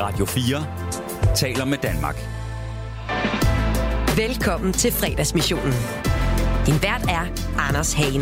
Radio 4 taler med Danmark. Velkommen til fredagsmissionen. Din vært er Anders Hagen.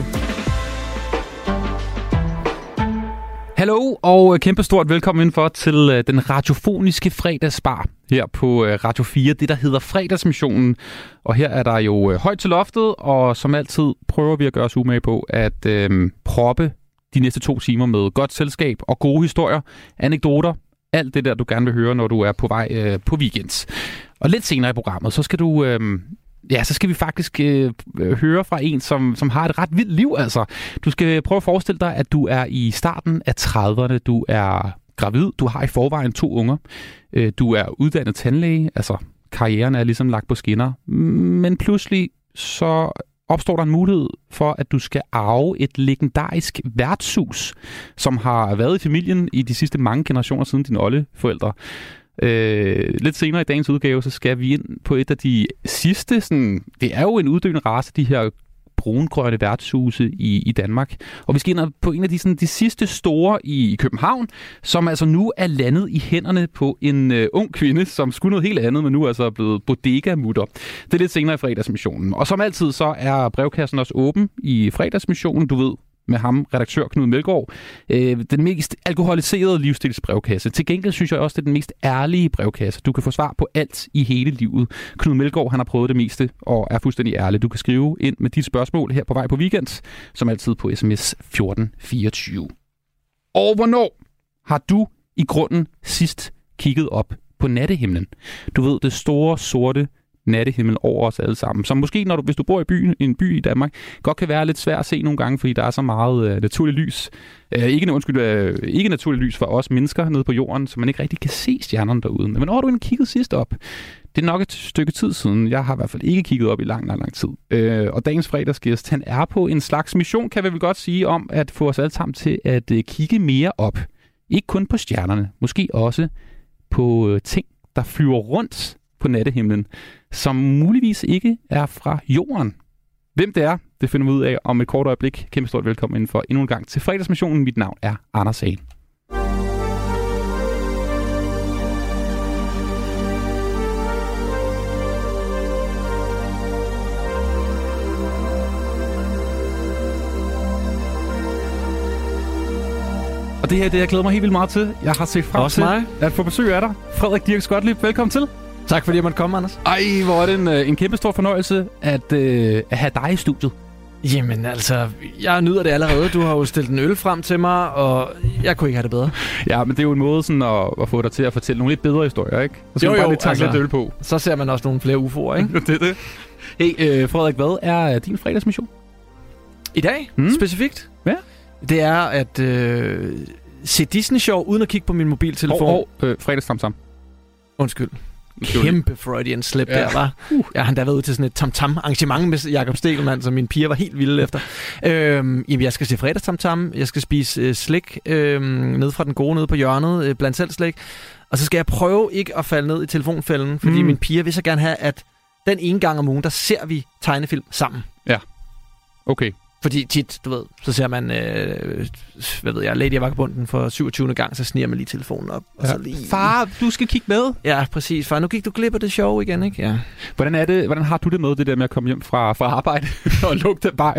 Hallo og kæmpestort velkommen indenfor til den radiofoniske fredagsbar her på Radio 4, det der hedder fredagsmissionen. Og her er der jo højt til loftet, og som altid prøver vi at gøre os umage på at proppe de næste 2 timer med godt selskab og gode historier, anekdoter, alt det der, du gerne vil høre, når du er på vej på weekend. Og lidt senere i programmet, så skal du... så skal vi faktisk høre fra en, som har et ret vildt liv. Altså, du skal prøve at forestille dig, at du er i starten af 30'erne. Du er gravid. Du har i forvejen 2 unger. Du er uddannet tandlæge. Altså, karrieren er ligesom lagt på skinner. Men pludselig så opstår der en mulighed for, at du skal arve et legendarisk værtshus, som har været i familien i de sidste mange generationer siden dine oldeforældre. Lidt senere i dagens udgave, så skal vi ind på et af de sidste, det er jo en uddøende race, de her brungrønne værtshuse i Danmark. Og vi skal ind på en af de sidste store i København, som altså nu er landet i hænderne på en ung kvinde, som skulle noget helt andet, men nu er altså blevet bodega-mutter. Det er lidt senere i fredagsmissionen. Og som altid, så er brevkassen også åben i fredagsmissionen, du ved, med ham, redaktør Knud Melgaard. Den mest alkoholiserede livsstilsbrevkasse. Til gengæld synes jeg også, det er den mest ærlige brevkasse. Du kan få svar på alt i hele livet. Knud Melgaard, han har prøvet det meste og er fuldstændig ærlig. Du kan skrive ind med dit spørgsmål her på vej på weekend, som altid på sms 1424. Og hvornår har du i grunden sidst kigget op på nattehimlen? Du ved, det store, sorte nattehimmel over os alle sammen, som måske, hvis du bor i en by i Danmark, godt kan være lidt svært at se nogle gange, fordi der er så meget naturligt lys. Ikke naturligt lys for os mennesker nede på jorden, så man ikke rigtig kan se stjernerne derude. Men hvornår har du egentlig kigget sidst op? Det er nok et stykke tid siden. Jeg har i hvert fald ikke kigget op i lang tid. Og dagens fredagsgæst, han er på en slags mission, kan vi vel godt sige, om at få os alle sammen til at kigge mere op. Ikke kun på stjernerne, måske også på ting, der flyver rundt på nattehimlen, som muligvis ikke er fra jorden. Hvem det er, det finder vi ud af om et kort øjeblik. Kæmpe stort velkommen indenfor endnu en gang til fredagsmissionen. Mit navn er Anders Hagen. Og det her, det jeg glæder mig helt vildt meget til. Jeg har set frem til at få besøg af dig. Frederik Dirks Gottlieb, velkommen til. Tak fordi jeg måtte komme, Anders. Ej, hvor er det en kæmpe stor fornøjelse at have dig i studiet. Jamen altså, jeg nyder det allerede. Du har jo stillet en øl frem til mig, og jeg kunne ikke have det bedre. Ja, men det er jo en måde sådan at få dig til at fortælle nogle lidt bedre historier, ikke? Så skal man bare lidt tanke lidt øl på. Så ser man også nogle flere UFO'er, ikke? Det er det. Hey, Frederik, hvad er din fredagsmission? I dag? Specifikt? Ja. Det er at se Disney-show uden at kigge på min mobiltelefon. Fredagstamtam. Undskyld. Kæmpe Freudian slip der, var. Jeg har endda været ude til sådan et tam-tam-arrangement med Jakob Stegelmann, som mine piger var helt vilde efter. Jamen, jeg skal se fredagstamtam. Jeg skal spise slik ned fra den gode nede på hjørnet, blandt selv slik. Og så skal jeg prøve ikke at falde ned i telefonfælden, fordi mine piger vil så gerne have, at den ene gang om ugen, der ser vi tegnefilm sammen. Ja, okay. Fordi tit, du ved, så ser man, Lady og Vagabunden for 27. gang, så sniger man lige telefonen op. Og så lige... Far, du skal kigge med. Ja, præcis. Far, nu gik du glip af det show igen, ikke? Ja. Hvordan har du det med, det der med at komme hjem fra arbejde og lugte bajer?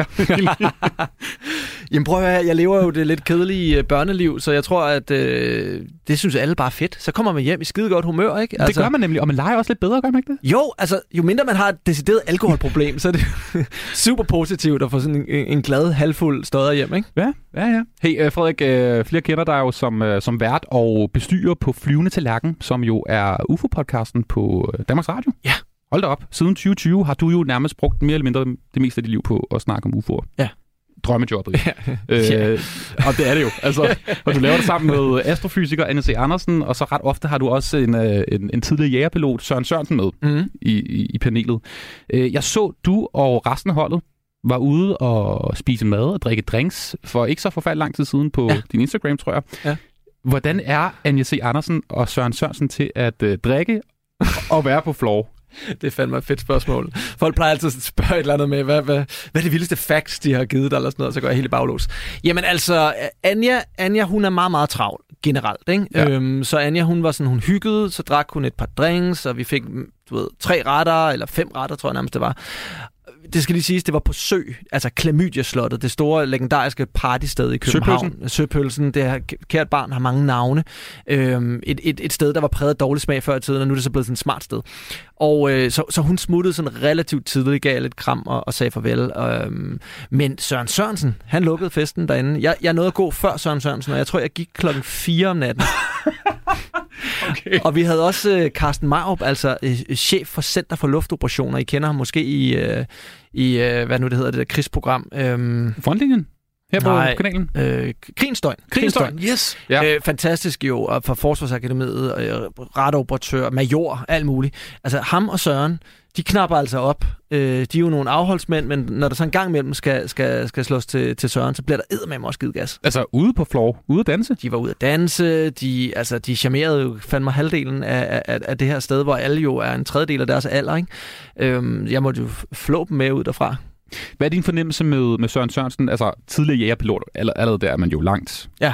Jamen prøv at høre, jeg lever jo det lidt kedelige børneliv, så jeg tror, at det synes alle bare er fedt. Så kommer man hjem i skide godt humør, ikke? Altså, det gør man nemlig, og man leger også lidt bedre, gør man ikke det? Jo, altså jo mindre man har et decideret alkoholproblem, så er det super positivt at få sådan en glad, halvfuld støder hjem, ikke? Ja. Hey, Frederik, flere kender dig jo som vært og bestyrer på Flyvende Tallerken, som jo er UFO-podcasten på Danmarks Radio. Ja. Hold da op. Siden 2020 har du jo nærmest brugt mere eller mindre det meste af dit liv på at snakke om UFO'er. Ja. Drømmejobbet. Ja. Og det er det jo. Altså, og du laver det sammen med astrofysiker Anne C. Andersen, og så ret ofte har du også en tidligere jægerpilot, Søren Sørensen, med i panelet. Jeg så, du og resten af holdet var ude og spise mad og drikke drinks for ikke så forfærdelig lang tid siden på din Instagram, tror jeg. Ja. Hvordan er Anja C. Andersen og Søren Sørensen til at drikke og være på floor? Det er fandme et fedt spørgsmål. Folk plejer altid at spørge et eller andet med, hvad er det vildeste facts, de har givet dig, eller sådan noget, så går jeg helt i baglås. Jamen altså, Anja, hun er meget, meget travl. generelt, ikke? Ja. Så Anja, hun var sådan, hun hyggede, så drak hun et par drinks, og vi fik, 3 retter, eller 5 retter, tror jeg nærmest det var. Det skal lige siges, det var på Sø, altså Klamydia-slottet, det store, legendariske partysted i København. Søpølsen, det her kært barn har mange navne. Et sted, der var præget af dårlig smag før i tiden, og nu er det så blevet sådan et smart sted. Og så hun smuttede sådan relativt tidligt, gav lidt kram og sagde farvel. Men Søren Sørensen, han lukkede festen derinde. Jeg nåede at gå før Søren Sørensen, og jeg tror, jeg gik 4:00 om natten. Okay. Og vi havde også Carsten Marup, altså chef for Center for Luftoperationer. I kender ham måske i hvad nu det hedder, det der krigsprogram. Frontlinjen? Her på kanalen? Krigenstøjen. Yes. Ja. Fantastisk jo, og fra Forsvarsakademiet, radaroperatør, major, alt muligt. Altså ham og Søren, de knapper altså op. De er jo nogle afholdsmænd, men når der så en gang imellem skal slås til Søren, så bliver der eddermame også givet gas. Altså ude på floor? Ude at danse? De var ude at danse. De charmerede jo fandme halvdelen af det her sted, hvor alle jo er en tredjedel af deres alder, ikke? Jeg måtte jo flå dem med ud derfra. Hvad er din fornemmelse med Søren Sørensen? Altså tidligere jægerpilot, allerede der er man jo langt. Ja.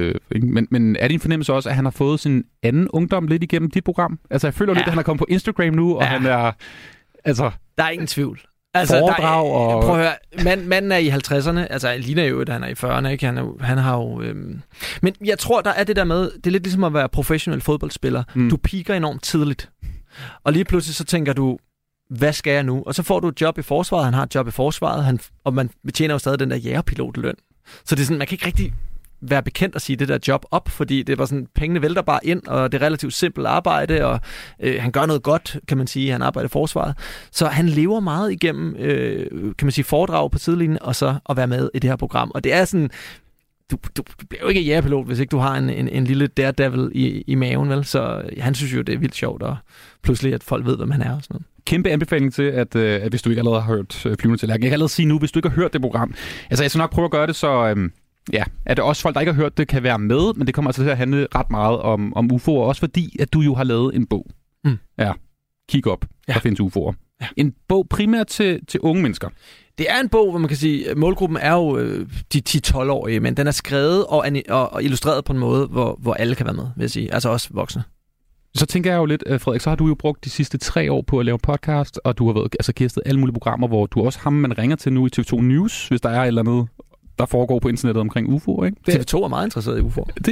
Men er din fornemmelse også, at han har fået sin anden ungdom lidt igennem dit program? Altså jeg føler lidt, at han er kommet på Instagram nu, og han er... Altså, der er ingen tvivl. Altså, foredrag og... Prøv at høre, manden er i 50'erne, altså han ligner jo, at han er i 40'erne, ikke? Han har jo... Men jeg tror, der er det der med, det er lidt ligesom at være professionel fodboldspiller. Du piker enormt tidligt. Og lige pludselig så tænker du, hvad skal jeg nu? Og så får du et job i forsvaret, han har et job i forsvaret, og man betjener jo stadig den der jægerpilotløn. Så det er sådan, man kan ikke rigtig være bekendt at sige det der job op, fordi det var sådan, pengene vælter bare ind, og det er relativt simpelt arbejde, og han gør noget godt, kan man sige, han arbejder i forsvaret. Så han lever meget igennem, kan man sige, foredrag på sidelinjen, og så at være med i det her program. Og det er sådan, du bliver jo ikke jægerpilot, hvis ikke du har en lille daredevil i maven, vel? Så han synes jo, det er vildt sjovt, og pludselig, at folk ved, hvem han er og sådan noget. Kæmpe anbefaling til, at hvis du ikke allerede har hørt Flyvende Tallerken. Jeg kan allerede sige nu, hvis du ikke har hørt det program. Altså, jeg skal nok prøve at gøre det, så at det også folk, der ikke har hørt det, kan være med, men det kommer altså til at handle ret meget om UFO'er, også fordi, at du jo har lavet en bog. Ja, kig op, der findes UFO'er. Ja. En bog primært til unge mennesker. Det er en bog, hvor man kan sige, målgruppen er jo de 10-12-årige, men den er skrevet og illustreret på en måde, hvor alle kan være med, vil jeg sige. Altså også voksne. Så tænker jeg jo lidt, Frederik, så har du jo brugt de sidste 3 år på at lave podcast, og du har været gæstet alle mulige programmer, hvor du også ham, man ringer til nu i TV2 News, hvis der er et eller andet, der foregår på internettet omkring UFO'er, ikke? TV2 er meget interesseret i UFO'er. Det.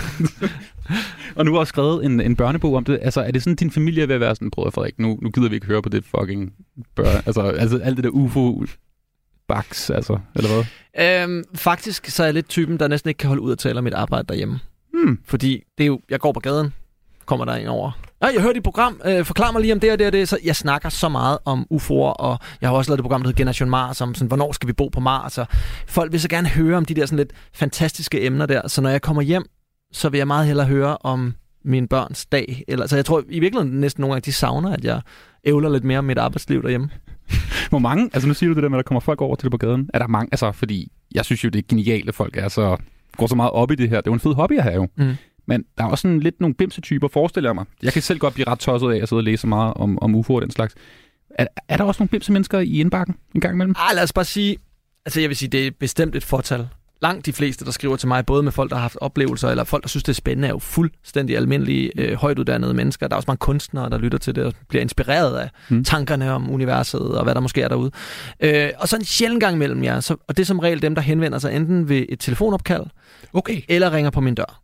Og nu har jeg også skrevet en børnebog om det. Altså, er det sådan, din familie vil være sådan, bror Frederik, nu gider vi ikke høre på det fucking altså alt det der UFO-baks, altså, eller hvad? Faktisk så er jeg lidt typen, der næsten ikke kan holde ud at tale om mit arbejde derhjemme. Fordi det er jo, jeg går på gaden, kommer der en over. Jeg hørte et program, forklar mig lige om det og det og det. Så jeg snakker så meget om UFO'er, og jeg har også lavet et program, der hedder Generation Mars, om sådan, hvornår skal vi bo på Mars, og folk vil så gerne høre om de der sådan lidt fantastiske emner der. Så når jeg kommer hjem, så vil jeg meget hellere høre om min børns dag. Så jeg tror i virkeligheden næsten nogle gange, de savner, at jeg ævler lidt mere om mit arbejdsliv derhjemme. Hvor mange, altså nu siger du det der med, at der kommer folk over til det på gaden. Er der mange, altså fordi jeg synes jo, det er genialt, at folk går så meget op i det her. Det er jo en fed hobby at have jo. Men der er også sådan lidt nogle bimsetyper, forestiller jeg mig. Jeg kan selv godt blive ret tosset af at sidde og læse meget om UFO og den slags. Er der også nogle bimsemennesker i indbakken en gang imellem? Lad os bare sige, altså jeg vil sige, det er bestemt et fortal. Langt de fleste, der skriver til mig, både med folk, der har haft oplevelser, eller folk, der synes, det er spændende, er jo fuldstændig almindelige, højtuddannede mennesker. Der er også mange kunstnere, der lytter til det og bliver inspireret af tankerne om universet og hvad der måske er derude. Og så en sjældent gang imellem jer, og det er som regel dem, der henvender sig enten ved et telefonopkald, eller ringer på min dør.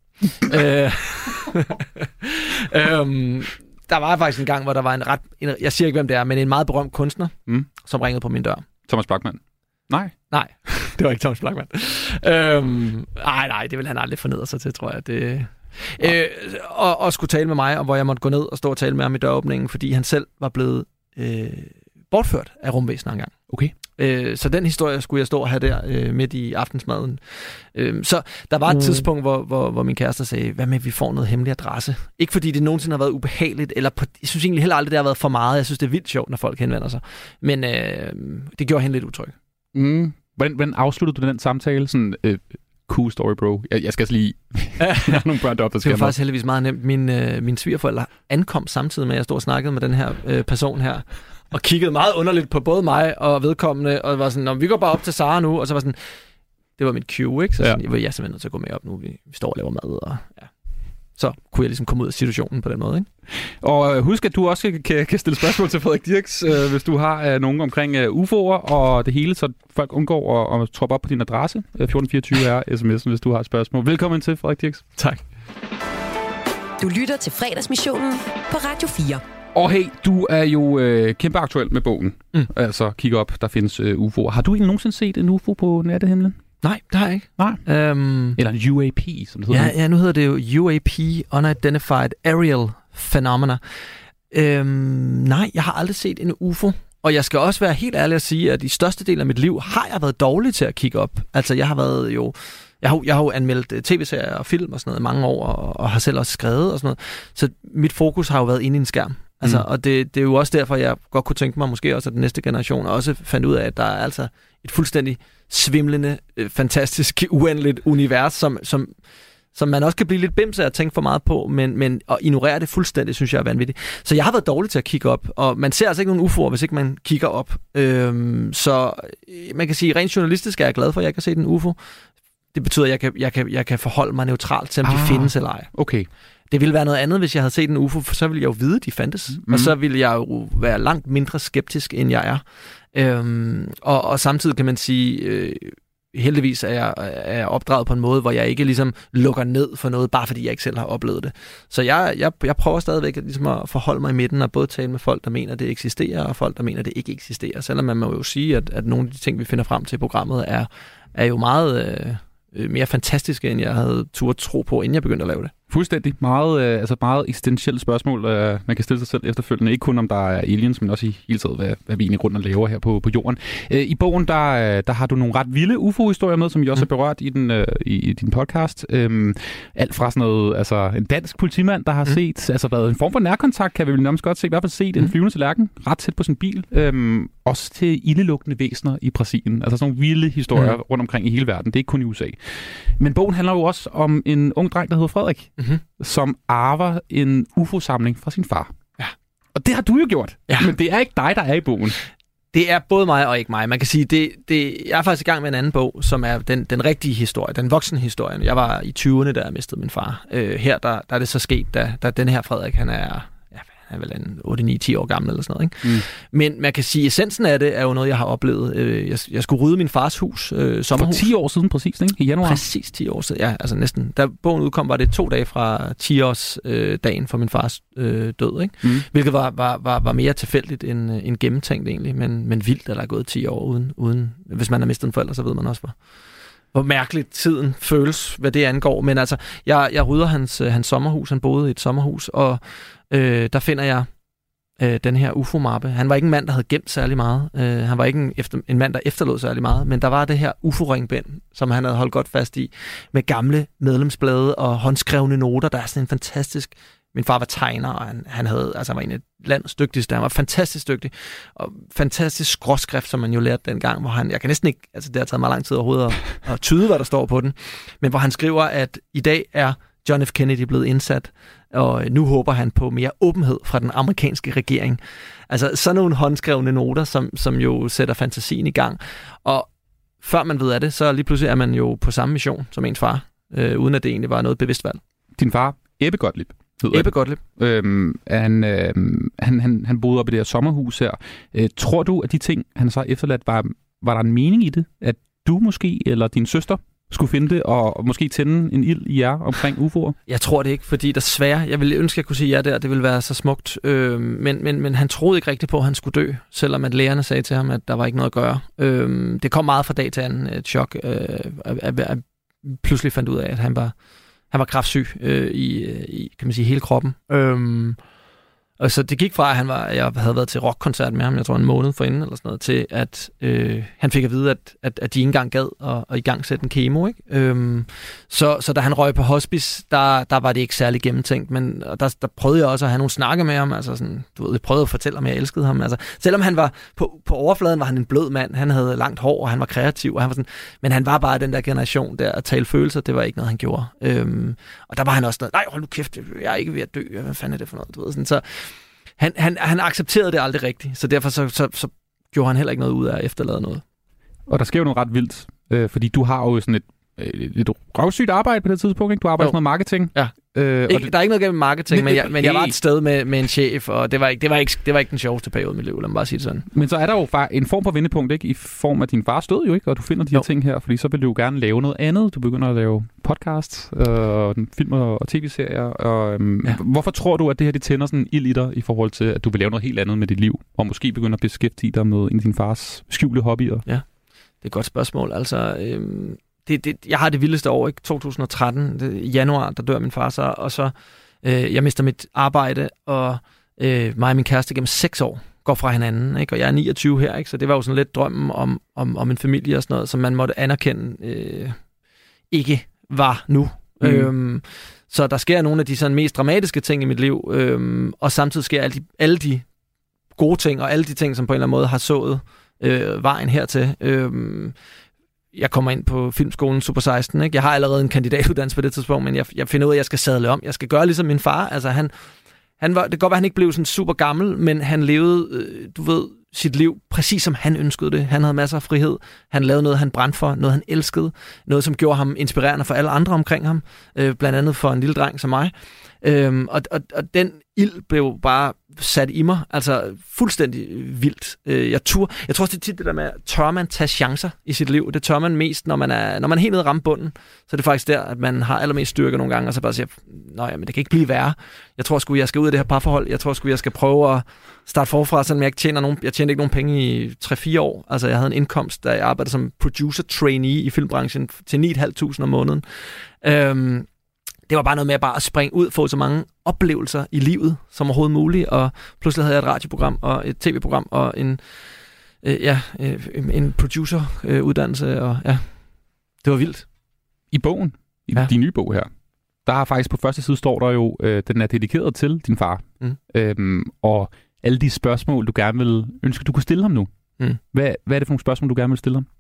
Der var faktisk en gang, hvor der var jeg siger ikke, hvem det er, men en meget berømt kunstner, som ringede på min dør. Thomas Blachman? Nej, det var ikke Thomas Blachman. Nej, det vil han aldrig fornedre sig til, tror jeg. Og skulle tale med mig, og hvor jeg måtte gå ned og stå og tale med ham i døråbningen, fordi han selv var blevet bortført af rumvæsener engang. Okay. Så den historie skulle jeg stå og have der midt i aftensmaden. Så der var et tidspunkt, hvor min kæreste sagde, hvad med, at vi får noget hemmelig adresse? Ikke fordi det nogensinde har været ubehageligt, eller jeg synes egentlig heller aldrig, det har været for meget. Jeg synes, det er vildt sjovt, når folk henvender sig. Men det gjorde hende lidt utryg. Hvordan afsluttede du den samtale? Sådan, cool story, bro. Jeg skal lige... jeg har nogle børn deroppe, der skal det var faktisk heldigvis meget nemt. Mine svigerforældre ankom samtidig med, at jeg stod og snakkede med den her person her, og kiggede meget underligt på både mig og vedkommende, og var sådan, vi går bare op til Sara nu, og så var sådan, det var mit cue, ikke? Så sådan, jeg var simpelthen nødt til at gå med op nu, vi står og laver mad, og ja. så kunne jeg ligesom komme ud af situationen på den måde, ikke? Og husk, at du også kan stille spørgsmål til Frederik Dirks, hvis du har nogen omkring UFO'er og det hele, så folk undgår at troppe op på din adresse. 1424 er sms'en, hvis du har et spørgsmål. Velkommen til, Frederik Dirks. Tak. Du lytter til Fredagsmissionen på Radio 4. Og hey, du er jo kæmpe aktuel med bogen. Altså, kig op, der findes UFO'er. Har du egentlig nogensinde set en UFO på nattehimlen? Nej, det har jeg ikke. Nej. Eller en UAP, som det hedder. Ja, nu hedder det jo UAP, Unidentified Aerial Phenomena. Nej, jeg har aldrig set en UFO. Og jeg skal også være helt ærlig at sige, at i største del af mit liv har jeg været dårlig til at kigge op. Altså, jeg har jo anmeldt tv-serier og film og sådan noget i mange år, og har selv også skrevet og sådan noget. Så mit fokus har jo været inde i en skærm. Altså, og det er jo også derfor, jeg godt kunne tænke mig måske også, at den næste generation også fandt ud af, at der er altså et fuldstændig svimlende, fantastisk, uendeligt univers, som man også kan blive lidt bims af at tænke for meget på, men at ignorere det fuldstændig, synes jeg er vanvittigt. Så jeg har været dårlig til at kigge op, og man ser altså ikke nogen UFO'er, hvis ikke man kigger op. Så man kan sige, rent journalistisk er jeg glad for, at jeg kan se en UFO. Det betyder, at jeg kan forholde mig neutralt til, om de findes eller ej. Okay. Det ville være noget andet, hvis jeg havde set en UFO, for så ville jeg jo vide, at de fandtes. Og så ville jeg jo være langt mindre skeptisk, end jeg er. Og samtidig kan man sige, heldigvis er jeg opdraget på en måde, hvor jeg ikke ligesom lukker ned for noget, bare fordi jeg ikke selv har oplevet det. Så jeg prøver stadigvæk ligesom at forholde mig i midten, og både tale med folk, der mener, det eksisterer, og folk, der mener, det ikke eksisterer. Selvom man må jo sige, at nogle af de ting, vi finder frem til i programmet, er jo meget mere fantastiske, end jeg havde turde tro på, inden jeg begyndte at lave det. Fuldstændig. Meget eksistentielle spørgsmål, man kan stille sig selv efterfølgende. Ikke kun om der er aliens, men også i hele taget, hvad vi egentlig rundt og laver her på jorden. I bogen, der har du nogle ret vilde UFO-historier med, som I også har berørt i din podcast. Alt fra sådan noget, altså en dansk politimand, der har set, altså været en form for nærkontakt, kan vi vel nærmest godt se, i hvert fald set en flyvende tallerken ret tæt på sin bil. Også til ildelugtende væsener i Brasilien. Altså sådan nogle vilde historier rundt omkring i hele verden. Det er ikke kun i USA. Men bogen handler jo også om en ung dreng, der hedder Frederik, som arver en UFO-samling fra sin far. Ja. Og det har du jo gjort, men det er ikke dig, der er i bogen. Det er både mig og ikke mig. Man kan sige, jeg er faktisk i gang med en anden bog, som er den rigtige historie, den voksne historie. Jeg var i 20'erne, da jeg mistede min far. Her der er det så sket, da den her Frederik, han er vel en 8-9-10 år gammel eller sådan noget, ikke? Men man kan sige, essensen af det er jo noget, jeg har oplevet. Jeg skulle rydde min fars hus, sommerhus. For 10 år siden præcis, ikke? I januar? Præcis 10 år siden, ja, altså næsten. Da bogen udkom, var det 2 dage fra 10-års-dagen for min fars død, ikke? Hvilket var mere tilfældigt end gennemtænkt egentlig, men vildt, at der er gået 10 år uden. Hvis man har mistet en forælder, så ved man også, hvor mærkeligt tiden føles, hvad det angår. Men altså, jeg rydder hans sommerhus. Han boede i et sommerhus, og der finder jeg den her UFO-mappe. Han var ikke en mand, der havde gemt særlig meget. Han var ikke en mand, der efterlod særlig meget. Men der var det her UFO-ringbind, som han havde holdt godt fast i, med gamle medlemsblade og håndskrevne noter. Der er sådan en fantastisk... Min far var tegner, og han var en af landets dygtigste. Han var fantastisk dygtig, og fantastisk skråskrift, som man jo lærte dengang, hvor jeg kan næsten ikke, altså det har taget mig lang tid overhovedet at tyde, hvad der står på den, men hvor han skriver, at i dag er John F. Kennedy blevet indsat, og nu håber han på mere åbenhed fra den amerikanske regering. Altså sådan nogle håndskrevne noter, som jo sætter fantasien i gang. Og før man ved af det, så lige pludselig er man jo på samme mission som ens far, uden at det egentlig var noget bevidst valg. Din far, Ebbe Gottlieb. Ebbe Gottlieb. Han boede oppe i det her sommerhus her. Tror du, at de ting, han så efterladt, var der en mening i det? At du måske, eller din søster, skulle finde det, og måske tænde en ild i jer omkring UFO'er? Jeg tror det ikke, fordi desværre, jeg ville ønske, at jeg kunne sige ja der, det ville være så smukt. Men han troede ikke rigtigt på, at han skulle dø, selvom at lægerne sagde til ham, at der var ikke noget at gøre. Det kom meget fra dag til anden, et chok, at pludselig fandt ud af, at han var kræftsyg i kan man sige, hele kroppen. Og så det gik fra, at jeg havde været til rockkoncert med ham, jeg tror en måned forinden eller sådan noget, til at han fik at vide, at de ikke engang gad at i gang sætte en kemo, ikke? Så da han røg på hospice, der var det ikke særlig gennemtænkt, men der prøvede jeg også at have nogle snakke med ham, altså sådan, du ved, jeg prøvede at fortælle ham, at jeg elskede ham, altså selvom han var på overfladen, var han en blød mand, han havde langt hår, og han var kreativ, og han var sådan, men han var bare den der generation der, at tale følelser, det var ikke noget, han gjorde. Og der var han også noget, nej, hold nu kæft, jeg er ikke ved at dø, hvad fanden er det for noget, du ved, sådan, så han accepterede det aldrig rigtigt, så derfor så gjorde han heller ikke noget ud af at efterlade noget. Og der sker jo noget ret vildt, fordi du har jo sådan et røvsygt arbejde på det tidspunkt, ikke? Du arbejder med marketing. Ja. Der er ikke noget gennem marketing, men jeg var et sted med en chef, og det var ikke den sjoveste periode i mit liv, lad mig bare sige det sådan. Men så er der jo en form for vendepunkt, ikke? I form af din fars død jo, ikke? Og du finder de her ting her, fordi så vil du jo gerne lave noget andet. Du begynder at lave podcasts, film og tv-serier. Hvorfor tror du, at det her det tænder sådan en ild i dig, i forhold til, at du vil lave noget helt andet med dit liv, og måske begynde at beskæftige dig med en af din fars skjulte hobbyer? Ja, det er et godt spørgsmål. Altså, jeg har det vildeste år, ikke? 2013, i januar, der dør min far så, og så jeg mister mit arbejde, og mig og min kæreste gennem 6 år går fra hinanden, ikke? Og jeg er 29 her, ikke? Så det var jo sådan lidt drømmen om en familie og sådan noget, som man måtte anerkende ikke var nu. Så der sker nogle af de sådan mest dramatiske ting i mit liv, og samtidig sker alle de gode ting, og alle de ting, som på en eller anden måde har sået vejen hertil. Jeg kommer ind på filmskolen Super 16, ikke? Jeg har allerede en kandidatuddannelse på det tidspunkt, men jeg finder ud af, at jeg skal sadle om. Jeg skal gøre ligesom min far. Altså han var, det kan godt være, at han ikke blev sådan super gammel, men han levede, sit liv præcis som han ønskede det. Han havde masser af frihed. Han lavede noget, han brændte for, noget han elskede, noget som gjorde ham inspirerende for alle andre omkring ham, blandt andet for en lille dreng som mig. Og den ild blev bare sat i mig, altså fuldstændig vildt. Jeg tror også, det er tit det der med, tør man tage chancer i sit liv. Det tør man mest, når man er helt nede og ramme bunden. Så er det faktisk der, at man har allermest styrke nogle gange, og så bare siger, men det kan ikke blive værre. Jeg tror sgu, jeg skal ud af det her parforhold. Jeg tror sgu, jeg skal prøve at starte forfra, selvom jeg tjente ikke nogen penge i 3-4 år. Altså jeg havde en indkomst, da jeg arbejdede som producer trainee i filmbranchen til 9.500 om måneden. Det var bare noget med at springe ud, få så mange oplevelser i livet som overhovedet muligt, og pludselig havde jeg et radioprogram og et tv-program og en produceruddannelse, og ja, det var vildt. I bogen, din nye bog her, der har faktisk på første side står der jo, den er dedikeret til din far, og alle de spørgsmål, du gerne vil ønske, du kunne stille ham nu. Hvad er det for nogle spørgsmål, du gerne vil stille ham?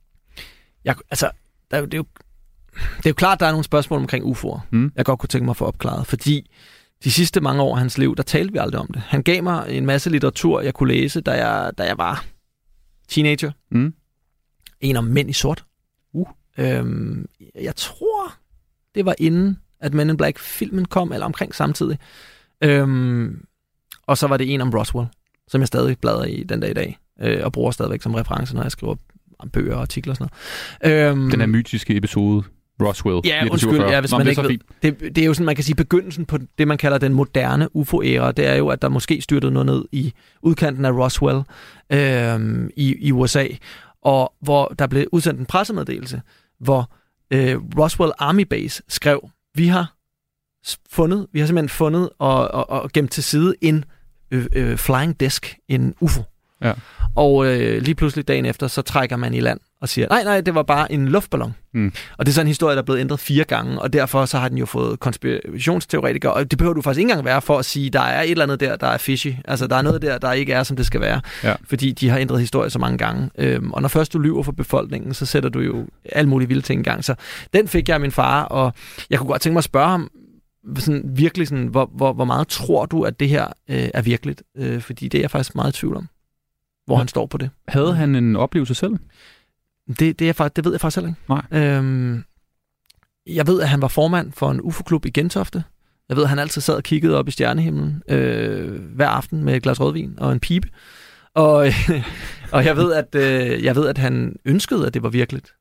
Det er jo klart, der er nogle spørgsmål omkring UFO'er, jeg godt kunne tænke mig at få opklaret, fordi de sidste mange år af hans liv, der talte vi aldrig om det. Han gav mig en masse litteratur, jeg kunne læse, da jeg var teenager. En om mænd i sort. Jeg tror, det var inden, at Men in Black-filmen kom, eller omkring samtidig. Og så var det en om Roswell, som jeg stadig bladrer i den dag i dag, og bruger stadigvæk som reference, når jeg skriver bøger og artikler og sådan noget. Den her mytiske episode, Roswell. Ja, undskyld, hvis man ikke ved. Det er jo sådan, man kan sige, begyndelsen på det, man kalder den moderne UFO-æra. Det er jo, at der måske styrtede noget ned i udkanten af Roswell i USA, og hvor der blev udsendt en pressemeddelelse, hvor Roswell Army Base skrev, vi har simpelthen fundet og gemt til side en flying disc, en UFO. Ja. Og lige pludselig dagen efter, så trækker man i land og siger, nej, det var bare en luftballon. Og det er sådan en historie, der er blevet ændret 4 gange, og derfor så har den jo fået konspirationsteoretikere, og det behøver du faktisk ikke engang være for at sige, der er et eller andet der er fishy. Altså, der er noget der ikke er, som det skal være. Ja. Fordi de har ændret historie så mange gange. Og når først du lyver for befolkningen, så sætter du jo alle mulige vilde ting i gang. Så den fik jeg af min far, og jeg kunne godt tænke mig at spørge ham, sådan, virkelig sådan, hvor meget tror du, at det her er virkeligt? Fordi det er jeg faktisk meget i tvivl om, hvor han står på det. Havde han en oplevelse selv? Det ved jeg faktisk selv ikke. Nej. Jeg ved, at han var formand for en UFO-klub i Gentofte. Jeg ved, at han altid sad og kiggede op i stjernehimlen hver aften med et glas rødvin og en pibe. Og jeg ved, at han ønskede, at det var virkeligt.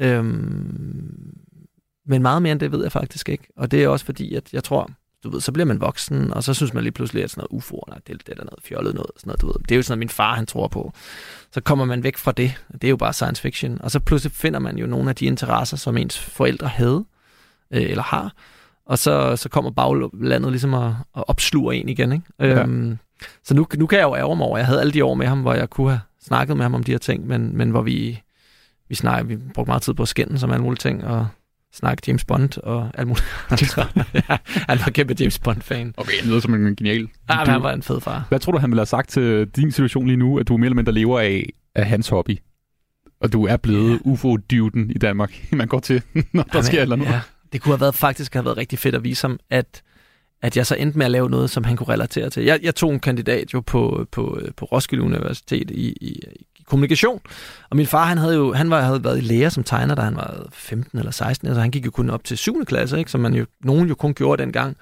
Men meget mere end det ved jeg faktisk ikke. Og det er også fordi, at jeg tror, du ved, så bliver man voksen, og så synes man lige pludselig, at sådan noget UFO'er, det er der noget fjollet noget, sådan noget, du ved. Det er jo sådan noget, min far, han tror på. Så kommer man væk fra det. Det er jo bare science fiction. Og så pludselig finder man jo nogle af de interesser, som ens forældre havde, eller har. Og så kommer baglandet ligesom at opsluge en igen, ikke? Ja. Så nu kan jeg jo ærge mig over. Jeg havde alle de år med ham, hvor jeg kunne have snakket med ham om de her ting, men hvor vi brugte meget tid på at skændes om alle mulige ting, og snakke James Bond og alt muligt. Ja, han var kæmpe James Bond-fan. Okay, det lyder som en genial. Ja, han var en fed far. Hvad tror du, han ville have sagt til din situation lige nu, at du mere eller mindre lever af hans hobby? Og du er blevet UFO-dyvden i Danmark, man går til, når der sker et eller andet. Ja. Det kunne have været rigtig fedt at vise ham, at jeg så endte med at lave noget, som han kunne relatere til. Jeg tog en kandidat jo på Roskilde Universitet i kommunikation, og min far, han havde været i lære som tegner, da han var 15 eller 16, altså han gik jo kun op til 7. klasse, ikke? Som nogen jo kun gjorde dengang.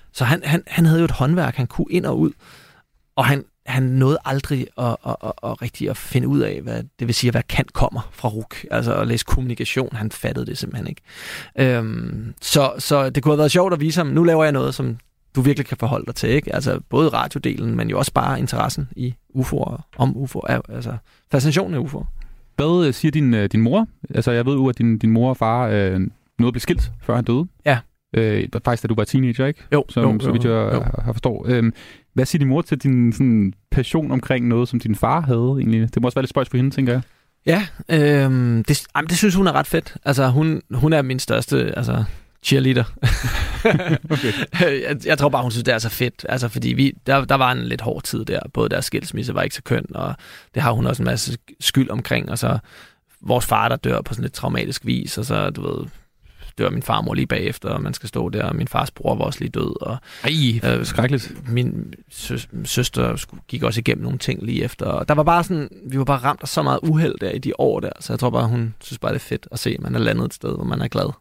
Så han havde jo et håndværk, han kunne ind og ud, og han nåede aldrig at rigtig at finde ud af, hvad det vil sige at være kant kommer fra RUC. Altså at læse kommunikation, han fattede det simpelthen ikke. Så det kunne have været sjovt at vise ham, nu laver jeg noget, som du virkelig kan forholde dig til, ikke? Altså både radiodelen, men jo også bare interessen i UFO'er, om UFO'er, altså fascinationen af UFO'er. Hvad siger din mor? Altså jeg ved jo, at din mor og far nåede at blive skilt, før han døde. Ja. Faktisk da du var teenager, ikke? Jo. Så vidt jeg har forstået. Hvad siger din mor til din sådan, passion omkring noget, som din far havde egentlig? Det må også være lidt spøjs for hende, tænker jeg. Ja, det synes hun er ret fedt. Altså hun er min største cheerleader. Okay. Jeg tror bare, hun synes, det er så fedt. Altså, fordi der var en lidt hård tid der. Både deres skilsmisse var ikke så køn, og det har hun også en masse skyld omkring. Og så vores far, der dør på sådan lidt traumatisk vis, og så, du ved, dør min farmor lige bagefter, og man skal stå der, og min fars bror var også lige død. Og, skrækkeligt. Min søster gik også igennem nogle ting lige efter. Og der var bare sådan, vi var bare ramt af så meget uheld der i de år der, så jeg tror bare, hun synes bare, det er fedt at se, at man er landet et sted, hvor man er glad.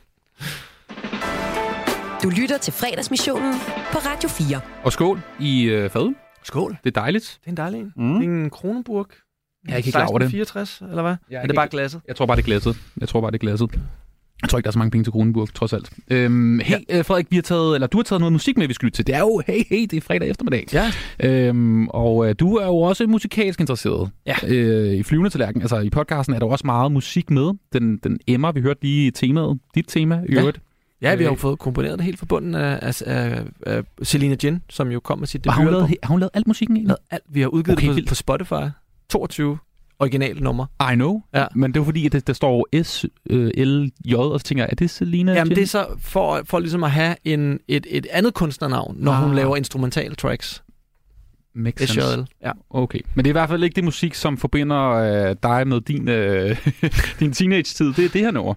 Du lytter til Fredagsmissionen på Radio 4. Og skål i fad. Skål. Det er dejligt. Det er en dejlig en. Det er en Kronenburg. Jeg er ikke klar over det. 1664, eller hvad? Er det bare glasset? Jeg tror bare, det er glasset. Jeg tror ikke, der er så mange penge til Kronenburg, trods alt. Frederik, du har taget noget musik med, vi skal lytte til. Det er jo, det er fredag eftermiddag. Ja. Og du er jo også musikalsk interesseret. Ja. I Flyvende Tallerken, altså i podcasten, er der også meget musik med. Den emmer, vi hørte lige temaet. Dit tema, i øvrigt. Ja, vi har jo fået komponeret det helt forbundet af Selina Jin, som jo kom med sit debutalbum. Har hun lavet alt musikken egentlig? Alt. Vi har udgivet det på Spotify. 22 originale numre. I know. Ja. Men det er fordi, at der står S-L-J, og så tænker jeg, er det Selina Jin? Jamen det er så for ligesom at have et andet kunstnernavn, når hun laver instrumental tracks. Makes sense. Ja. Okay. Men det er i hvert fald ikke det musik, som forbinder dig med din teenage-tid. Det er det her nummer.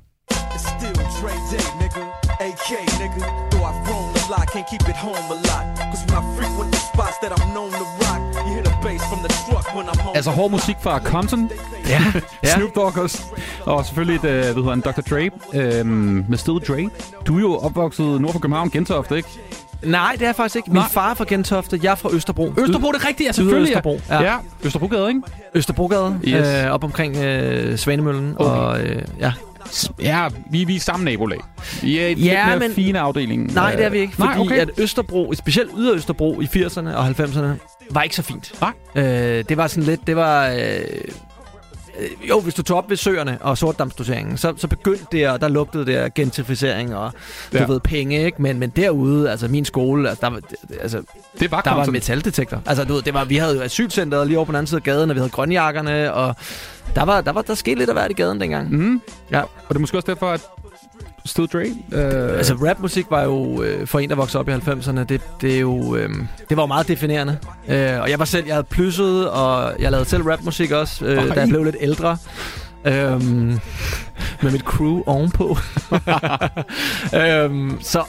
Altså hård musik fra Compton. Ja. Snoop Dogg også. Og selvfølgelig en Dr. Dre. Med Still Dre. Du er jo opvokset nord for København, Gentofte, ikke? Nej, det er faktisk ikke. Min far er fra Gentofte, jeg er fra Østerbro. Østerbro, det er rigtigt, ja, selvfølgelig. Østerbro. Ja. Østerbrogade, ikke? Østerbrogade, yes. Op omkring Svanemøllen. Okay. Og ja. Ja, vi er samme nabolag. Vi er lidt mere fine afdeling. Nej, det er vi ikke, fordi at Østerbro, specielt yder Østerbro i 80'erne og 90'erne, var ikke så fint. Det var sådan lidt, jo, hvis du tog op ved søerne og sortdampsdoseringen, så begyndte det, og der lugtede det af gentrificering og du ved, penge, ikke? Men derude, altså min skole, der var en metaldetektor. Altså du ved, vi havde jo asylcenteret lige over på den anden side af gaden, og vi havde grønjakkerne, og der skete lidt af hvert i gaden dengang. Mm. Ja. Og det er måske også derfor, at Still Dre? Altså rapmusik var jo, for en, der voksede op i 90'erne, det er jo, det var jo meget definerende. Og jeg havde plysset, og jeg lavede selv rapmusik også, da jeg blev lidt ældre. Med mit crew ovenpå. Så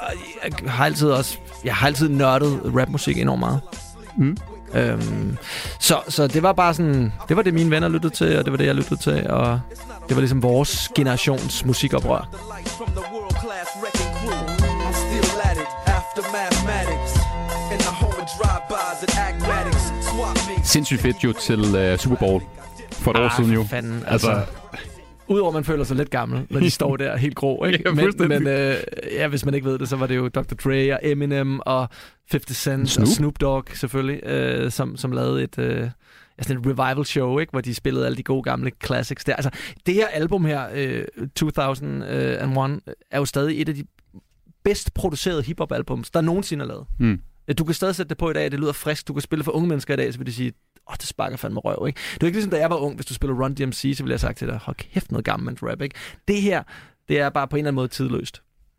jeg har altid nørdet rapmusik enormt meget. Mm. Så det var bare sådan, det var det mine venner lyttede til, og det var det jeg lyttede til, og det var ligesom vores generations musikoprør. Sindssygt fedt jo til Super Bowl for et år siden jo. Fanden, altså. Udover man føler sig lidt gammel, når de står der helt grå, ikke? Men hvis man ikke ved det, så var det jo Dr. Dre og Eminem og 50 Cent og Snoop Dogg selvfølgelig, som lavede et revival show, ikke? Hvor de spillede alle de gode gamle classics der. Altså, det her album her, 2001, er jo stadig et af de bedst producerede hiphop-albums, der nogensinde er lavet. Mm. Du kan stadig sætte det på i dag, det lyder frisk. Du kan spille for unge mennesker i dag, så vil de sige, det sparker fandme røv, ikke? Det er ikke ligesom, da jeg var ung. Hvis du spiller Run DMC, så ville jeg have sagt til dig, hold kæft noget gammelt rap, ikke? Det her, det er bare på en eller anden måde tidløst.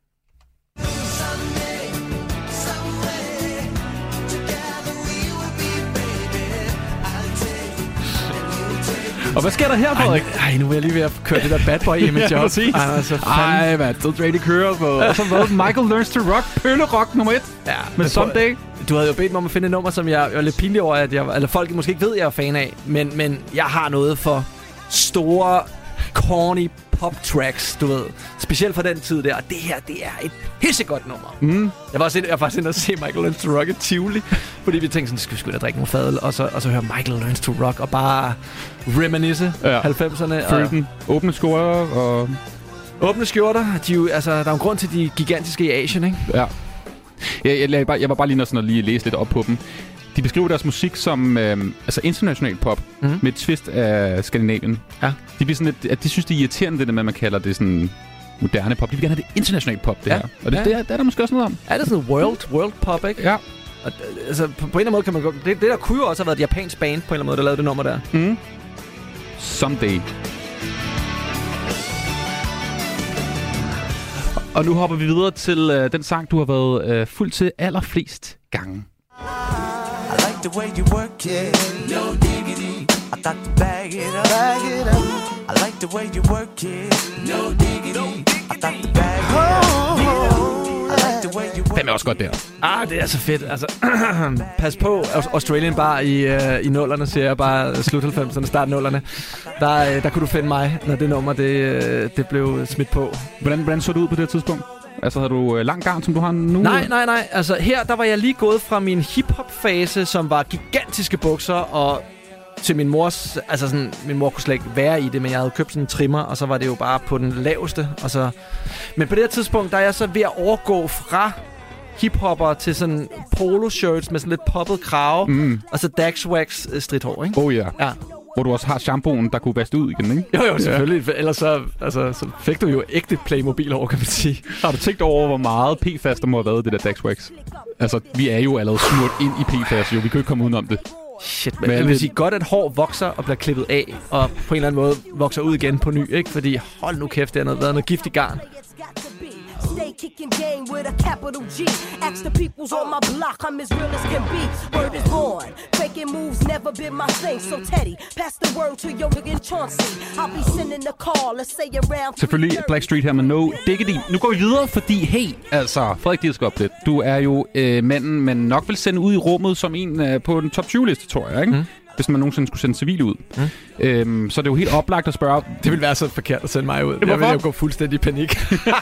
Og hvad sker der her, Frederik? Ej, nu er jeg lige ved at køre det der bad boy image op. Ej, hvad? Still Dre, de kører på. Og så hvad? Michael Learns to Rock. Pøllerock nummer 1. Ja. Med Someday. Du havde jo bedt mig om at finde et nummer, som jeg er lidt pinlig over, at eller folk måske ikke ved, at jeg er fan af. Men jeg har noget for store corny pop tracks, du ved. Specielt fra den tid der. Og det her, det er et pissegodt nummer. Mm. Jeg var faktisk inde og se Michael Learns to Rock i Tivoli, fordi vi tænkte sådan, skal vi sgu da drikke nogle fadøl, og så høre Michael Learns to Rock, og bare reminisce 90'erne. Følte den. Åbne skjorter og... Åbne skjorter. Der er en grund til de gigantiske i Asien, ikke? Ja. Jeg var bare lige sådan at lige læse lidt op på dem. De beskriver deres musik som international pop med et twist af Skandinavien. Ja. De bliver sådan at de synes, det er irriterende, det der med, at man kalder det sådan moderne pop. De vil gerne have det international pop, det her. Og det er der måske også noget om. Er det sådan world pop, ikke? Ja. Og, altså, på en eller anden måde kan man gå... Det der kunne jo også have været et japansk band, på en eller anden måde, der lavede det nummer der. Mm. Someday. Og nu hopper vi videre til den sang, du har været fuld til allerflest gange. The way you work it, no diggity. I got to bag it up. I like the way you work it, no diggity. I got to bag it up. I like the way you work it. Den er også godt der. Det er så fedt. Altså, pas på Australian Bar i nullerne, siger jeg bare slut 90'erne, start nullerne. Der kunne du finde mig, når det nummer det blev smidt på. Hvordan så det ud på det tidspunkt? Altså, havde du lang garn, som du har nu? Nej. Altså, her, der var jeg lige gået fra min hip-hop-fase, som var gigantiske bukser, og til min mors... Altså, sådan, min mor kunne slet ikke være i det, men jeg havde købt sådan en trimmer, og så var det jo bare på den laveste. Og så... Men på det her tidspunkt, der er jeg så ved at overgå fra hiphopper til sådan polo-shirts med sådan lidt poppet krave, og så Daxwax stridthår, ikke? Oh ja. Hvor du også har shampooen, der kunne vaske ud igen, ikke? Jo, selvfølgelig. Ja. Ellers så fik du jo ægte Playmobil over, kan man sige. Har du tænkt over, hvor meget PFAS der må have været det der Daxwax? Altså, vi er jo allerede smurt ind i PFAS, jo. Vi kan jo ikke komme udenom det. Shit, men jeg vil sige godt, at hår vokser og bliver klippet af, og på en eller anden måde vokser ud igen på ny, ikke? Fordi, hold nu kæft, det har været noget giftig garn. Stay kicking game with a capital G. Ask the peoples on my block, I'm as real as can be. Word is born. Faking moves never been my thing. So Teddy, pass the word to your nigga Chauncey. I'll be sending a call and say around. Selvfølgelig Blackstreet her med No Diggity. Nu går vi videre, fordi hey, altså Frederik Dielskop lidt. Du er jo manden, man nok vil sende ud i rummet som en på den top 20-liste, tror jeg, ikke? Hvis man nogensinde skulle sende civil ud. Så det er jo helt oplagt at spørge... Det ville være så forkert at sende mig ud. Jeg ville jo gå fuldstændig i panik.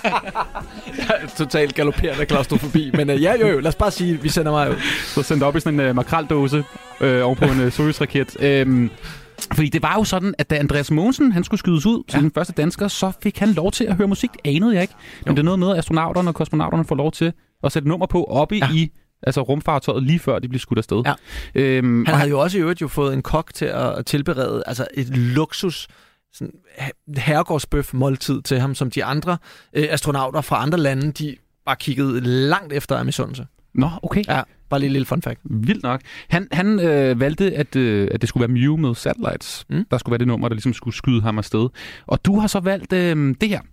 Totalt galopperende klaustrofobi. Men jo, lad os bare sige, at vi sender mig ud. Så send op i sådan en makraldåse over på en Soyuz-raket. Fordi det var jo sådan, at da Andreas Mogensen, han skulle skydes ud til den første dansker, så fik han lov til at høre musik. Det anede jeg ikke. Men det er noget med, at astronauterne og kosmonauterne får lov til at sætte nummer på oppe i... Altså rumfartøjet lige før de blev skudt afsted. Ja. Han havde jo også i øvrigt fået en kok til at tilberede altså et luksus herregårdsbøf måltid til ham, som de andre astronauter fra andre lande, de bare kiggede langt efter af misundelse. Nå, okay. Ja, bare lige et lille fun fact. Vildt nok. Han valgte, at det skulle være Mew med Satellites. Der skulle være det nummer, der ligesom skulle skyde ham afsted. Og du har så valgt det her.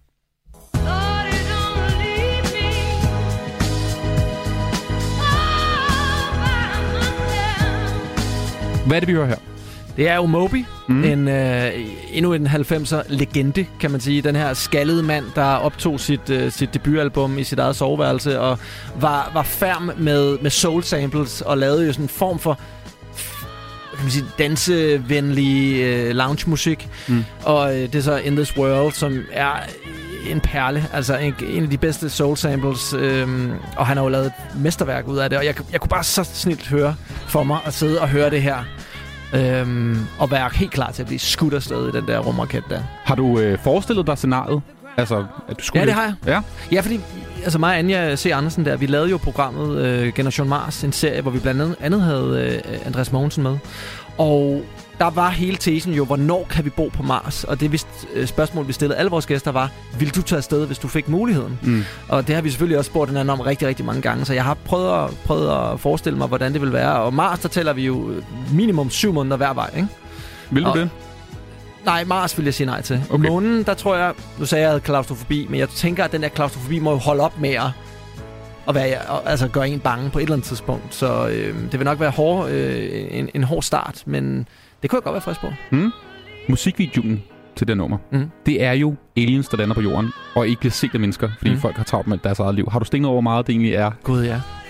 Hvad er det, vi hører her? Det er jo Moby, endnu en 90'er legende, kan man sige. Den her skaldede mand, der optog sit debutalbum i sit eget soveværelse, og var færm med soul samples, og lavede jo sådan en form for kan man sige, dansevenlig lounge-musik. Og det er så In This World, som er en perle, altså en af de bedste soul samples, og han har jo lavet et mesterværk ud af det, og jeg kunne bare så snilt høre for mig at sidde og høre det her, og være helt klar til at blive skudt afsted i den der rumraket der. Har du forestillet dig scenariet? Altså, at du skulle... Ja, det har jeg. Ja, fordi altså mig og Anja C. Andersen der, vi lavede jo programmet Generation Mars, en serie, hvor vi blandt andet havde Andreas Mogensen med, og der var hele tesen jo, hvornår kan vi bo på Mars? Og det spørgsmål, vi stillede alle vores gæster var, vil du tage afsted, hvis du fik muligheden? Og det har vi selvfølgelig også spurgt hinanden om rigtig, rigtig mange gange. Så jeg har prøvet at forestille mig, hvordan det vil være. Og Mars, der tæller vi jo minimum 7 måneder hver vej, ikke? Vil du det? Nej, Mars vil jeg sige nej til. Okay. Månen, der tror jeg, nu sagde jeg havde klaustrofobi, men jeg tænker, at den der klaustrofobi må jo holde op med at være, gøre en bange på et eller andet tidspunkt. Så det vil nok være en hård start, men det kunne jeg godt være frisk på. Musikvideoen til det nummer, det er jo aliens, der lander på jorden, og ikke bliver set af mennesker, fordi folk har travlt med deres eget liv. Har du stinget over meget, det egentlig er? Gud, ja.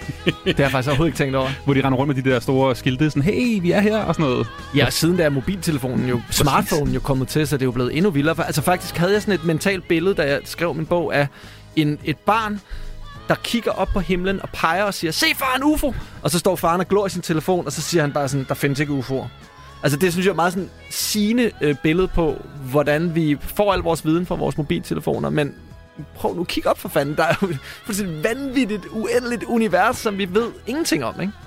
Det har jeg faktisk overhovedet ikke tænkt over. Hvor de render rundt med de der store skilte, sådan, hey, vi er her, og sådan noget. Ja, siden der er mobiltelefonen jo, smartphone jo kommet til, så det er jo blevet endnu vildere. Altså faktisk havde jeg sådan et mentalt billede, da jeg skrev min bog, af et barn, der kigger op på himlen og peger og siger, se far, en UFO! Og så står faren og glor i sin telefon, og så siger han bare sådan, der findes ikke UFO'er. Altså det synes jeg er meget sådan sigende billede på, hvordan vi får al vores viden fra vores mobiltelefoner, men prøv nu at kigge op for fanden. Der er jo et fuldstændig vanvittigt, uendeligt univers, som vi ved ingenting om, ikke?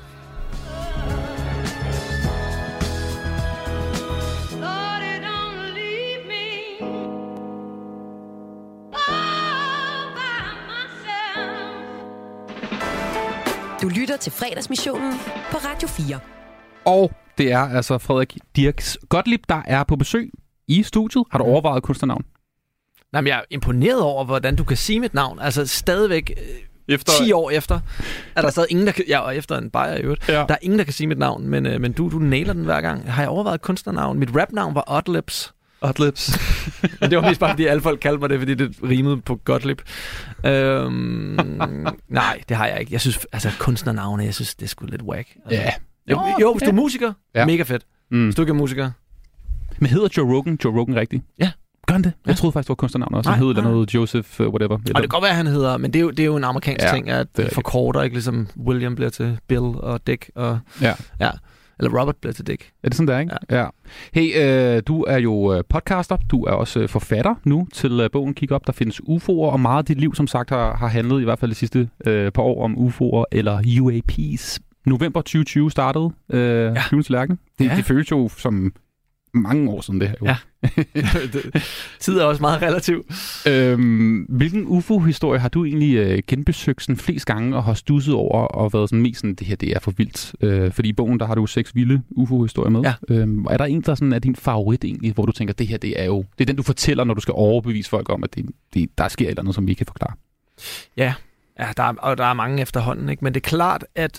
Du lytter til Fredagsmissionen på Radio 4. Og det er altså Frederik Dirks Gottlieb, der er på besøg i studiet. Har du overvejet kunstnernavn? Nej, men jeg er imponeret over, hvordan du kan sige mit navn. Altså stadigvæk 10 år efter, er der stadig ingen, der kan... Ja, og efter en bajer i øvrigt. Ja. Der er ingen, der kan sige mit navn, men du nailer den hver gang. Har jeg overvejet kunstnernavn? Mit rapnavn var Oddlips. Men det var mest bare, fordi alle folk kaldte mig det, fordi det rimede på Gottlieb. Nej, det har jeg ikke. Jeg synes, altså kunstnernavne, jeg synes, det er sgu lidt whack. Altså, ja. Jo, hvis du er musiker, mega fedt. Hvis du ikke er musiker. Men hedder Joe Rogan rigtigt? Ja. Gør han det? Jeg troede faktisk, det var kunstnernavn også. Han hed eller noget Joseph, whatever. Og det kan godt være, han hedder, men det er jo en amerikansk ting, at forkorter, ikke? Ligesom William bliver til Bill og Dick. Og, ja. Eller Robert bliver til Dick. Er det sådan der, ikke? Ja. Hey, du er jo podcaster. Du er også forfatter nu til bogen Kig op. Der findes UFO'er, og meget af dit liv, som sagt, har handlet i hvert fald de sidste par år om UFO'er eller UAPs. November 2020 startede Flyvende Tallerken. Det føles jo som mange år siden det her. Jo. Ja. Tid er også meget relativ. Hvilken UFO-historie har du egentlig genbesøgt sådan flest gange og har stusset over og været sådan mest sådan, det her det er for vildt? Fordi i bogen, der har du 6 vilde UFO-historier med. Ja. Er der en, der sådan er din favorit egentlig, hvor du tænker, det her det er den, du fortæller, når du skal overbevise folk om, at der sker et eller andet, som vi ikke kan forklare? Ja, der er mange efterhånden, ikke? Men det er klart, at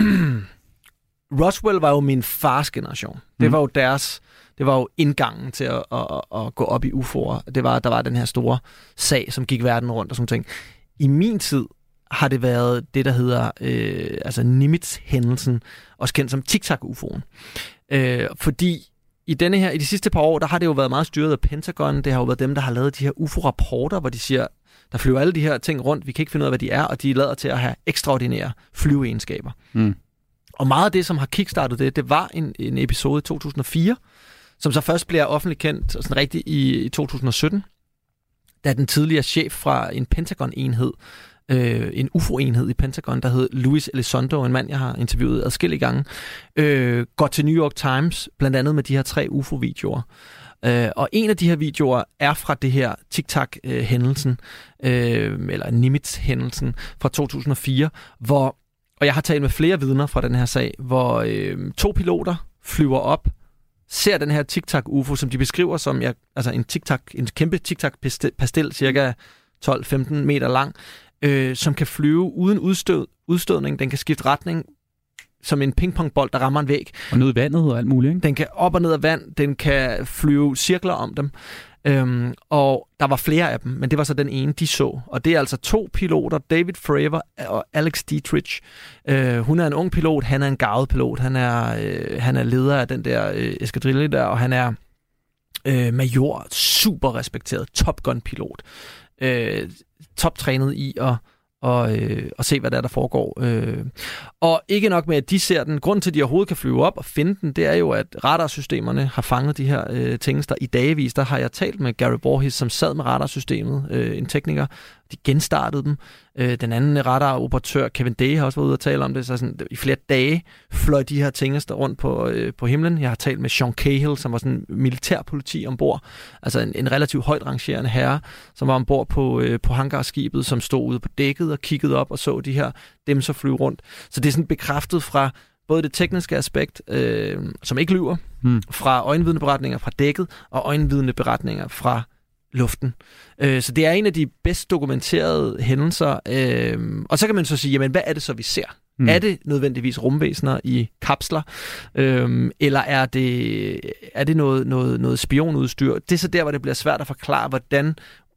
Roswell var jo min fars generation. Det var jo det var jo indgangen til at gå op i UFO'er. Der var den her store sag, som gik verden rundt og sådan ting. I min tid har det været det, der hedder Nimitz-hændelsen, også kendt som Tic-Tac-UFO'en. Fordi i de sidste par år, der har det jo været meget styret af Pentagon. Det har jo været dem, der har lavet de her UFO-rapporter, hvor de siger, der flyver alle de her ting rundt, vi kan ikke finde ud af, hvad de er, og de lader til at have ekstraordinære flyveegenskaber. Og meget af det, som har kickstartet det var en episode i 2004, som så først bliver offentligt kendt sådan rigtigt i 2017, da den tidligere chef fra en Pentagon-enhed, en UFO-enhed i Pentagon, der hed Luis Elizondo, en mand, jeg har interviewet adskillige gange, går til New York Times, blandt andet med de her 3 UFO-videoer. Og en af de her videoer er fra det her Tic-Tac-hændelsen, eller Nimitz-hændelsen fra 2004, og jeg har talt med flere vidner fra den her sag, hvor 2 piloter flyver op, ser den her Tic-Tac-UFO, som de beskriver som en kæmpe Tic-Tac-pastel, cirka 12-15 meter lang, som kan flyve uden udstødning. Den kan skifte retning som en pingpongbold, der rammer en væg. Og ned i vandet og alt muligt, ikke? Den kan op og ned af vand, den kan flyve cirkler om dem. Og der var flere af dem, men det var så den ene, de så. Og det er altså 2 piloter, David Fravor og Alex Dietrich. Hun er en ung pilot, han er en garvet pilot. Han er leder af den der eskadrille der, og han er major, super respekteret, Top Gun-pilot. Toptrænet i og se, hvad der foregår. Og ikke nok med, at de ser den. Grunden til, at de overhovedet kan flyve op og finde den, det er jo, at radarsystemerne har fanget de her tingester i dagevis. Der har jeg talt med Gary Voorhis, som sad med radarsystemet, en tekniker. De genstartede dem. Den anden radaroperatør, Kevin Day, har også været ude og tale om det. Så sådan, i flere dage fløj de her tingester rundt på himlen. Jeg har talt med Sean Cahill, som var sådan en militærpoliti ombord. Altså en relativt højt rangerende herre, som var ombord på hangarskibet, som stod ude på dækket og kiggede op og så de her dem så flyve rundt. Så det er sådan bekræftet fra både det tekniske aspekt, som ikke lyver, fra øjenvidneberetninger fra dækket og øjenvidneberetninger fra luften. Så det er en af de bedst dokumenterede hændelser. Og så kan man så sige, jamen hvad er det så, vi ser? Er det nødvendigvis rumvæsener i kapsler? Eller er det noget spionudstyr? Det er så der, hvor det bliver svært at forklare, hvordan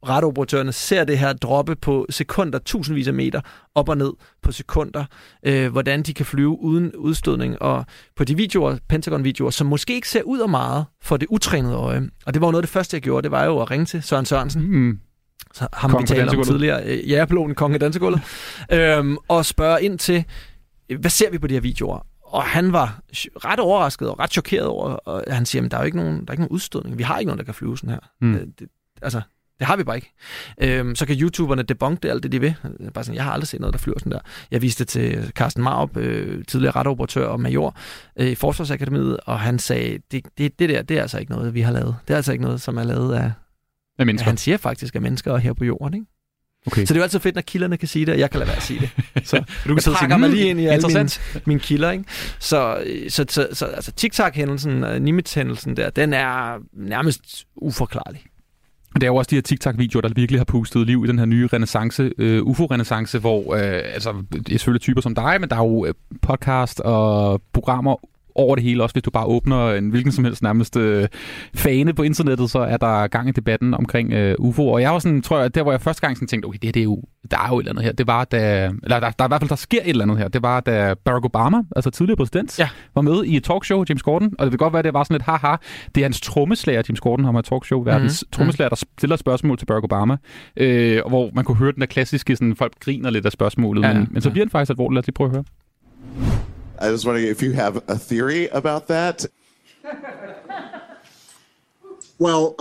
radaroperatørerne ser det her droppe på sekunder, tusindvis af meter, op og ned på sekunder, hvordan de kan flyve uden udstødning, og på de videoer, Pentagon-videoer, som måske ikke ser ud af meget for det utrænede øje. Og det var noget af det første, jeg gjorde, det var jo at ringe til Søren Sørensen, så ham vi talte om tidligere, jægerpiloten, kongen af dansegulvet, og spørge ind til, hvad ser vi på de her videoer? Og han var ret overrasket og ret chokeret over, og han siger, at der er ikke nogen udstødning. Vi har ikke nogen, der kan flyve sådan her. Det har vi bare ikke. Så kan YouTuberne debunke det, alt det de vil. Bare sådan, jeg har aldrig set noget, der flyver sådan der. Jeg viste det til Carsten Marup, tidligere radaroperatør og major i Forsvarsakademiet, og han sagde, det der, det er altså ikke noget, vi har lavet. Det er altså ikke noget, som er lavet af mennesker. Han siger faktisk, af mennesker her på jorden, ikke? Okay. Så det er jo altid fedt, når kilderne kan sige det, og jeg kan lade være at sige det. Så du kan pakker mig lige ind i alle mine kilder, ikke? Så altså TikTok-hændelsen, Nimitz-hændelsen der, den er nærmest uforklarlig. Det er jo også de her TikTok-videoer, der virkelig har pustet liv i den her nye UFO-renæssance, hvor det er selvfølgelig typer som dig, men der er jo podcast og programmer over det hele, også hvis du bare åbner en hvilken som helst nærmest fane på internettet, så er der gang i debatten omkring UFO. Og jeg var sådan, tror jeg, der hvor jeg første gang sådan tænkte, okay, det er jo, der er jo et eller andet her. Det var da, eller der er i hvert fald, der sker et eller andet her. Det var da Barack Obama, altså tidligere præsident, var med i et talkshow, James Corden, og det vil godt være, det var sådan et haha. Det er hans trommeslager, James Corden, har med et talkshow, verdens trommeslager, der stiller spørgsmål til Barack Obama, hvor man kunne høre den der klassiske, sådan, folk griner lidt af spørgsmålet, men så bliver den faktisk alvorligt. Lad os lige prøve at høre. I was wondering if you have a theory about that. Well,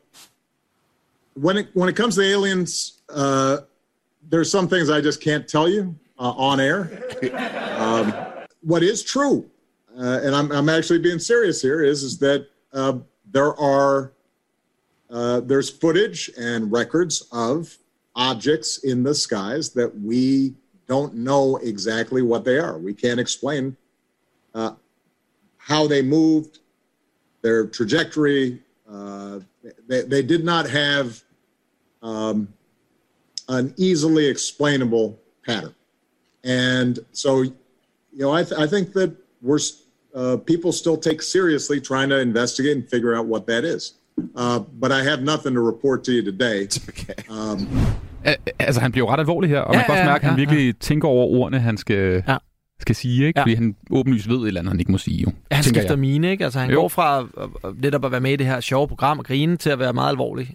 when it comes to aliens, there's some things I just can't tell you on air. What is true, and I'm actually being serious here, is that there's footage and records of objects in the skies that we don't know exactly what they are. We can't explain how they moved, their trajectory. They did not have an easily explainable pattern. And so, I think that people still take seriously trying to investigate and figure out what that is. But I have nothing to report to you today. Okay. Altså, han bliver jo ret alvorlig her, og man kan også mærke, at han virkelig tænker over ordene, han skal sige, ikke? Fordi han åbenlyst ved et eller andet, han ikke må sige, jo. Han skifter mine, ikke? Altså, han går fra netop at være med i det her sjove program og grine, til at være meget alvorlig.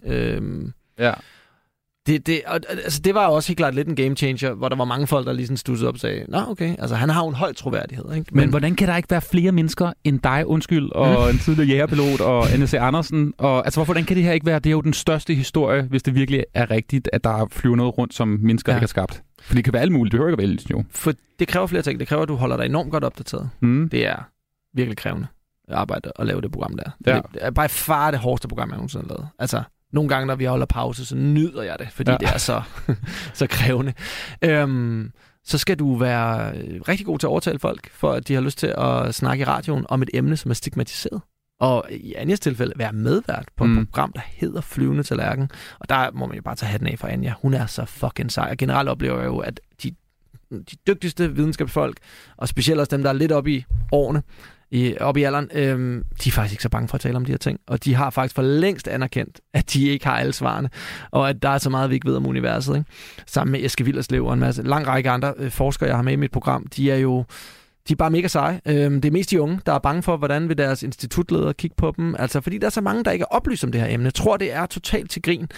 Det var også helt klart lidt en game changer, hvor der var mange folk, der lige sådan studsede op og sagde, nå okay, altså han har jo en høj troværdighed, ikke? Men hvordan kan der ikke være flere mennesker end dig, og en tidligere jægerpilot, og N.S.A. Andersen? Og, altså, hvordan kan det her ikke være? Det er jo den største historie, hvis det virkelig er rigtigt, at der flyver noget rundt, som mennesker ikke har skabt. For det kan være alt muligt, det hører ikke vel, jo. For det kræver flere ting. Det kræver, at du holder dig enormt godt opdateret. Det er virkelig krævende arbejde at lave det program der. Ja. Det er bare far det hårdeste program, jeg nogensinde har lavet. Altså, nogle gange, når vi holder pause, så nyder jeg det, fordi det er så krævende. Så skal du være rigtig god til at overtale folk, for at de har lyst til at snakke i radioen om et emne, som er stigmatiseret. Og i Anjas tilfælde være medvært på et program, der hedder Flyvende Tallerken. Og der må man jo bare tage hatten af for Anja. Hun er så fucking sej. Og generelt oplever jeg jo, at de dygtigste videnskabsfolk, og specielt også dem, der er lidt oppe i årene, oppe i alderen, de er faktisk ikke så bange for at tale om de her ting. Og de har faktisk for længst anerkendt, at de ikke har alle svarene, og at der er så meget, vi ikke ved om universet. Ikke? Sammen med Eske Willerslev og en lang række andre forskere, jeg har med i mit program, de er bare mega seje. Det er mest de unge, der er bange for, hvordan vil deres institutledere kigge på dem. Altså, fordi der er så mange, der ikke er oplyst om det her emne. Jeg tror, det er totalt til grin.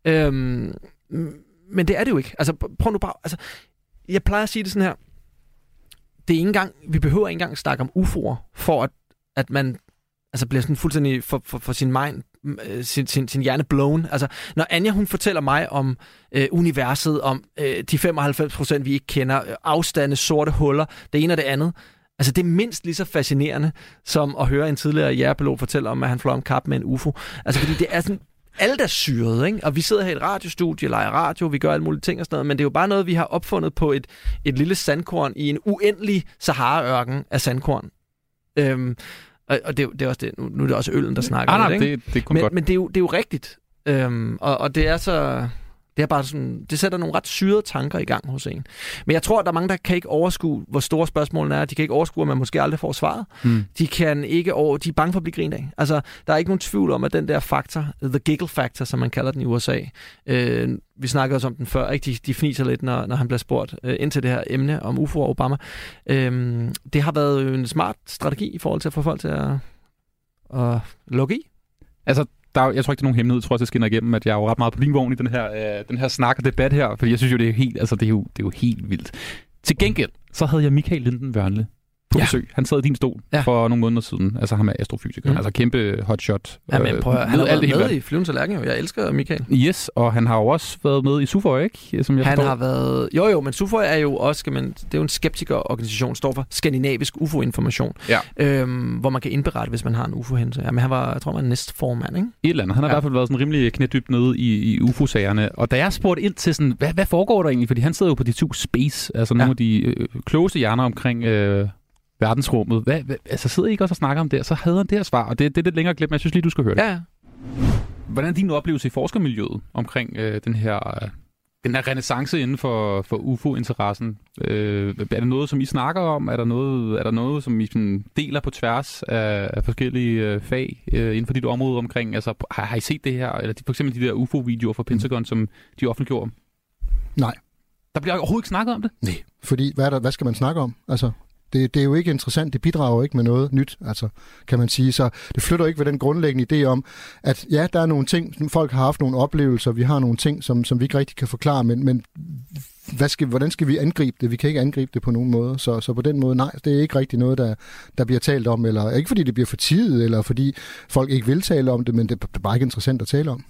Men det er det jo ikke. Altså, prøv nu bare... Altså, jeg plejer at sige det sådan her. Det er ikke engang... Vi behøver ikke engang snakke om UFO'er, for at man bliver sådan fuldstændig for sin mind... Sin hjerne blown. Altså, når Anja, hun fortæller mig om universet, om de 95%, vi ikke kender, afstande, sorte huller, det ene og det andet. Altså, det er mindst lige så fascinerende, som at høre en tidligere jægerpilot fortælle om, at han fløj om kap med en UFO. Altså, fordi det er sådan... Alt er syret, ikke? Og vi sidder her i et radiostudie, leger radio, vi gør alle mulige ting og sådan noget, men det er jo bare noget, vi har opfundet på et lille sandkorn i en uendelig Sahara-ørken af sandkorn. Og det er også det. Nu er det også øllen, der snakker lidt, ikke? Det er kun godt. Men det er jo rigtigt. Og det er så... Det er bare sådan, det sætter nogle ret syrede tanker i gang hos en. Men jeg tror, at der er mange, der kan ikke overskue, hvor store spørgsmålene er. De kan ikke overskue, at man måske aldrig får svaret. De kan ikke de er bange for at blive grinet af. Altså, der er ikke nogen tvivl om, at den der faktor, the giggle factor, som man kalder den i USA, vi snakkede også om den før, ikke? De fniser lidt, når han bliver spurgt ind til det her emne om UFO og Obama. Det har været en smart strategi i forhold til at få folk til at lukke i. Altså, jeg tror ikke, det er nogen hemmelighed, tror jeg, skinner igennem, at jeg er jo ret meget på din vogn i den her snak og debat her, fordi jeg synes jo, det er jo helt vildt. Til gengæld, så havde jeg Michael Linden Wørnle på besøg. Han sad i din stol for nogle måneder siden. Altså, han er astrofysiker. Altså, kæmpe hotshot. Ja, men prøv at, han har været med i Flyvende Tallerken. Jeg elsker Michael. Yes, og han har jo også været med i SUFOY, ikke? Som jeg forstår. Har været... Jo, men SUFOY er jo også, det er jo en skeptikerorganisation, står for Skandinavisk UFO-information, hvor man kan indberette, hvis man har en UFO-hændelse. Ja, men jeg tror, man er næstformand, ikke? Et eller andet. Han har i hvert fald været sådan rimelig knædybt nede i UFO-sagerne. Og da jeg spurgte ind til sådan, hvad foregår der egentlig? Fordi han sidder jo på de 2 Space, altså nogle af de klogeste hjerner omkring... verdensrummet. Altså sidder I ikke også og snakker om det, og så havde han det her svar, og det er lidt længere klip, men jeg synes lige, du skal høre det. Ja. Hvordan er din oplevelse i forskermiljøet omkring den her renæssance inden for UFO-interessen? Er det noget, som I snakker om? Er der noget som I sådan deler på tværs af forskellige fag inden for dit område omkring? Altså, har I set det her? Eller for eksempel de der UFO-videoer fra Pentagon, som de offentliggjorde? Nej. Der bliver overhovedet ikke snakket om det? Nej, fordi hvad skal man snakke om? Altså... Det er jo ikke interessant, det bidrager ikke med noget nyt, altså, kan man sige. Så det flytter ikke ved den grundlæggende idé om, at ja, der er nogle ting, folk har haft nogle oplevelser, vi har nogle ting, som vi ikke rigtig kan forklare, men hvordan skal vi angribe det? Vi kan ikke angribe det på nogen måde. Så på den måde, nej, det er ikke rigtig noget, der bliver talt om, eller ikke fordi det bliver fortiet, eller fordi folk ikke vil tale om det, men det er bare ikke interessant at tale om.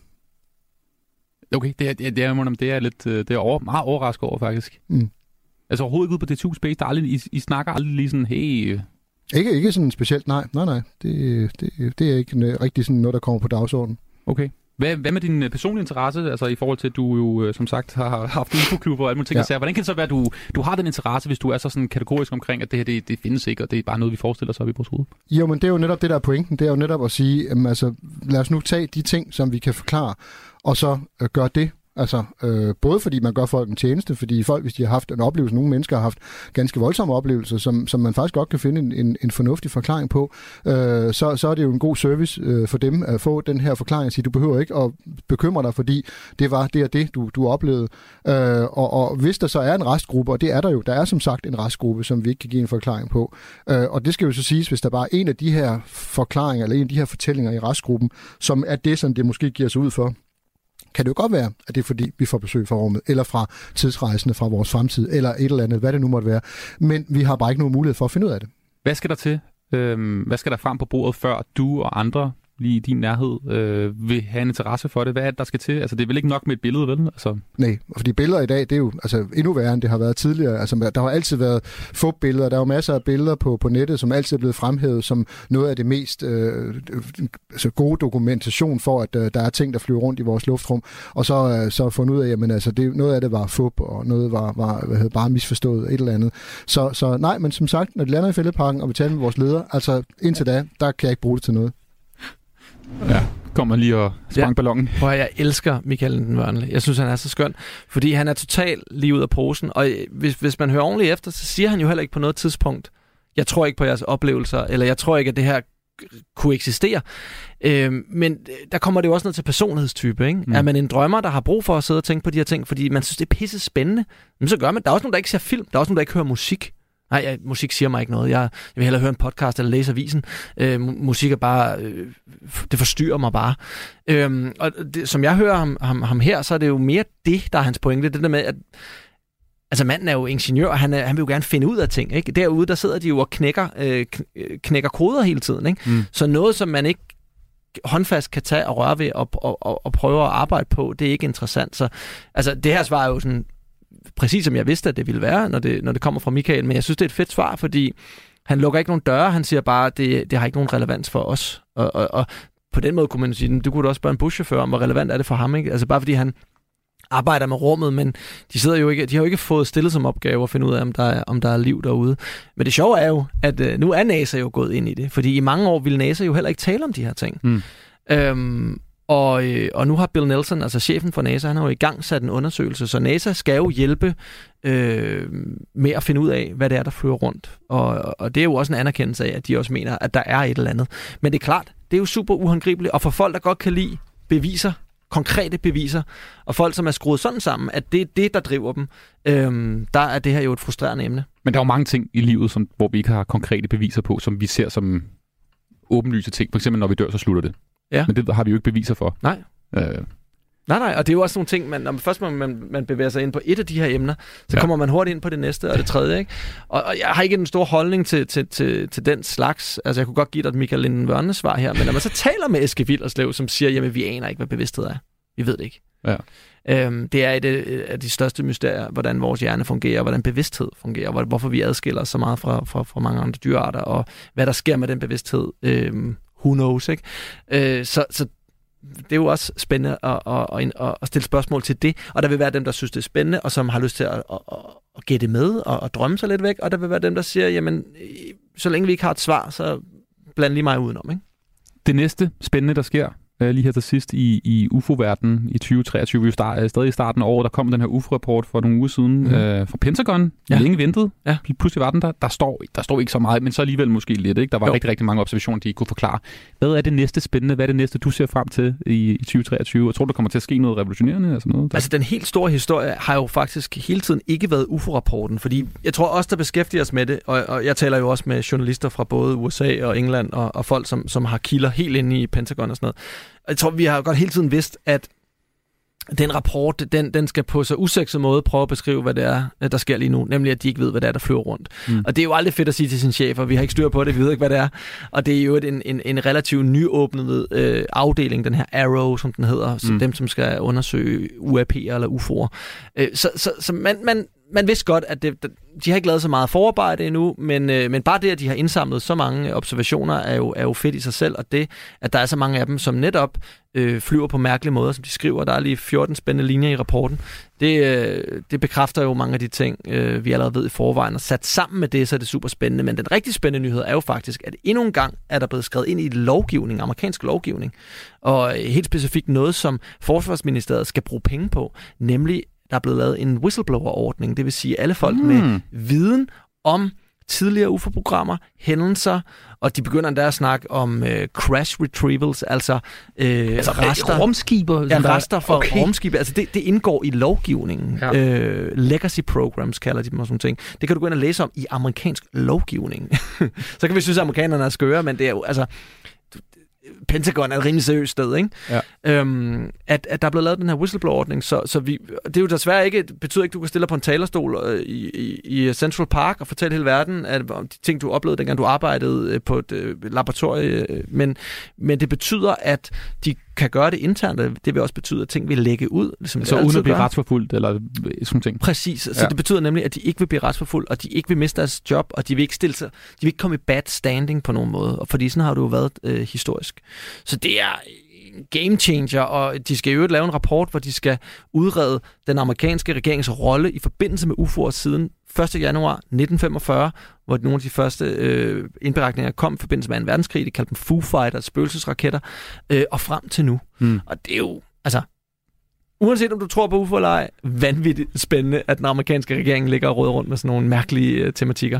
Okay, det er lidt meget overrasket over, faktisk. Altså overhovedet ikke ude på det 2 Space, I snakker aldrig lige sådan, hey... Ikke sådan specielt, nej. Det er ikke rigtig sådan noget, der kommer på dagsordenen. Okay. Hvad med din personlige interesse, altså i forhold til, at du jo som sagt har haft UFO-klubber og alle mulige ting, ja. Hvordan kan det så være, at du har den interesse, hvis du er så sådan kategorisk omkring, at det her, det findes ikke, og det er bare noget, vi forestiller os op i vores hoved? Jo, men det er jo netop det, der er pointen. Det er jo netop at sige, altså, lad os nu tage de ting, som vi kan forklare, og så gøre det. Altså, både fordi man gør folk en tjeneste, fordi folk, hvis de har haft en oplevelse, nogle mennesker har haft ganske voldsomme oplevelser, som man faktisk godt kan finde en fornuftig forklaring på, så er det jo en god service for dem at få den her forklaring og sige, du behøver ikke at bekymre dig, fordi det var det og det, du oplevede. Og hvis der så er en restgruppe, og det er der jo, der er som sagt en restgruppe, som vi ikke kan give en forklaring på, og det skal jo så siges, hvis der bare er en af de her forklaringer, eller en af de her fortællinger i restgruppen, som er det, som det måske giver sig ud for, kan det jo godt være, at det er fordi, vi får besøg fra rummet, eller fra tidsrejsende fra vores fremtid, eller et eller andet, hvad det nu måtte være. Men vi har bare ikke nogen mulighed for at finde ud af det. Hvad skal der til? Hvad skal der frem på bordet, før du og andre lige i din nærhed vil have en interesse for det? Hvad er det, der skal til? Altså, det er vel ikke nok med et billede, vel? Altså... Nej, fordi billeder i dag, det er jo altså, endnu værre, end det har været tidligere. Altså, der har altid været få billeder. Der er jo masser af billeder på nettet, som altid er blevet fremhævet som noget af det mest gode dokumentation for, at der er ting, der flyver rundt i vores luftrum. Og så fundet ud af, at altså, noget af det var fup, og noget var bare misforstået, et eller andet. Så nej, men som sagt, når det lander i Fælledparken, og vi taler med vores leder, altså indtil da, der kan jeg ikke bruge det til noget. Ja, kommer lige og sprang ballonen. Jeg elsker Michael Linden Wørnle. Jeg synes, han er så skøn, fordi han er totalt lige ud af posen. Og hvis man hører ordentligt efter, så siger han jo heller ikke på noget tidspunkt, jeg tror ikke på jeres oplevelser, eller jeg tror ikke, at det her kunne eksistere. Men der kommer det jo også ned til personlighedstype, ikke? Er man en drømmer, der har brug for at sidde og tænke på de her ting, fordi man synes, det er pisse spændende, men så gør man. Der er også nogen, der ikke ser film. Der er også nogen, der ikke hører musik. Nej, musik siger mig ikke noget. Jeg vil hellere høre en podcast eller læse avisen. Musik er bare... det forstyrrer mig bare. Og det, som jeg hører ham her, så er det jo mere det, der er hans pointe. Det der med, at altså manden er jo ingeniør, og han vil jo gerne finde ud af ting. Ikke? Derude, der sidder de jo og knækker koder hele tiden. Ikke? Så noget, som man ikke håndfast kan tage og røre ved og prøve at arbejde på, det er ikke interessant. Så altså, det her svar er jo sådan... præcis som jeg vidste, at det ville være, når det kommer fra Michael, men jeg synes, det er et fedt svar, fordi han lukker ikke nogen døre, han siger bare, at det har ikke nogen relevans for os. Og på den måde kunne man sige, du kunne da også spørge en buschauffør om, hvor relevant er det for ham, ikke? Altså bare fordi han arbejder med rummet, men de har jo ikke fået stillet som opgave at finde ud af, om der er liv derude. Men det sjove er jo, at nu er NASA jo gået ind i det, fordi i mange år ville NASA jo heller ikke tale om de her ting. Og nu har Bill Nelson, altså chefen for NASA, han har jo i gang sat en undersøgelse, så NASA skal jo hjælpe med at finde ud af, hvad det er, der flyver rundt. Og det er jo også en anerkendelse af, at de også mener, at der er et eller andet. Men det er klart, det er jo super uhåndgribeligt, og for folk, der godt kan lide beviser, konkrete beviser, og folk, som er skruet sådan sammen, at det er det, der driver dem, der er det her jo et frustrerende emne. Men der er jo mange ting i livet, hvor vi ikke har konkrete beviser på, som vi ser som åbenlyse ting. For eksempel, når vi dør, så slutter det. Ja. Men det har vi jo ikke beviser for. Nej. Nej, og det er jo også nogle ting, når først man bevæger sig ind på et af de her emner, så kommer man hurtigt ind på det næste og det tredje, ikke? Og jeg har ikke en stor holdning til den slags. Altså, jeg kunne godt give dig et Michael Linden-Vørnes svar her, men når man så taler med Eske Willerslev, som siger, jamen, vi aner ikke, hvad bevidsthed er. Vi ved det ikke. Ja. Det er et af de største mysterier, hvordan vores hjerne fungerer, hvordan bevidsthed fungerer, hvorfor vi adskiller os så meget fra mange andre dyrearter, og hvad der sker med den bevidsthed. Who knows, ikke? Så det er jo også spændende at stille spørgsmål til det, og der vil være dem, der synes, det er spændende, og som har lyst til at gætte med og drømme sig lidt væk, og der vil være dem, der siger, jamen, så længe vi ikke har et svar, så bland lige mig udenom, ikke? Det næste spændende, der sker lige her til sidst i UFO-verdenen i 2023, vi er stadig i starten af året, der kom den her UFO-rapport for nogle uger siden fra Pentagon. Længe ventet. Ja. Pludselig var den der. Der står ikke så meget, men så alligevel måske lidt. Ikke? Der var rigtig, rigtig mange observationer, de ikke kunne forklare. Hvad er det næste spændende? Hvad er det næste, du ser frem til i 2023? Jeg tror, der kommer til at ske noget revolutionerende? Altså noget, altså, den helt store historie har jo faktisk hele tiden ikke været UFO-rapporten, fordi jeg tror også, der beskæftiger os med det, og jeg taler jo også med journalister fra både USA og England, og folk, som har kilder helt inde i Pentagon og sådan noget. Jeg tror, vi har godt hele tiden vidst, at den rapport, den skal på så usekset måde prøve at beskrive, hvad det er, der sker lige nu. Nemlig, at de ikke ved, hvad det er, der flyver rundt. Og det er jo aldrig fedt at sige til sin chef, og vi har ikke styr på det, vi ved ikke, hvad det er. Og det er jo en relativt nyåbnet afdeling, den her Arrow, som den hedder. Så dem, som skal undersøge UAP'er eller UFO'er. Så man vidste godt, at de har ikke lavet så meget forarbejde endnu, men bare det, at de har indsamlet så mange observationer, er jo fedt i sig selv, og det, at der er så mange af dem, som netop flyver på mærkelige måder, som de skriver. Der er lige 14 spændende linjer i rapporten. Det bekræfter jo mange af de ting, vi allerede ved i forvejen, og sat sammen med det, så er det super spændende. Men den rigtig spændende nyhed er jo faktisk, at endnu en gang er der blevet skrevet ind i lovgivning, amerikansk lovgivning, og helt specifikt noget, som Forsvarsministeriet skal bruge penge på, nemlig der er blevet lavet en whistleblower-ordning, det vil sige alle folk med viden om tidligere UFO-programmer, hændelser, og de begynder endda at snakke om crash retrievals, altså rester. Rumskiber? Ja, rester for rumskiber. Altså det indgår i lovgivningen. Ja. Legacy programs kalder de dem og sådan ting. Det kan du gå ind og læse om i amerikansk lovgivning. Så kan vi synes, at amerikanerne er skøre, men det er jo, altså, Pentagon er et rimelig seriøst sted, ikke? Ja. At der er blevet lavet den her whistleblower-ordning, så det er jo desværre ikke, det betyder ikke, at du kan stille dig på en talerstol i Central Park og fortælle hele verden om de ting, du oplevede, dengang du arbejdede på et laboratorie, men det betyder, at de kan gøre det internt, det vil også betyde, at ting vil lægge ud. Ligesom så uden at blive retsforfulgt, eller sådan ting? Præcis, så det betyder nemlig, at de ikke vil blive retsforfulgt, og de ikke vil miste deres job, og de vil ikke stille sig, de vil ikke komme i bad standing på nogen måde, og fordi sådan har det jo været historisk. Så det er en game changer, og de skal jo lave en rapport, hvor de skal udrede den amerikanske regerings rolle i forbindelse med UFO'er siden 1. januar 1945, hvor nogle af de første indberetninger kom i forbindelse med 2. verdenskrig. De kaldte dem Foo Fighters, spøgelsesraketter, og frem til nu. Og det er jo, altså, uanset om du tror på UFO eller ej, vanvittigt spændende, at den amerikanske regering ligger og råder rundt med sådan nogle mærkelige tematikker.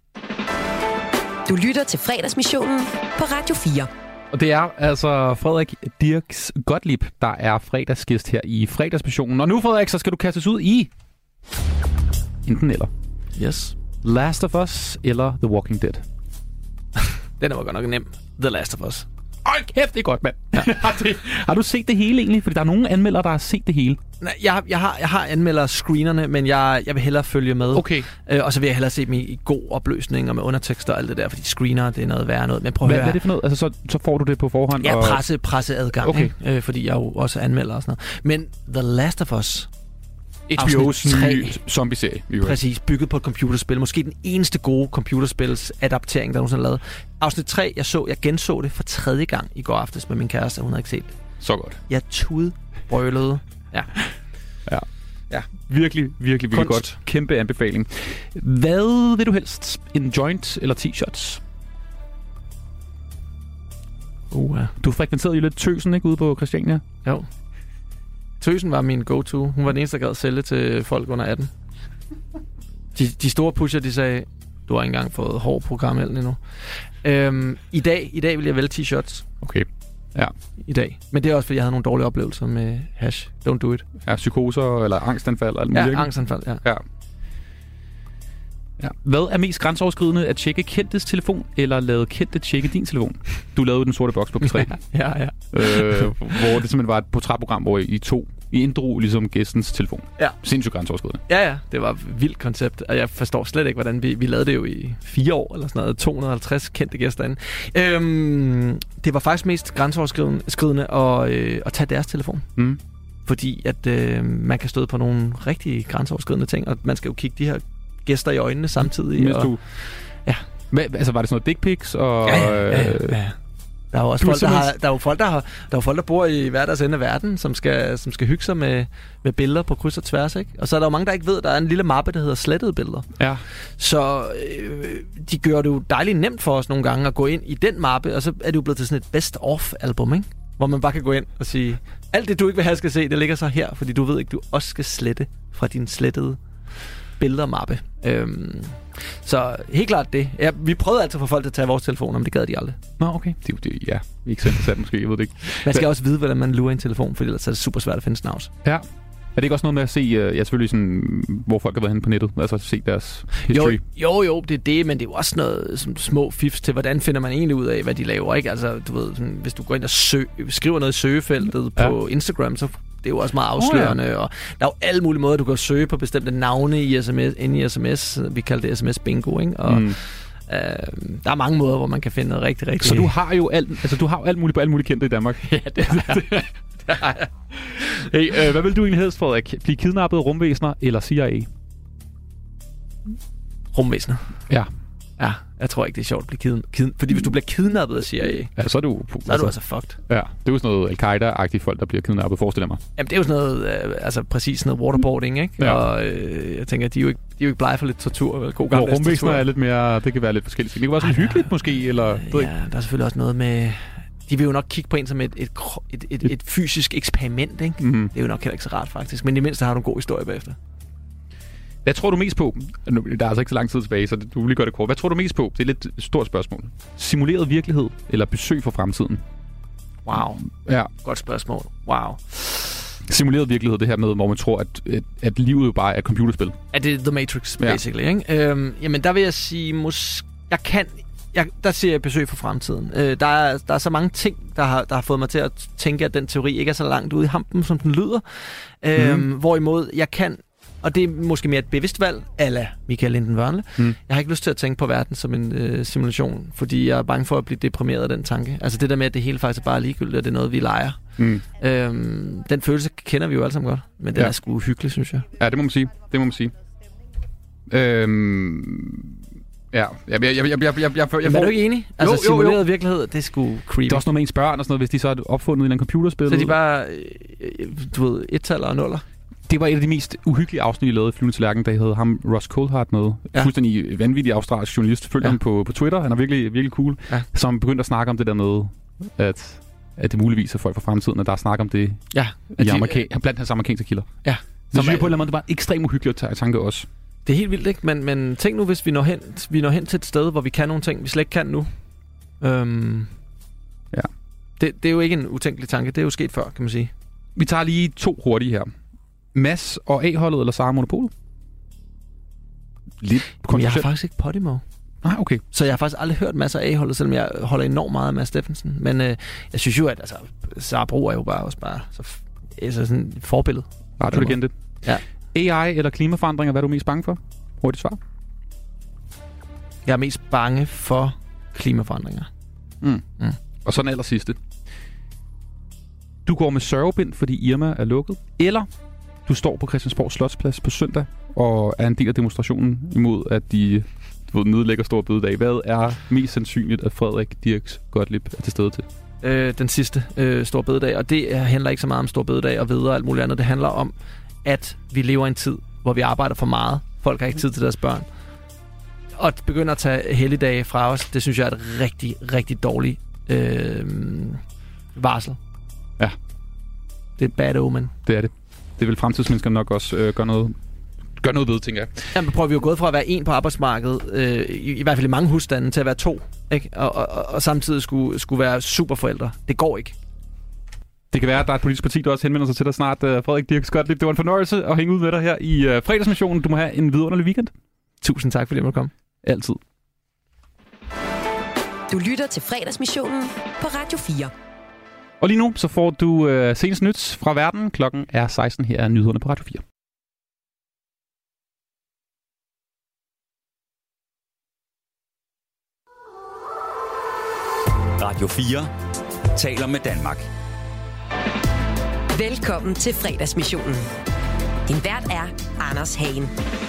Du lytter til Fredagsmissionen på Radio 4. Og det er altså Frederik Dirks Gottlieb, der er fredagsgæst her i Fredagsmissionen. Og nu, Frederik, så skal du kastes ud i enten eller. Yes. Last of Us eller The Walking Dead? Den var godt nok nem. The Last of Us. Kæft, det er godt, mand. Ja. Har du set det hele egentlig? Fordi der er nogle anmeldere, der har set det hele. Nej, jeg har anmelder screenerne, men jeg vil hellere følge med. Okay. Og så vil jeg hellere se dem i god opløsning og med undertekster og alt det der, fordi screener, det er noget værre noget. Men prøv at høre. Hvad er det for noget? Altså, så får du det på forhånd? Ja, presseadgang, okay. Fordi jeg jo også anmelder og sådan noget. Men The Last of Us, HBO's nye zombie-serie. Præcis, bygget på et computerspil. Måske den eneste gode computerspils-adaptering, der nogensinde er lavet. Afsnit 3, jeg genså det for 3. gang i går aftes med min kæreste, hun havde ikke set det. Så godt. Jeg tudbrølede. Ja. Virkelig godt. Kæmpe anbefaling. Hvad vil du helst? En joint eller 10 shots? Ja. Du frekventerede jo lidt Tøsen, ikke, ude på Christiania? Jo. Tøsen var min go-to. Hun var den eneste, der gad sælge til folk under 18. De store pusher, de sagde, du har ikke engang fået hård programmel endnu. I dag vil jeg vælge t-shirts. Okay. Ja. I dag. Men det er også, fordi jeg havde nogle dårlige oplevelser med hash. Don't do it. Ja, psykoser eller angstanfald. Eller ja, angstanfald, ja. Ja. Hvad er mest grænseoverskridende, at tjekke kendtes telefon, eller lade kendte tjekke din telefon? Du lavede den sorte boks på P3. ja. Hvor det simpelthen var et portrætprogram, hvor I inddrog ligesom gæstens telefon. Ja. Sindssygt grænseoverskridende. Ja. Det var et vildt koncept, og jeg forstår slet ikke, hvordan vi lavede det jo i 4 år, eller sådan noget. 250 kendte gæster inde. Det var faktisk mest grænseoverskridende at tage deres telefon. Mm. Fordi at man kan støde på nogle rigtig grænseoverskridende ting, og man skal jo kigge de her gæster i øjnene samtidig. Ja. Var det sådan noget dick pics? Og, ja. Der er jo også folk, der bor i hver deres ende af verden, som skal hygge sig med billeder på kryds og tværs, ikke? Og så er der jo mange, der ikke ved, at der er en lille mappe, der hedder slettede billeder. Ja. Så de gør det jo dejligt nemt for os nogle gange at gå ind i den mappe, og så er det jo blevet til sådan et best-of-album, ikke? Hvor man bare kan gå ind og sige, alt det, du ikke vil have skal se, det ligger så her, fordi du ved ikke, du også skal slette fra din slettede billedermappe. Så helt klart det. Ja, vi prøvede altid at få folk til at tage vores telefoner, men det gad de aldrig. Nå, okay. Det vi er ikke så interessant måske, jeg ved det ikke. Man skal også vide, hvordan man lurer en telefon, fordi ellers er det super svært at finde snavs. Ja. Er det ikke også noget med at se, selvfølgelig sådan, hvor folk har været henne på nettet, altså se deres history? Jo, det er det, men det er jo også noget som små fifs til, hvordan finder man egentlig ud af, hvad de laver, ikke? Altså, du ved, sådan, hvis du går ind og skriver noget i søgefeltet på Instagram, så det er jo også meget afslørende, og der er jo alle mulige måder, du kan søge på bestemte navne i sms, inde i sms. Vi kalder det sms bingo, ikke? Og der er mange måder, hvor man kan finde noget rigtig, rigtig... Så du har jo alt muligt på alle mulige kendte i Danmark? Ja, det har jeg. Hey, hvad vil du egentlig helst, Frederik? Blive kidnappet af rumvæsener eller CIA? Rumvæsener. Ja. Ja, jeg tror ikke, det er sjovt at blive fordi hvis du bliver kidnappet af CIA, så er du altså fucked. Ja, det er jo sådan noget Al-Qaida-agtige folk, der bliver kidnappet, forestiller mig. Jamen, det er jo sådan noget, præcis sådan noget waterboarding, ikke? Ja. Og jeg tænker, de er jo ikke blege for lidt tortur. God gammeldags tortur. Rumvæsener er lidt mere, det kan være lidt forskelligt. Det kan være sådan hyggeligt måske, eller... Ja, der er selvfølgelig også noget med... De vil jo nok kigge på en som et fysisk eksperiment, ikke? Mm-hmm. Det er jo nok heller ikke så rart, faktisk. Men i mindste har du en god historie bagefter. Hvad tror du mest på? Der er altså ikke så lang tid tilbage, så du vil lige gøre det kort. Hvad tror du mest på? Det er lidt et stort spørgsmål. Simuleret virkelighed eller besøg fra fremtiden? Wow. Ja. Godt spørgsmål. Wow. Simuleret virkelighed, det her med, hvor man tror, at livet jo bare er et computerspil. Ja, det er The Matrix, basically, ikke? Jamen, der vil jeg sige, der ser jeg besøg fra fremtiden. Der er så mange ting, der har fået mig til at tænke, at den teori ikke er så langt ude i hampen, som den lyder. Hvorimod jeg kan, og det er måske mere et bevidst valg, a la Michael Linden-Wørnle. Jeg har ikke lyst til at tænke på verden som en simulation, fordi jeg er bange for at blive deprimeret af den tanke. Altså det der med, at det hele faktisk bare er ligegyldigt, og det er noget, vi leger. Den følelse kender vi jo alle sammen godt, men den er sgu hyggelig, synes jeg. Ja, det må man sige. Ja, jeg er du ikke enig? Altså simuleret virkelighed, det er sgu creepy. Det er også noget med ens børn og sådan noget, hvis de så er opfundet i en computerspil. Så de bare, du ved, 1-taller og 0'er. Det var et af de mest uhyggelige afsnit, vi lavede i Flyvende Tallerken, der hed ham Ross Coulthard med. Ja. Fuldstændig vanvittig australsk journalist. Følger ham på Twitter. Han er virkelig, virkelig cool. Ja. Som begyndte at snakke om det der med, at det muligvis er folk fra fremtiden, at der snakker om det blandt hans amerikanske kilder. Ja. Så synes jeg på en eller anden måde, det var ekstremt uhyggeligt at tanke også. Det er helt vildt, ikke? Men tænk nu, hvis vi når hen til et sted, hvor vi kan nogle ting, vi slet ikke kan nu. Det er jo ikke en utænkelig tanke. Det er jo sket før, kan man sige. Vi tager lige 2 hurtige her. Mads og A-holdet eller Sara Monopolet? Lidt jeg har faktisk ikke Podimo. Nej, okay. Så jeg har faktisk aldrig hørt Mads og A-holdet, selvom jeg holder enormt meget af Mads Steffensen. Men jeg synes jo, at Sara Bro er jo bare så sådan et forbillede. Radiolegende. Ja. AI eller klimaforandringer, hvad er du mest bange for? Hurtigt svar. Jeg er mest bange for klimaforandringer. Og så den aller sidste. Du går med sørgebind, fordi Irma er lukket, eller du står på Christiansborg Slotsplads på søndag og er en del af demonstrationen imod, at de nedlægger Store Bededag. Hvad er mest sandsynligt, at Frederik Dirks Gottlieb er til stede til? Den sidste Store Bededag, og det handler ikke så meget om Store Bededag og videre og alt muligt andet. Det handler om, at vi lever i en tid, hvor vi arbejder for meget. Folk har ikke tid til deres børn. Og begynder at tage helligdage fra os, det synes jeg er et rigtig, rigtig dårligt varsel. Ja. Det er et bad omen. Det er det. Det vil fremtidsmenneskerne nok også gøre noget ved, tænker jeg. Jamen, prøver vi jo gået fra at være en på arbejdsmarkedet, i hvert fald i mange husstande, til at være 2, ikke? Og samtidig skulle være superforældre. Det går ikke. Det kan være, at der er et politisk parti, der også henvender sig til dig snart. Frederik Dirk Skotlib, det var en fornøjelse at hænge ud med dig her i fredagsmissionen. Du må have en vidunderlig weekend. Tusind tak, fordi jeg måtte komme. Altid. Du lytter til fredagsmissionen på Radio 4. Og lige nu så får du senest nyt fra verden. Klokken er 16. Her er nyhederne på Radio 4. Radio 4 taler med Danmark. Velkommen til fredagsmissionen. Din vært er Anders Hagen.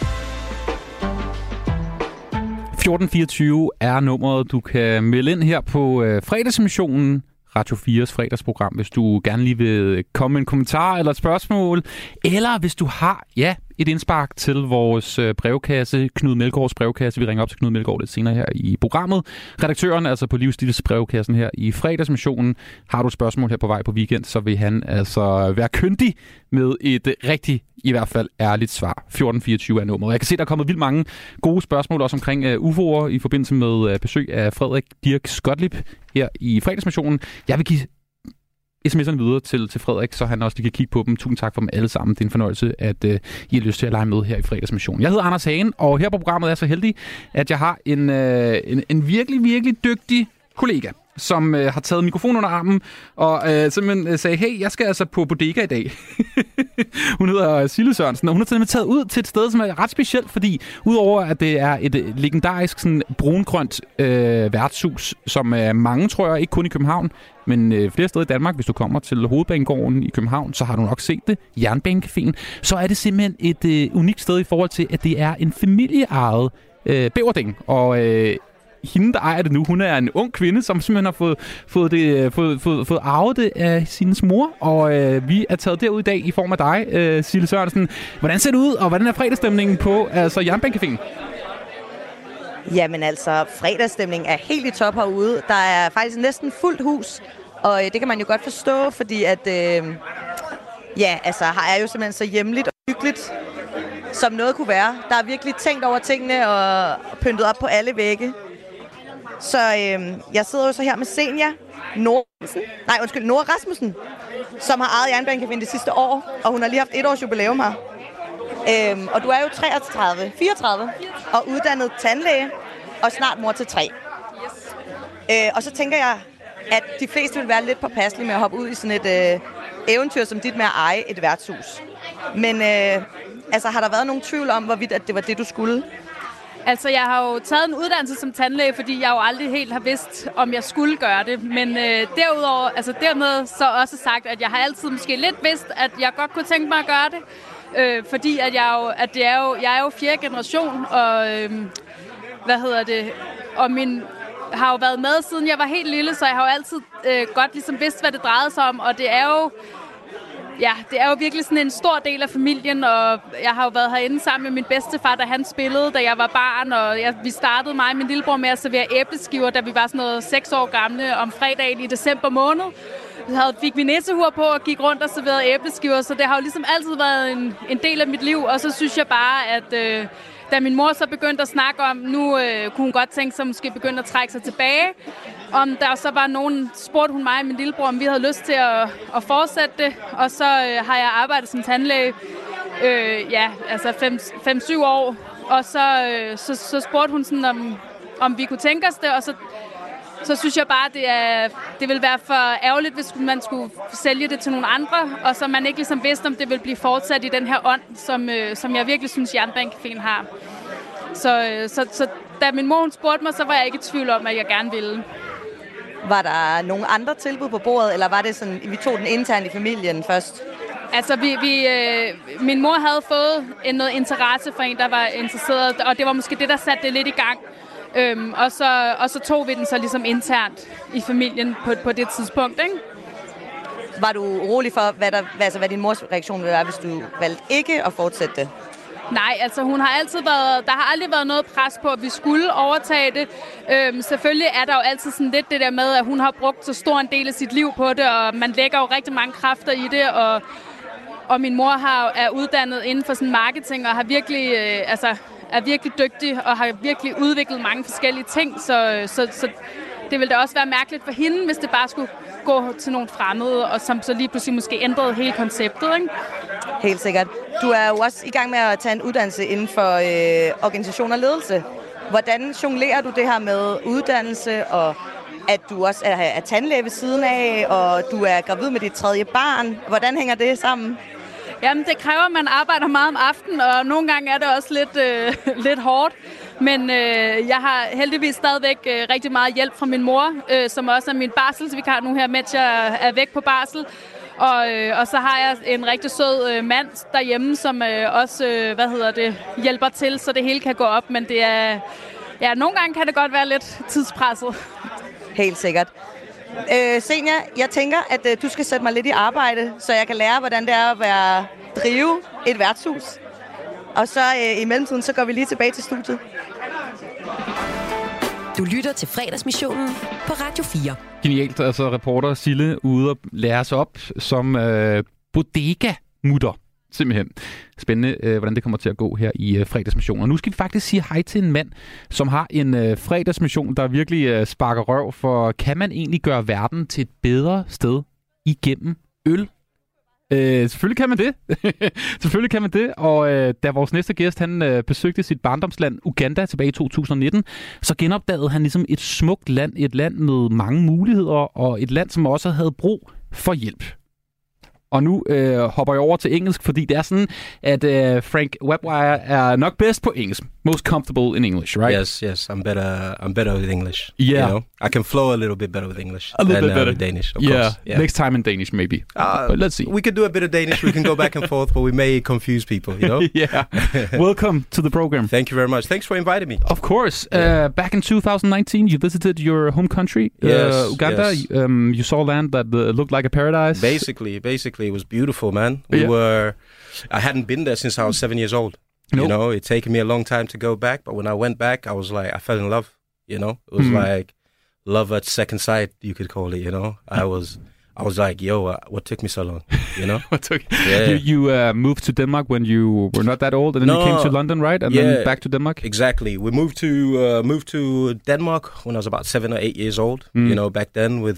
1424 er nummeret, du kan melde ind her på fredagsmissionen. Radio 4's fredagsprogram, hvis du gerne lige vil komme med en kommentar eller et spørgsmål, eller hvis du har et indspark til vores brevkasse, Knud Melgaards brevkasse. Vi ringer op til Knud Melgaard lidt senere her i programmet. Redaktøren, altså på Livsstils brevkassen her i fredagsmissionen. Har du et spørgsmål her på vej på weekend, så vil han altså være kyndig med et rigtigt, i hvert fald ærligt svar. 1424 er nummeret. Jeg kan se, der er kommet vildt mange gode spørgsmål også omkring UFO'er i forbindelse med besøg af Frederik Dirk Skotlib her i fredagsmissionen. Jeg vil give sms'erne videre til Frederik, så han også lige kan kigge på dem. Tusind tak for dem alle sammen. Det er en fornøjelse, at I har lyst til at lege med her i fredagsmissionen. Jeg hedder Anders Hagen, og her på programmet er jeg så heldig, at jeg har en virkelig, virkelig dygtig kollega, som har taget mikrofonen under armen og simpelthen sagde, hey, jeg skal altså på bodega i dag. Hun hedder Sille Sørensen, og hun har taget ud til et sted, som er ret specielt, fordi udover at det er et legendarisk sådan, brungrønt værtshus, som mange, tror jeg, ikke kun i København, men flere steder i Danmark, hvis du kommer til Hovedbanegården i København, så har du nok set det, Jernbanecaféen, så er det simpelthen et unikt sted i forhold til, at det er en familieejet bæverding, og hende, der ejer det nu, hun er en ung kvinde, som simpelthen har fået arvet det af sin mor, og vi er taget derud i dag i form af dig, Sille Sørensen. Hvordan ser det ud, og hvordan er fredagsstemningen på Jernbanecaféen? Jamen altså, fredagsstemningen er helt i top herude. Der er faktisk næsten fuldt hus, og det kan man jo godt forstå, fordi at her er jo simpelthen så hjemligt og hyggeligt, som noget kunne være. Der er virkelig tænkt over tingene og pyntet op på alle vægge. Så jeg sidder jo så her med Senja Nora Rasmussen, som har ejet Jernbanecaféen det sidste år, og hun har lige haft 1 års jubilæum her. Og du er jo 34 og uddannet tandlæge og snart mor til 3. Og så tænker jeg, at de fleste vil være lidt påpasselige med at hoppe ud i sådan et eventyr som dit med at eje et værtshus. Men har der været nogen tvivl om, hvorvidt at det var det, du skulle? Altså, jeg har jo taget en uddannelse som tandlæge, fordi jeg jo aldrig helt har vidst, om jeg skulle gøre det. Men derudover, dermed så også sagt, at jeg har altid måske lidt vidst, at jeg godt kunne tænke mig at gøre det. Fordi at jeg er jo 4. generation, og og har jo været med, siden jeg var helt lille, så jeg har jo altid godt ligesom vidst, hvad det drejede sig om, og det er jo virkelig sådan en stor del af familien, og jeg har jo været herinde sammen med min bedstefar, da han spillede, da jeg var barn, og vi startede mig og min lillebror med at servere æbleskiver, da vi var sådan noget 6 år gamle om fredagen i december måned. Fik vi nissehur på og gik rundt og serverede æbleskiver, så det har jo ligesom altid været en del af mit liv, og så synes jeg bare, at da min mor så begyndte at snakke om, nu kunne hun godt tænke sig måske begynde at trække sig tilbage, om der så var nogen, spurgte hun mig og min lillebror, om vi havde lyst til at fortsætte det, og så har jeg arbejdet som tandlæge 5-7 år, og så spurgte hun sådan, om vi kunne tænke os det, og så synes jeg bare, det ville være for ærgerligt, hvis man skulle sælge det til nogle andre, og så man ikke ligesom vidste, om det ville blive fortsat i den her ånd, som jeg virkelig synes, Jernbanecaféen har. Så da min mor spurgte mig, så var jeg ikke i tvivl om, at jeg gerne ville. Var der nogle andre tilbud på bordet, eller var det sådan, vi tog den internt i familien først? Altså, min mor havde fået noget interesse for en, der var interesseret, og det var måske det, der satte det lidt i gang. Og så tog vi den så ligesom internt i familien på det tidspunkt, ikke? Var du urolig for, hvad din mors reaktion ville være, hvis du valgte ikke at fortsætte det? Nej, altså der har aldrig været noget pres på, at vi skulle overtage det. Selvfølgelig er der jo altid sådan lidt det der med, at hun har brugt så stor en del af sit liv på det, og man lægger jo rigtig mange kræfter i det, og min mor er uddannet inden for sådan marketing, og har virkelig, er virkelig dygtig, og har virkelig udviklet mange forskellige ting, så det ville da også være mærkeligt for hende, hvis det bare skulle gå til nogle fremmede, og som så lige pludselig måske ændrede hele konceptet, ikke? Helt sikkert. Du er jo også i gang med at tage en uddannelse inden for organisation og ledelse. Hvordan jonglerer du det her med uddannelse, og at du også er tandlæge ved siden af, og du er gravid med dit 3. barn? Hvordan hænger det sammen? Jamen, det kræver, at man arbejder meget om aftenen, og nogle gange er det også lidt hårdt. Men jeg har heldigvis stadigvæk rigtig meget hjælp fra min mor, som også er min barselsvikar nu her, mens jeg er væk på barsel. Og så har jeg en rigtig sød mand derhjemme, som også hjælper til, så det hele kan gå op. Men det er, nogle gange kan det godt være lidt tidspresset. Helt sikkert. Senja, jeg tænker, at du skal sætte mig lidt i arbejde, så jeg kan lære, hvordan det er at drive et værtshus. Og så i mellemtiden, så går vi lige tilbage til studiet. Du lytter til Fredagsmissionen på Radio 4. Genialt, altså reporter Sille ude og lære sig op som bodega-mutter. Simpelthen. Spændende, hvordan det kommer til at gå her i fredagsmission. Og nu skal vi faktisk sige hej til en mand, som har en fredagsmission, der virkelig sparker røv, for kan man egentlig gøre verden til et bedre sted igennem øl? Selvfølgelig kan man det. Selvfølgelig kan man det. Og da vores næste gæst, han besøgte sit barndomsland Uganda tilbage i 2019, så genopdagede han ligesom et smukt land, et land med mange muligheder, og et land, som også havde brug for hjælp. Og nu hopper jeg over til engelsk, fordi det er sådan, at Frank Webwire er nok bedst på engelsk. Most comfortable in English, right? Yes. I'm better with English. Yeah. You know? I can flow a little bit better with English than with Danish, of course. Yeah, next time in Danish, maybe. But let's see. We could do a bit of Danish. We can go back and forth, but we may confuse people, you know? Yeah. Welcome to the program. Thank you very much. Thanks for inviting me. Of course. Back in 2019, you visited your home country, Uganda. Yes. You saw land that looked like a paradise. Basically, it was beautiful, man. I hadn't been there since I was 7 years old. Nope. You know, it taken me a long time to go back, but when I went back, I fell in love, you know? It was like love at second sight, you could call it, you know? I was like, yo, what took me so long, you know? You moved to Denmark when you were not that old, and then you came to London, right? And then back to Denmark? Exactly. We moved to Denmark when I was about 7 or 8 years old, you know, back then with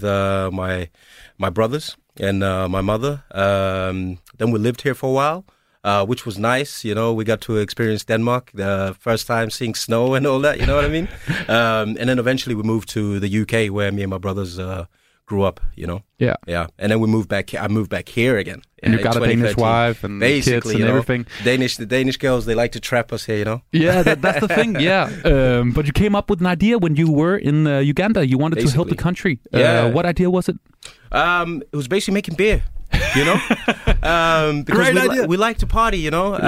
my brothers and my mother. Then we lived here for a while. Which was nice, you know. We got to experience Denmark, the first time seeing snow and all that, you know what I mean? And then eventually we moved to the UK, where me and my brothers grew up, you know. Yeah. And then we moved back. I moved back here again. And you got a Danish wife and kids and everything. The Danish girls, they like to trap us here, you know. Yeah, that's the thing. Yeah. But you came up with an idea when you were in Uganda. You wanted to help the country. What idea was it? It was basically making beer. You know, because we like to party. You know,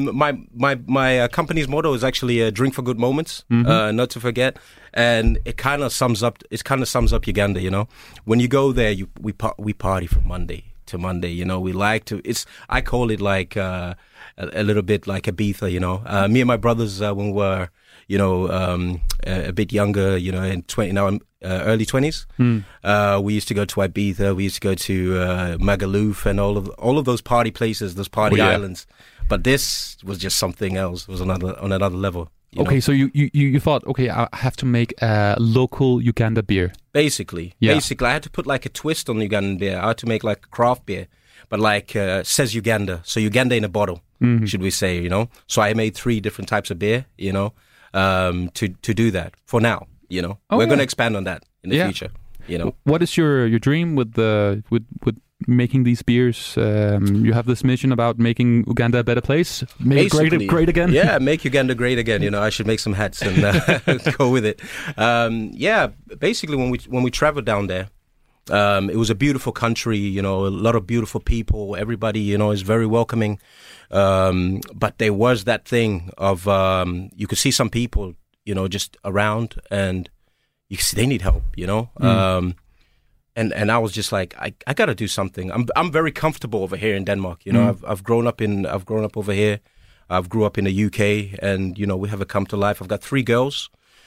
my company's motto is actually drink for good moments, not to forget, and it kind of sums up. It kind of sums up Uganda. You know, when you go there, we party from Monday to Monday. You know, we like to. I call it like a little bit like Ibiza. You know, me and my brothers when we were, you know, a bit younger. You know, in our early 20s. We used to go to Ibiza. We used to go to Magaluf and all of those party places, those party islands. But this was just something else. It was on another level. You know? So you thought, okay, I have to make a local Uganda beer. Basically, I had to put like a twist on Ugandan beer. I had to make like craft beer, but like says Uganda, so Uganda in a bottle, should we say? You know. So I made 3 different types of beer. You know, to do that for now. You know, we're going to expand on that in the future. You know, what is your dream with making these beers? You have this mission about making Uganda a better place, make it great again. Yeah, make Uganda great again. You know, I should make some hats and go with it. Basically, when we traveled down there, it was a beautiful country. You know, a lot of beautiful people. Everybody, you know, is very welcoming. But there was that thing of you could see some people, you know, just around, and you see they need help, you know. And I was just like, I gotta do something. I'm very comfortable over here in Denmark, you know. I've grown up over here. I've grew up in the UK, and we have come to life. I've got 3 girls,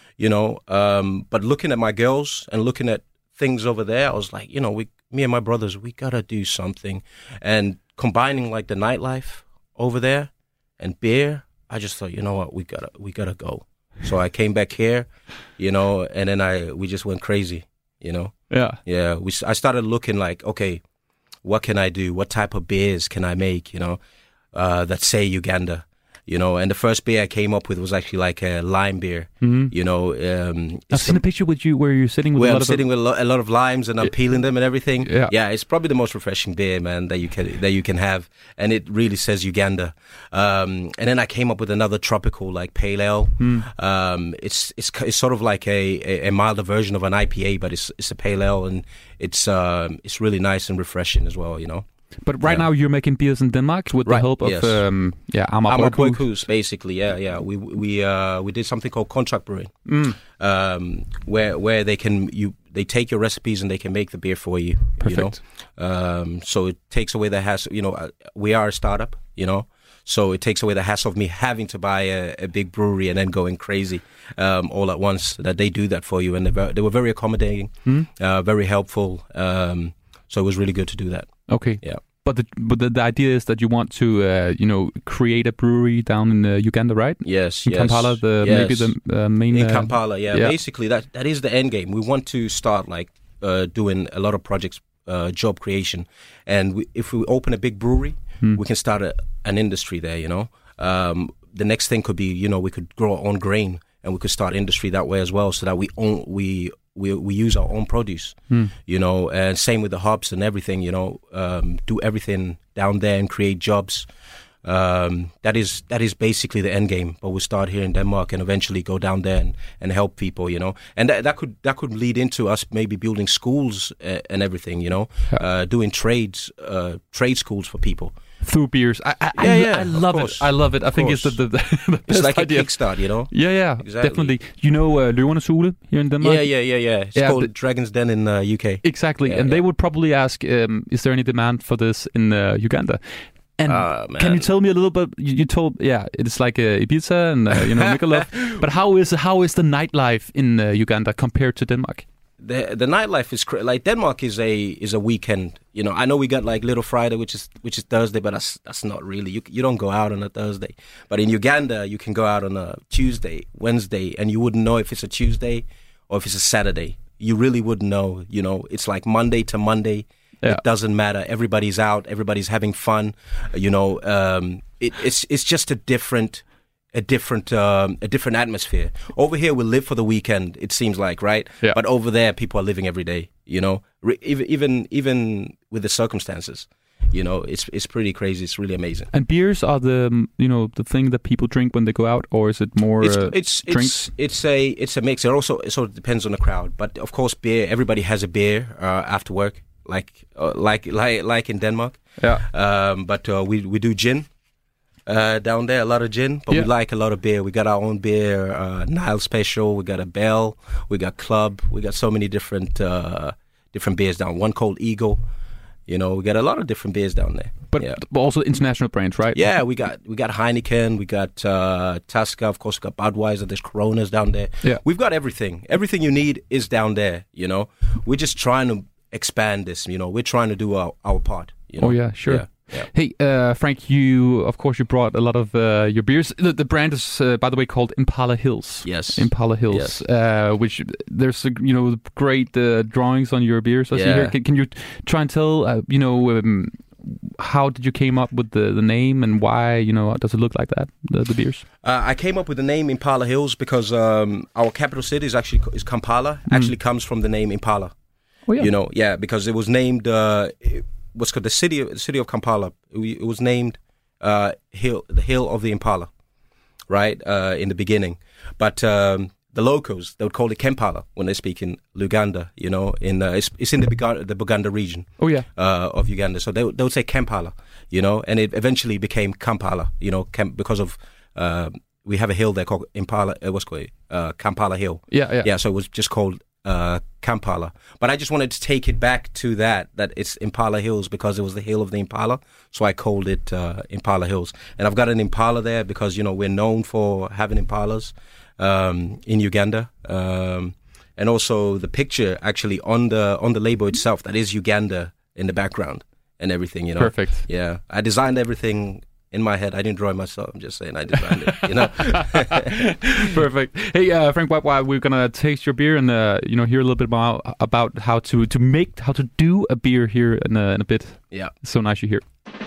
but looking at my girls and looking at things over there, I was like, me and my brothers, we gotta do something, and combining like the nightlife over there and beer, I just thought, what, we gotta go. So I came back here, and then we just went crazy, Yeah. I started looking like, okay, what can I do? What type of beers can I make? That say Uganda. And the first beer I came up with was actually like a lime beer. Mm-hmm. I've seen a picture with you where you're sitting with I'm sitting with a lot of limes, and I'm peeling them and everything. Yeah, it's probably the most refreshing beer, man, that you can have, and it really says Uganda. And then I came up with another tropical, like pale ale. It's sort of like a milder version of an IPA, but it's a pale ale, and it's really nice and refreshing as well. But right now you're making beers in Denmark with the help of Amager Bryghus, basically. Yeah. We did something called contract brewing, where they take your recipes and they can make the beer for you. Perfect. So it takes away the hassle. We are a startup. So it takes away the hassle of me having to buy a big brewery and then going crazy all at once. That they do that for you, and they were very accommodating, very helpful. So it was really good to do that. Okay. Yeah. But the idea is that you want to create a brewery down in Uganda, right? Yes. In Kampala, maybe the main. In Kampala, yeah. Basically, that is the end game. We want to start doing a lot of projects, job creation, and if we open a big brewery, we can start an industry there. The next thing could be we could grow our own grain, and we could start industry that way as well, so that we use our own produce, and same with the hops and everything, do everything down there and create jobs. That is basically the end game. But we'll start here in Denmark and eventually go down there and help people, And that could lead into us maybe building schools and everything, doing trade schools for people. Through beers. I love it. I love it. I think it's the best it's like idea. a kickstart, Yeah, exactly. Definitely. Løvernes Hule here in Denmark? Yeah. It's called Dragon's Den in UK. Exactly. And they would probably ask, is there any demand for this in Uganda? And can you tell me a little bit? You told, it's like Ibiza and Mikolov. But how is the nightlife in Uganda compared to Denmark? The nightlife is like Denmark is a weekend. I know we got like Little Friday, which is Thursday, but that's not really. You don't go out on a Thursday. But in Uganda, you can go out on a Tuesday, Wednesday, and you wouldn't know if it's a Tuesday or if it's a Saturday. You really wouldn't know. It's like Monday to Monday. Yeah. It doesn't matter. Everybody's out. Everybody's having fun. It's just a different atmosphere. Over here, we live for the weekend. It seems like, right? Yeah. But over there, people are living every day. Even with the circumstances, it's pretty crazy. It's really amazing. And beers are the thing that people drink when they go out, or is it more drinks? It's a mix. It sort of depends on the crowd. But of course, beer. Everybody has a beer after work, like in Denmark. Yeah. But we do gin. Down there, a lot of gin, but we like a lot of beer. We got our own beer, Nile Special. We got a Bell. We got Club. We got so many different beers down. One called Eagle. We got a lot of different beers down there. But also international brands, right? Yeah, we got Heineken. We got Tusker. Of course, we got Budweiser. There's Coronas down there. Yeah. We've got everything. Everything you need is down there. We're just trying to expand this. We're trying to do our part. Oh yeah, sure. Yeah. Yeah. Hey, Frank, you brought a lot of your beers. The brand is, by the way, called Impala Hills. Yes. Impala Hills. Yes. Which there's great drawings on your beers. I see here. Can you try and tell how did you came up with the name and why does it look like that, the beers? I came up with the name Impala Hills because our capital city is Kampala. Actually comes from the name Impala. Oh yeah. Because it was named. What's called the city of Kampala. It was named the hill of the Impala, right? In the beginning, but the locals, they would call it Kampala when they speak in Luganda. It's in the Buganda region. Oh yeah. Of Uganda, so they would say Kampala. And it eventually became Kampala. Because of we have a hill there called Impala. Kampala Hill. Yeah. So it was just called Kampala. But I just wanted to take it back to that it's Impala Hills because it was the hill of the Impala. So I called it Impala Hills. And I've got an Impala there because, we're known for having Impalas in Uganda. And also the picture actually on the label itself, that is Uganda in the background and everything, Perfect. Yeah. I designed everything in my head. I didn't draw it myself. I'm just saying I designed it, Perfect. Hey, Frank Webwire, we're going to taste your beer and, hear a little bit more about how to do a beer here in a bit. Yeah. So nice you're here.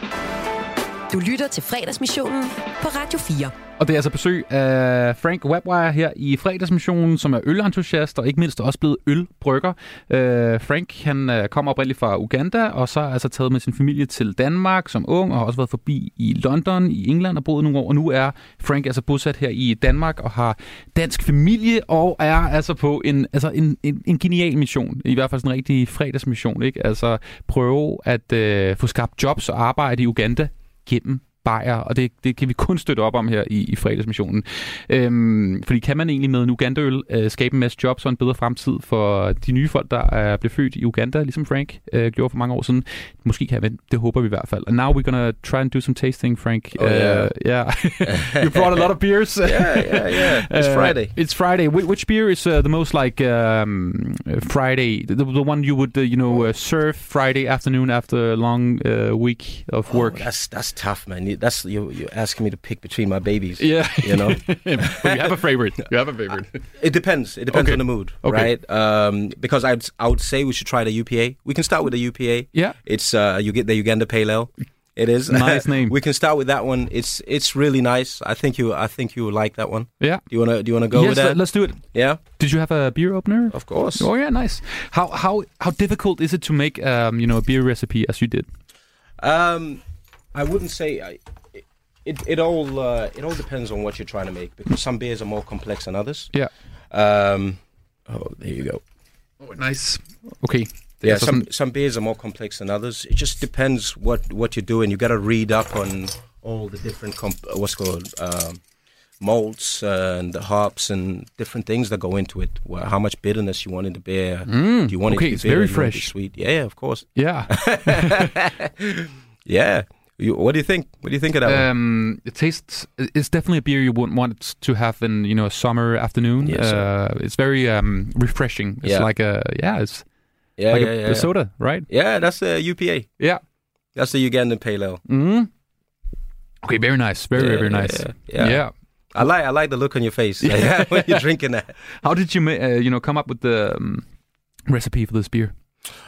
Du lytter til Fredagsmissionen på Radio 4. Og det er altså besøg af Frank Webwire her i Fredagsmissionen, som er ølentusiast og ikke mindst også blevet ølbrygger. Frank, han kommer oprindeligt fra Uganda, og så er altså taget med sin familie til Danmark som ung, og har også været forbi i London, i England og boet nogle år. Og nu er Frank altså bosat her i Danmark og har dansk familie, og er altså på en genial mission. I hvert fald sådan en rigtig fredagsmission, ikke? Altså prøve at få skabt jobs og arbejde i Uganda gennem bajer, og det kan vi kun støtte op om her i fredagsmissionen. Fordi kan man egentlig med en Uganda-øl skabe en masse jobs og en bedre fremtid for de nye folk, der er blevet født i Uganda, ligesom Frank gjorde for mange år siden? Måske kan man. Det håber vi i hvert fald. And now we're gonna try and do some tasting, Frank. Yeah. You brought a lot of beers. Yeah. It's Friday. It's Friday. Which beer is the most like Friday? The one you would serve Friday afternoon after a long week of work? That's tough, man. You're asking me to pick between my babies. Yeah. But you have a favorite. It depends. It depends on the mood, right? Because I would say we should try the UPA. We can start with the UPA. Yeah. It's you get the Uganda Pale Ale. It is nice name. We can start with that one. It's really nice. I think you will like that one. Yeah. Do you wanna go with that? Yes, let's do it. Yeah. Did you have a beer opener? Of course. Oh yeah, nice. How difficult is it to make a beer recipe as you did? I wouldn't say it all depends on what you're trying to make, because some beers are more complex than others. Yeah. There you go. Oh, nice. Okay. Yeah, some beers are more complex than others. It just depends what you're doing. You got to read up on all the different malts and the hops and different things that go into it. How much bitterness you want in the beer? Do you want it to be it's bitter? very Do you want it to be fresh. sweet? Yeah, of course. Yeah. Yeah. What do you think? What do you think of that one? It tastes. It's definitely a beer you wouldn't want to have in a summer afternoon. Yes, it's very refreshing. It's like a soda, right? Yeah, that's the UPA. Yeah, that's the Ugandan Pale Ale. Mm-hmm. Okay, very nice. Very nice. Yeah. I like the look on your face when you're drinking that. How did you come up with the recipe for this beer?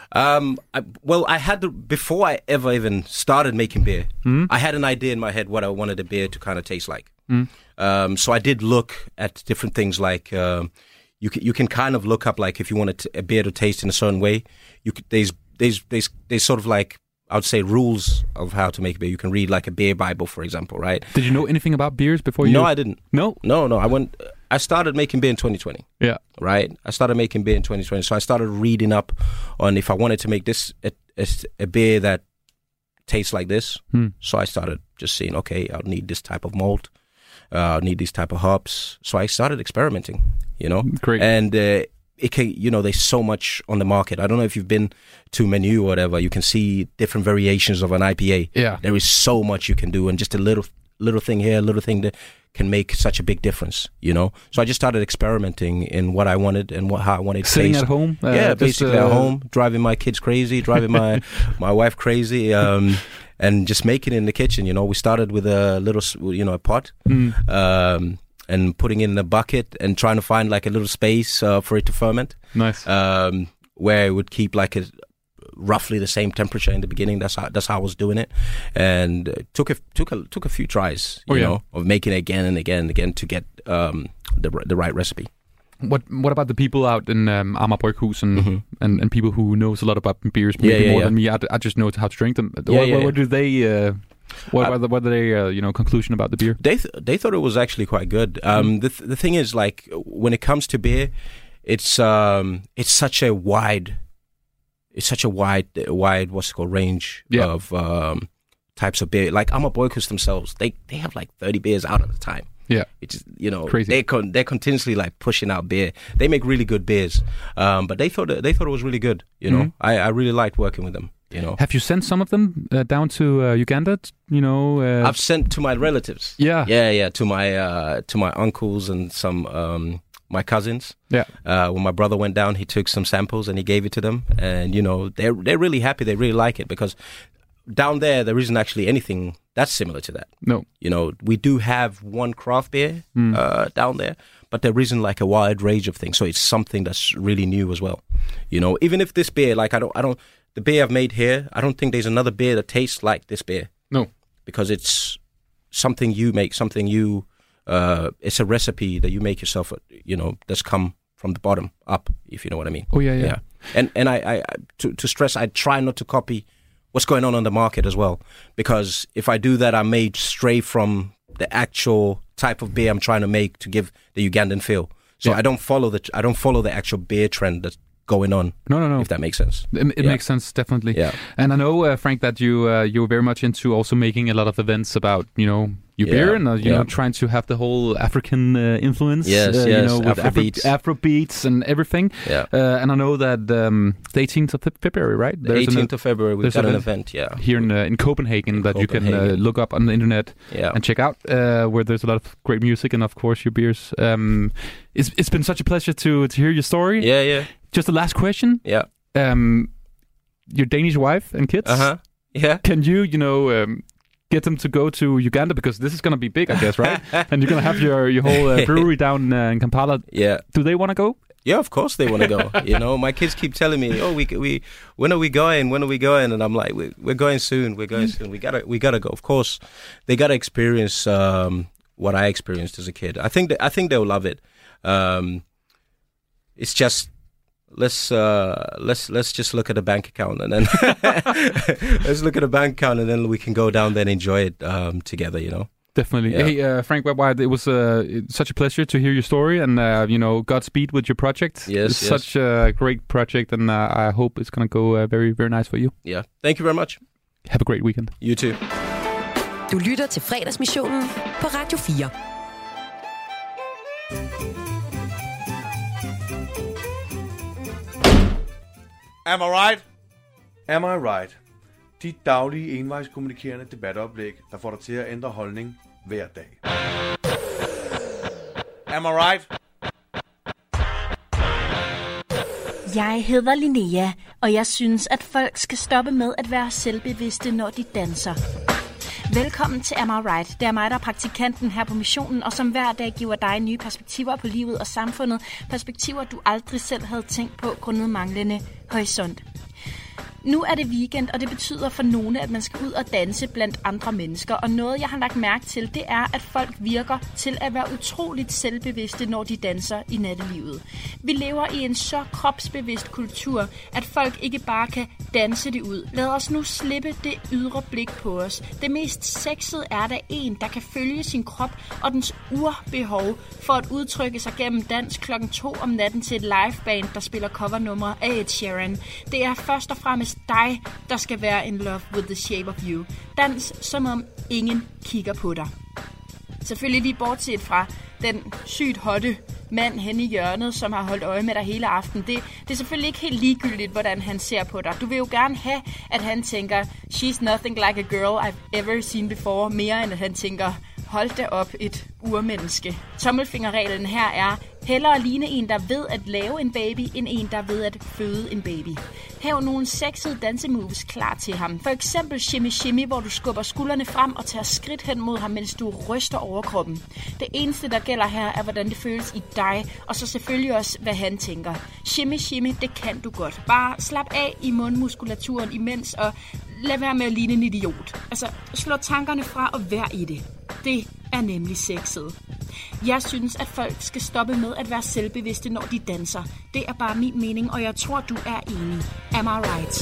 I had to, before I ever even started making beer, I had an idea in my head what I wanted the beer to kind of taste like. So I did look at different things like you can kind of look up, like if you wanted a beer to taste in a certain way, there's sort of like, I would say, rules of how to make beer. You can read like a beer Bible, for example, right? Did you know anything about beers before you? No, I didn't. No. I started making beer in 2020. Yeah. Right. I started making beer in 2020, so I started reading up on if I wanted to make this a beer that tastes like this. So I started just saying, okay, I'll need this type of malt. I'll need these type of hops. So I started experimenting. Great. And it can, there's so much on the market. I don't know if you've been to Menu or whatever. You can see different variations of an IPA. Yeah. There is so much you can do, and just a little thing here, a little thing there can make such a big difference, So I just started experimenting in what I wanted and how I wanted to Sitting taste. at home? Basically at home, driving my kids crazy, driving my wife crazy, and just making it in the kitchen. We started with a little, a pot. And putting it in a bucket and trying to find like a little space for it to ferment. Nice. Where it would keep like roughly the same temperature in the beginning. That's how I was doing it, and took a few tries, of making it again and again and again to get the right recipe. What about the people out in Amager Bryghus and people who knows a lot about beers, maybe more than me? I just know how to drink them. What do they? What are their conclusion about the beer? They thought it was actually quite good. The thing is, like, when it comes to beer, it's such a wide what's it called, range of types of beer. Like Amager Bryghus themselves, they have like 30 beers out at a time. Yeah, it's, you know, crazy. They're continuously like pushing out beer. They make really good beers, but they thought it was really good. You know, I really liked working with them. You know, have you sent some of them down to Uganda? You know, I've sent to my relatives. Yeah, to my uncles and some my cousins. Yeah. When my brother went down, he took some samples and he gave it to them, and you know, they're really happy. They really like it because down there isn't actually anything that's similar to that. No. You know, we do have one craft beer down there, but there isn't like a wide range of things. So it's something that's really new as well. You know, even if this beer, like I don't. The beer I've made here, I don't think there's another beer that tastes like this beer. No. Because it's something you make, it's a recipe that you make yourself, you know, that's come from the bottom up, if you know what I mean. Oh, yeah. And I to stress, I try not to copy what's going on the market as well. Because if I do that, I may stray from the actual type of beer I'm trying to make to give the Ugandan feel. So I don't follow the actual beer trend that's going on. No. If that makes sense. It makes sense, definitely. Yeah. And I know, Frank, that you're very much into also making a lot of events about, you know, your beer and, you know, trying to have the whole African influence. Yes, you know, with Afrobeats. and everything. Yeah. And I know that the 18th of February, right? The 18th of February, we've got an event, here in Copenhagen that you can look up on the internet and check out, where there's a lot of great music and, of course, your beers. It's been such a pleasure to hear your story. Yeah. Just the last question. Yeah. Your Danish wife and kids. Yeah. Can you know, get them to go to Uganda, because this is going to be big, I guess, right? And you're going to have your whole brewery down in Kampala. Yeah. Do they want to go? Yeah, of course they want to go. You know, my kids keep telling me, "Oh, we when are we going? When are we going?" And I'm like, "We're going soon. We're going soon. We gotta go." Of course, they gotta experience what I experienced as a kid. I think they'll love it. It's just. Let's just look at the bank account and then we can go down there and enjoy it together, you know. Definitely. Yeah. Hey, Frank Webb-White, it was such a pleasure to hear your story, and you know, Godspeed with your project. Yes, it's such a great project, and I hope it's going to go very, very nice for you. Yeah. Thank you very much. Have a great weekend. You too. Du lytter til Fredagsmissionen på Radio 4. Am I right? Am I right? Dit daglige envejskommunikerende debatoplæg, der får dig til at ændre holdning hver dag. Am I right? Jeg hedder Linnea, og jeg synes, at folk skal stoppe med at være selvbevidste, når de danser. Velkommen til Am I Right? Det er mig, der er praktikanten her på missionen, og som hver dag giver dig nye perspektiver på livet og samfundet. Perspektiver, du aldrig selv havde tænkt på, grundet manglende horisont. Nu er det weekend, og det betyder for nogle, at man skal ud og danse blandt andre mennesker. Og noget, jeg har lagt mærke til, det er, at folk virker til at være utroligt selvbevidste, når de danser i nattelivet. Vi lever i en så kropsbevidst kultur, at folk ikke bare kan danse det ud. Lad os nu slippe det ydre blik på os. Det mest sexede er der en, der kan følge sin krop og dens urbehov for at udtrykke sig gennem dans 2:00 om natten til et liveband, der spiller covernumre af Ed Sheeran. Det er først og fremmest dig, der skal være in love with the shape of you. Dans, som om ingen kigger på dig. Selvfølgelig lige bortset fra den sygt hotte mand hen i hjørnet, som har holdt øje med dig hele aften. Det er selvfølgelig ikke helt ligegyldigt, hvordan han ser på dig. Du vil jo gerne have, at han tænker, she's nothing like a girl I've ever seen before, mere end at han tænker, hold da op, et urmenneske. Tommelfingerreglen her er, hellere ligne en, der ved at lave en baby, end en, der ved at føde en baby. Hav nogle sexede dansemoves klar til ham. For eksempel shimmy shimmy, hvor du skubber skuldrene frem og tager skridt hen mod ham, mens du ryster overkroppen. Det eneste, der gælder her, er, hvordan det føles i dig, og så selvfølgelig også, hvad han tænker. Shimmy shimmy, det kan du godt. Bare slap af i mundmuskulaturen imens, og lad være med at ligne en idiot. Altså, slå tankerne fra og vær i det. Det er nemlig sexet. Jeg synes, at folk skal stoppe med at være selvbevidste, når de danser. Det er bare min mening, og jeg tror, du er enig. Am I right?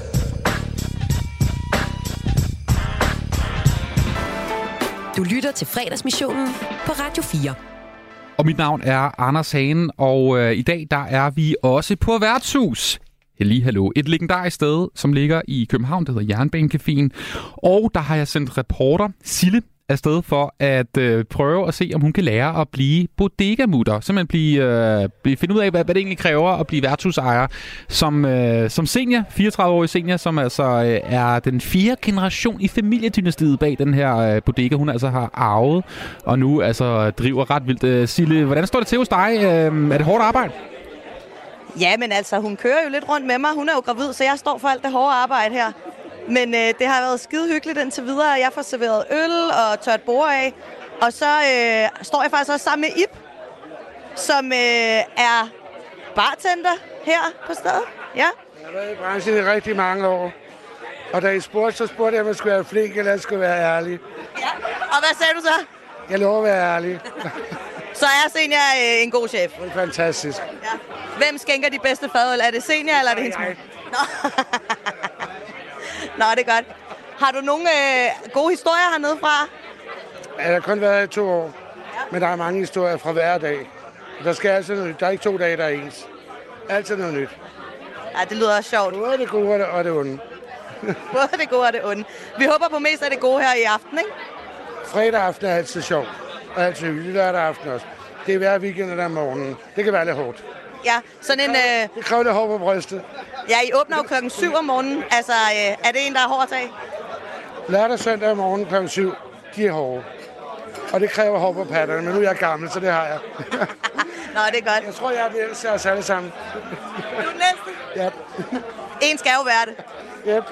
Du lytter til Fredagsmissionen på Radio 4. Og mit navn er Anders Hagen, og i dag der er vi også på værtshus. Hallo. Et legendarisk sted, som ligger i København, der hedder Jernbanecaféen. Og der har jeg sendt reporter Sille afsted for at prøve at se, om hun kan lære at blive bodegamutter. Simpelthen finde ud af, hvad det egentlig kræver at blive værtshusejer som senior, 34-årig senior, som altså er den 4. generation i familiedynastiet bag den her bodega, hun altså har arvet, og nu altså driver ret vildt. Sille, hvordan står det til hos dig? Er det hårdt arbejde? Ja, men altså, hun kører jo lidt rundt med mig. Hun er jo gravid, så jeg står for alt det hårde arbejde her. Men det har været skide hyggeligt indtil videre. Jeg får serveret øl og tørt bord af. Og så står jeg faktisk også sammen med Ib, som er bartender her på stedet. Ja. Jeg har været i branchen i rigtig mange år. Og da I spurgte, så spurgte jeg, om jeg skulle være flink, eller jeg skulle være ærlig. Ja, og hvad sagde du så? Jeg lover at være ærlig. Så er Senior en god chef? Fantastisk. Ja. Hvem skænker de bedste fadøl? Er det Senior, eller er det hendes mor? Nå, det er godt. Har du nogle gode historier hernede fra? Jeg har kun været i 2 år, men der er mange historier fra hver dag. Der skal altid noget nyt. Der er ikke 2 dage, der er ens. Altid noget nyt. Ja, det lyder også sjovt. Både det gode og det onde. Både det gode og det onde. Vi håber på mest af det gode her i aften, ikke? Fredag aften er altid sjovt, og altid hyggeligt. Lørdag aften også. Det er hver weekend eller om morgenen. Det kan være lidt hårdt. Ja, sådan en... Det kræver lidt hår på brystet. Ja, I åbner jo 7:00 om morgenen. Altså, er det en, der er hård at tage? Lørdag, søndag om morgenen 7:00, de er hårde. Og det kræver hår på patterne, men nu er jeg gammel, så det har jeg. Nå, det er godt. Jeg tror, jeg er den ældste af os alle sammen. Du er den ældste? Ja. En skal jo være det. Yep.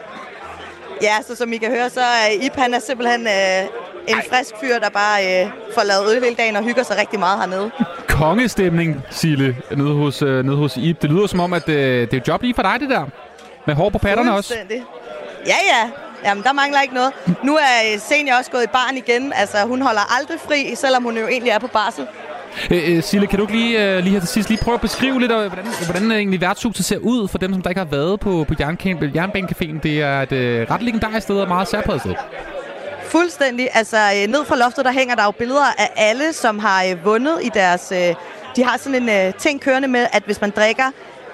Ja, så som I kan høre, så er Ip, han er simpelthen en frisk fyr, der bare får lavet øl hele dagen og hygger sig rigtig meget hernede. Kongestemning, Sille, nede hos Ip. Det lyder som om, at det er et job lige for dig, det der. Med hår på patterne også. Ja. Jamen, der mangler ikke noget. Nu er Senior også gået i baren igen. Altså, hun holder aldrig fri, selvom hun jo egentlig er på barsel. Sille, kan du ikke lige her til sidst lige prøve at beskrive lidt, hvordan egentlig værtshuset ser ud for dem, som der ikke har været på Jernbanecaféen? Det er et ret legendarisk sted og meget særpræget sted. Fuldstændig. Altså, ned fra loftet, der hænger der jo billeder af alle, som har vundet i deres... de har sådan en ting kørende med, at hvis man drikker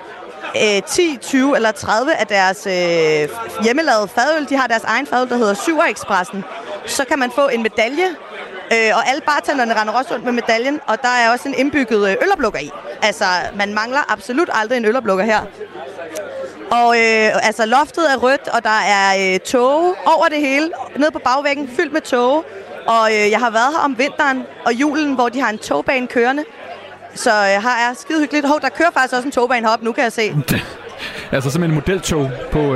10, 20 eller 30 af deres hjemmelavede fadøl, de har deres egen fadøl, der hedder Syver-Expressen, så kan man få en medalje. Og alle bartenderne render også rundt med medaljen, og der er også en indbygget øloplukker i. Altså, man mangler absolut aldrig en øloplukker her. Og altså, loftet er rødt, og der er tåge over det hele, nede på bagvæggen, fyldt med tåge. Og jeg har været her om vinteren og julen, hvor de har en togbane kørende. Så her er skide hyggeligt. Der kører faktisk også en togbane heroppe, nu kan jeg se. Altså simpelthen en modeltog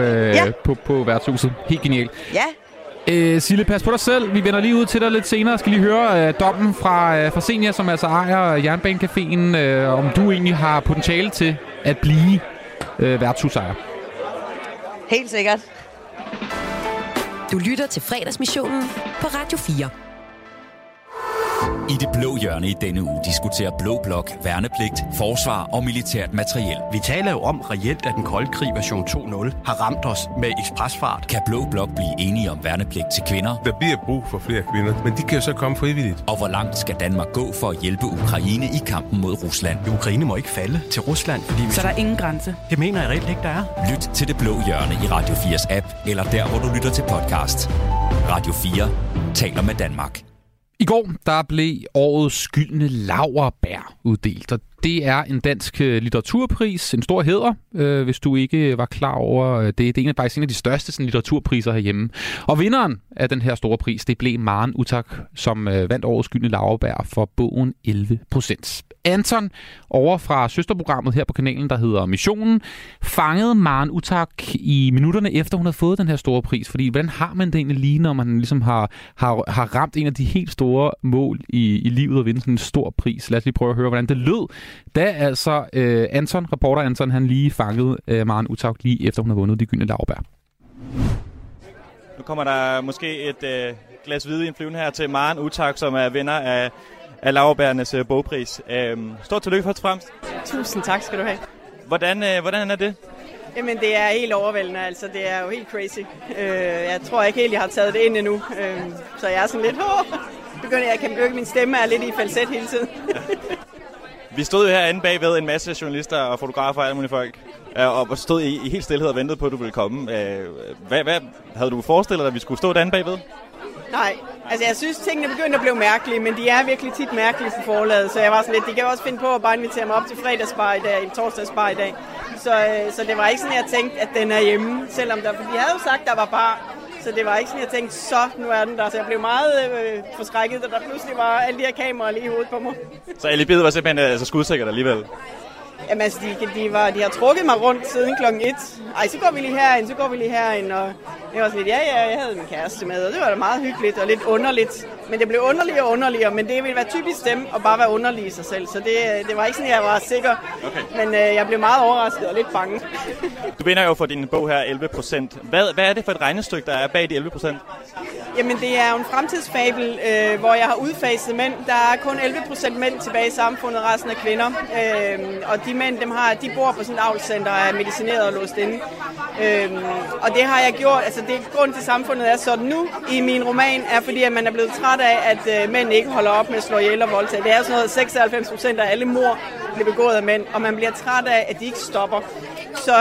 på værtshuset. Helt genialt. Ja. Sille, pas på dig selv. Vi vender lige ud til dig lidt senere. Skal lige høre dommen fra Senior, som altså ejer Jernbanecaféen, om du egentlig har potentiale til at blive værtshusejer. Helt sikkert. Du lytter til Fredagsmissionen på Radio 4. I det blå hjørne i denne uge diskuterer Blå Blok værnepligt, forsvar og militært materiel. Vi taler jo om reelt, at den kolde krig version 2.0 har ramt os med ekspresfart. Kan Blå Blok blive enige om værnepligt til kvinder? Der bliver brug for flere kvinder, men de kan jo så komme frivilligt. Og hvor langt skal Danmark gå for at hjælpe Ukraine i kampen mod Rusland? Ukraine må ikke falde til Rusland, fordi så der er ingen grænse. Det mener jeg reelt ikke, der er. Lyt til det blå hjørne i Radio 4's app, eller der, hvor du lytter til podcast. Radio 4 taler med Danmark. I går, der blev årets gyldne laurbær uddelt, og det er en dansk litteraturpris, en stor hæder, hvis du ikke var klar over det. Det er faktisk en af de største sådan, litteraturpriser herhjemme. Og vinderen af den her store pris, det blev Maren Uthaug, som vandt årets gyldne laurbær for bogen 11%. Anton over fra søsterprogrammet her på kanalen, der hedder Missionen, fangede Maren Uthaug i minutterne efter, hun havde fået den her store pris. Fordi hvordan har man det egentlig lige, når man ligesom har ramt en af de helt store mål i livet og vinde sådan en stor pris? Lad os lige prøve at høre, hvordan det lød, da altså reporter Anton, han lige fangede Maren Uthaug lige efter, hun havde vundet de gyldne laurbær. Nu kommer der måske et glas hvidvin flyvende her til Maren Uthaug, som er vinder af laurbærernes bogpris. Stort tillykke først og fremmest. Tusind tak skal du have. Hvordan er det? Jamen det er helt overvældende, altså det er jo helt crazy. Jeg tror ikke helt, jeg har taget det ind endnu, så jeg er sådan lidt, jeg kan høre, min stemme er lidt i falset hele tiden. Vi stod jo herinde bagved en masse journalister og fotografer og alle mulige folk, og stod i helt stillhed og ventede på, at du ville komme. Hvad havde du forestillet dig, at vi skulle stå derinde bagved? Nej, altså jeg synes, tingene begyndte at blive mærkelige, men de er virkelig tit mærkelige på forlaget, så jeg var sådan lidt, de kan også finde på at bare invitere mig op til fredagsbar i dag, eller torsdagsbar i dag. Så det var ikke sådan, jeg tænkte, at den er hjemme, selvom for de havde jo sagt, der var bar. Så det var ikke sådan, jeg tænkte, så nu er den der. Så jeg blev meget forskrækket, da der pludselig var alle de her kameraer lige i hovedet på mig. Så alibiet var simpelthen skudsikkert alligevel? Jamen altså, de har trukket mig rundt siden klokken 1. Ej, så går vi lige herind, og det var sådan lidt, jeg havde min kæreste med, og det var da meget hyggeligt og lidt underligt. Men det blev underligere, men det ville være typisk dem at bare være underlig i sig selv. Så det var ikke sådan, jeg var sikker. Okay. Men jeg blev meget overrasket og lidt bange. Du vinder jo for din bog her 11%. Hvad er det for et regnestykke, der er bag de 11%? Jamen, det er jo en fremtidsfabel, hvor jeg har udfaset mænd. Der er kun 11% mænd tilbage i samfundet, resten af kvinder. Og de mænd, de bor på sådan et avlscenter og er medicineret og låst inde. Og det har jeg gjort, altså det grund til samfundet er sådan nu i min roman, er fordi, at man er blevet træt af, at mænd ikke holder op med at slå ihjel og voldtage. Det er sådan noget 96% af alle mord bliver begået af mænd, og man bliver træt af, at de ikke stopper. Så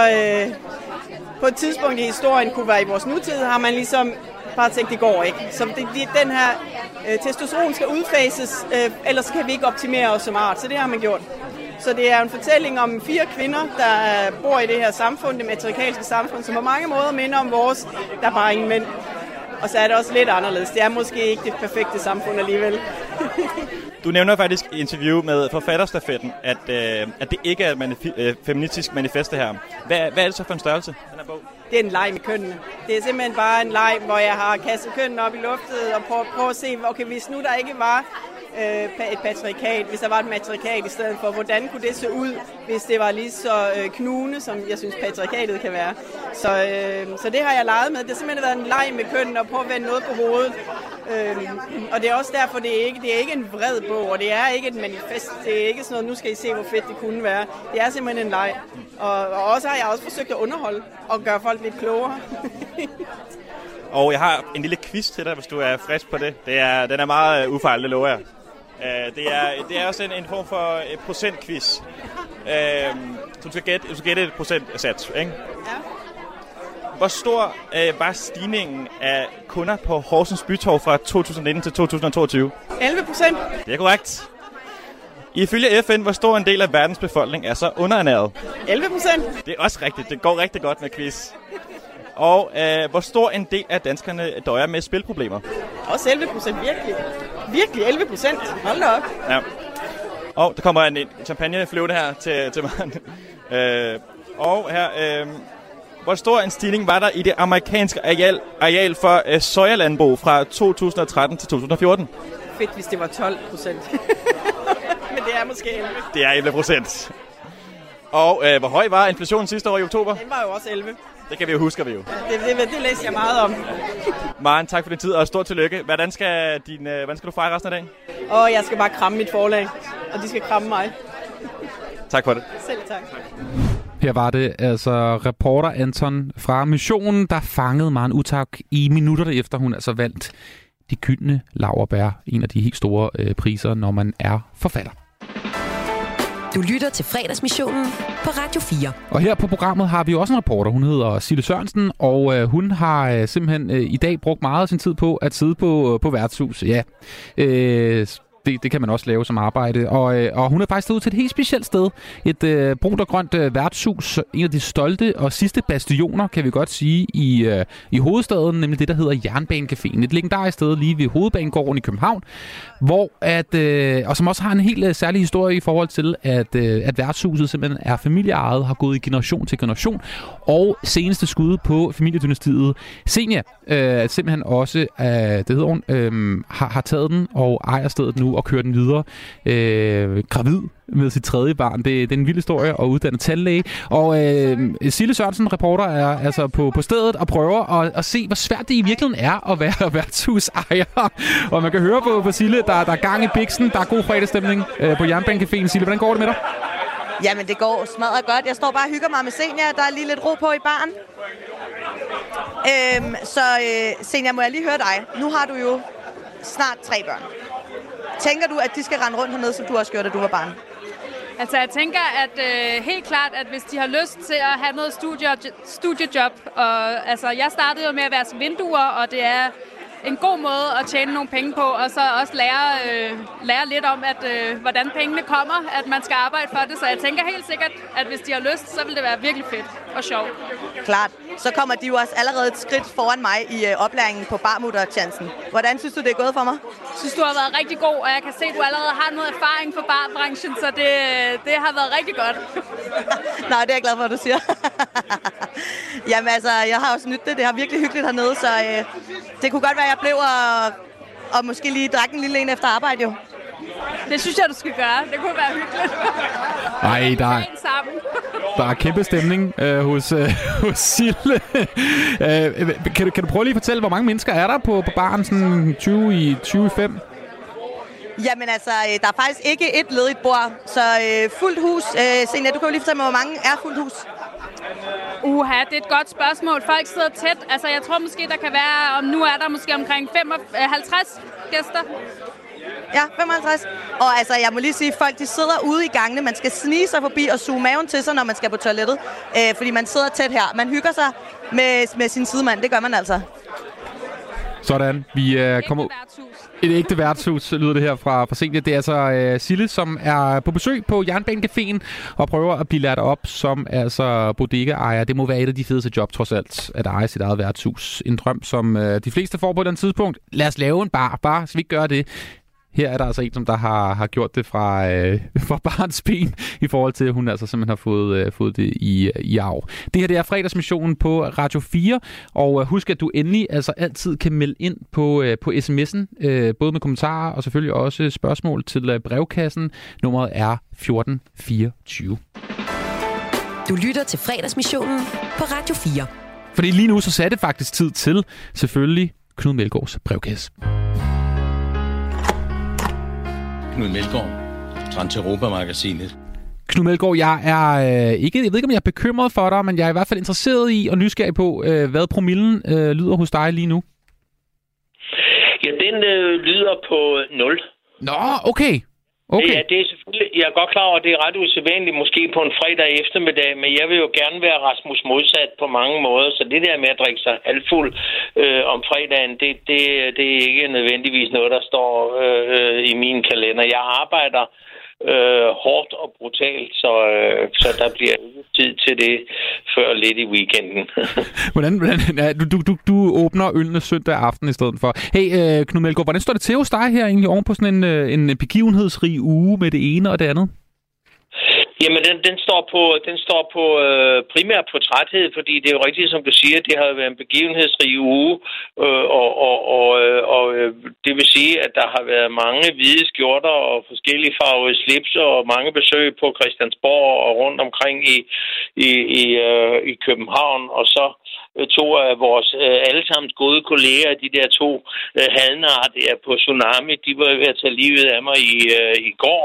på et tidspunkt i historien, kunne være i vores nutid, har man ligesom bare tænkt, det går ikke. Så den her testosteron skal udfases, ellers kan vi ikke optimere os som art. Så det har man gjort. Så det er en fortælling om 4 kvinder, der bor i det her samfund, det matriarkalske samfund, som på mange måder minder om vores. Der er bare ingen mænd. Og så er det også lidt anderledes. Det er måske ikke det perfekte samfund alligevel. Du nævner faktisk i interview med Forfatterstafetten, at det ikke er et feministisk manifest her. Hvad er det så for en størrelse, den her bog? Det er en leg med kønnene. Det er simpelthen bare en leg, hvor jeg har kastet kønnene op i luftet og prøvet at se, okay, hvis nu der ikke var et patriarkat, hvis der var et matriarkat i stedet for, hvordan kunne det se ud, hvis det var lige så knugende, som jeg synes patriarkatet kan være. Så det har jeg leget med. Det har simpelthen været en leg med kønnene og prøve at vende noget på hovedet. Og det er også derfor, det er ikke en vred bog, og det er ikke et manifest. Det er ikke sådan noget, nu skal I se, hvor fedt det kunne være. Det er simpelthen en leg. Og også har jeg også forsøgt at underholde og gøre folk lidt klogere. Og jeg har en lille quiz til dig, hvis du er frisk på det. Den er meget ufejlet, lover jeg. Det er også en form for procentquiz. Du skal gætte et procentsats, ikke? Ja. Hvor stor var stigningen af kunder på Horsens Bytorv fra 2019 til 2022? 11%. Det er korrekt. Ifølge FN, hvor stor en del af verdens befolkning er så underernæret? 11%. Det er også rigtigt. Det går rigtig godt med quiz. Og hvor stor en del af danskerne døjer med spilproblemer? Også 11%, virkelig. Virkelig 11%. Hold da op. Ja. Og der kommer en champagne flyvende her til mig. Og her, hvor stor en stigning var der i det amerikanske areal for sojalandbrug fra 2013 til 2014? Fedt, hvis det var 12%. Men det er måske 11. Det er 11%. Og hvor høj var inflationen sidste år i oktober? Den var jo også 11. Det kan vi jo huske, vi jo. Det læser jeg meget om. Maren, tak for din tid, og stort tillykke. Hvordan skal du fejre resten af dagen? Jeg skal bare kramme mit forlag, og de skal kramme mig. Tak for det. Selv tak. Her var det altså reporter Anton fra Missionen, der fangede Maren Uthaug i minutter efter, hun altså vandt De Gyldne Laurbær, en af de helt store priser, når man er forfatter. Du lytter til Fredagsmissionen på Radio 4. Og her på programmet har vi også en reporter. Hun hedder Sille Sørensen, og hun har simpelthen i dag brugt meget af sin tid på at sidde på værtshus. Ja, det kan man også lave som arbejde. Og hun er faktisk taget ud til et helt specielt sted. Et brunt og grønt værtshus. En af de stolte og sidste bastioner, kan vi godt sige, i hovedstaden. Nemlig det, der hedder Jernbanecaféen. Et legendarisk sted lige ved Hovedbanegården i København. Og som også har en helt særlig historie i forhold til, at værtshuset simpelthen er familieejet, har gået i generation til generation. Og seneste skud på familiedynastiet Senja, simpelthen også, det hedder hun, har taget den og ejer stedet nu og kører den videre gravid med sit tredje barn. Det er en vild historie og uddannet tandlæge. Og Sille Sørensen, reporter, er altså på stedet og prøver at se, hvor svært det i virkeligheden er at være værtshusejer. Og man kan høre på Sille, der er gang i biksen. Der er god fredagsstemning på Jernbanecaféen. Sille, hvordan går det med dig? Jamen, det går smadret godt. Jeg står bare og hygger mig med Senja. Der er lige lidt ro på i baren. Senja, må jeg lige høre dig? Nu har du jo snart 3 børn. Tænker du, at de skal rende rundt hernede, som du også gjorde, da du var barn? Altså, jeg tænker, at helt klart, at hvis de har lyst til at have noget studiejob, og altså, jeg startede jo med at være vinduer, og det er en god måde at tjene nogle penge på, og så også lære lidt om, at hvordan pengene kommer, at man skal arbejde for det. Så jeg tænker helt sikkert, at hvis de har lyst, så vil det være virkelig fedt og sjovt. Klart. Så kommer de jo også allerede et skridt foran mig i oplæringen på barmutterchancen. Hvordan synes du, det er gået for mig? Jeg synes, du har været rigtig god, og jeg kan se, at du allerede har noget erfaring for barbranchen, så det har været rigtig godt. Nå, det er jeg glad for, at du siger. Jamen altså, jeg har også nydt det. Det har virkelig hyggeligt hernede, så det kunne godt være, at jeg blev og måske lige drak en lille en efter arbejde, jo. Det synes jeg, du skal gøre. Det kunne være hyggeligt. Nej, der er kæmpe stemning hos Sille. Kan du prøve lige at fortælle, hvor mange mennesker er der på baren, sådan 20 i 5? Jamen altså, der er faktisk ikke et ledigt bord, så fuldt hus. Senja, du kan jo lige fortælle mig, hvor mange er fuldt hus? Det er et godt spørgsmål. Folk sidder tæt. Altså, jeg tror måske, der kan være, om nu er der måske omkring 50 gæster. Ja, 55. Og altså, jeg må lige sige, folk de sidder ude i gangene. Man skal snige sig forbi og suge maven til sig, når man skal på toilettet. Fordi man sidder tæt her. Man hygger sig med sin sidemand. Det gør man altså. Sådan. Vi kommer et ægte værtshus, lyder det her fra Senja. Det er altså Sille, som er på besøg på Jernbanecaféen og prøver at blive lært op som altså bodega-ejer. Det må være et af de fedeste job, trods alt, at eje sit eget værtshus. En drøm, som de fleste får på den tidspunkt. Lad os lave en bar, bare så vi ikke gør det. Her er der altså en, som der har gjort det fra barns ben, i forhold til, at hun altså simpelthen har fået det i arv. Det her, det er fredagsmissionen på Radio 4, og husk, at du endelig altså altid kan melde ind på sms'en, både med kommentarer og selvfølgelig også spørgsmål til brevkassen. Nummeret er 1424. Du lytter til fredagsmissionen på Radio 4. Fordi lige nu, så satte det faktisk tid til, selvfølgelig, Knud Melgaards brevkasse. Knud Melgaard, Transeuropa-magasinet. Knud Melgaard, jeg ved ikke, om jeg er bekymret for dig, men jeg er i hvert fald interesseret i og nysgerrig på, hvad promillen lyder hos dig lige nu. Ja, den lyder på 0. Nå, okay. Ja, det er selvfølgelig, jeg er godt klar over, at det er ret usædvanligt måske på en fredag eftermiddag, men jeg vil jo gerne være Rasmus modsat på mange måder, så det der med at drikke sig halvfuld om fredagen, det er ikke nødvendigvis noget, der står i min kalender. Jeg arbejder hårdt og brutalt, så der bliver tid til det før lidt i weekenden. Hvordan du åbner ølene søndag aften i stedet for. Hey, Knud Melgaard, hvordan står det til hos dig her egentlig oven på sådan en begivenhedsrig uge med det ene og det andet? Jamen, den står på primært på træthed, fordi det er jo rigtigt, som du siger, det har været en begivenhedsrig uge, og det vil sige, at der har været mange hvide skjorter og forskellige farvede slips og mange besøg på Christiansborg og rundt omkring i København, og så to af vores allesammens gode kolleger, de der to halvnarer der på Tsunami, de var ved at tage livet af mig i går.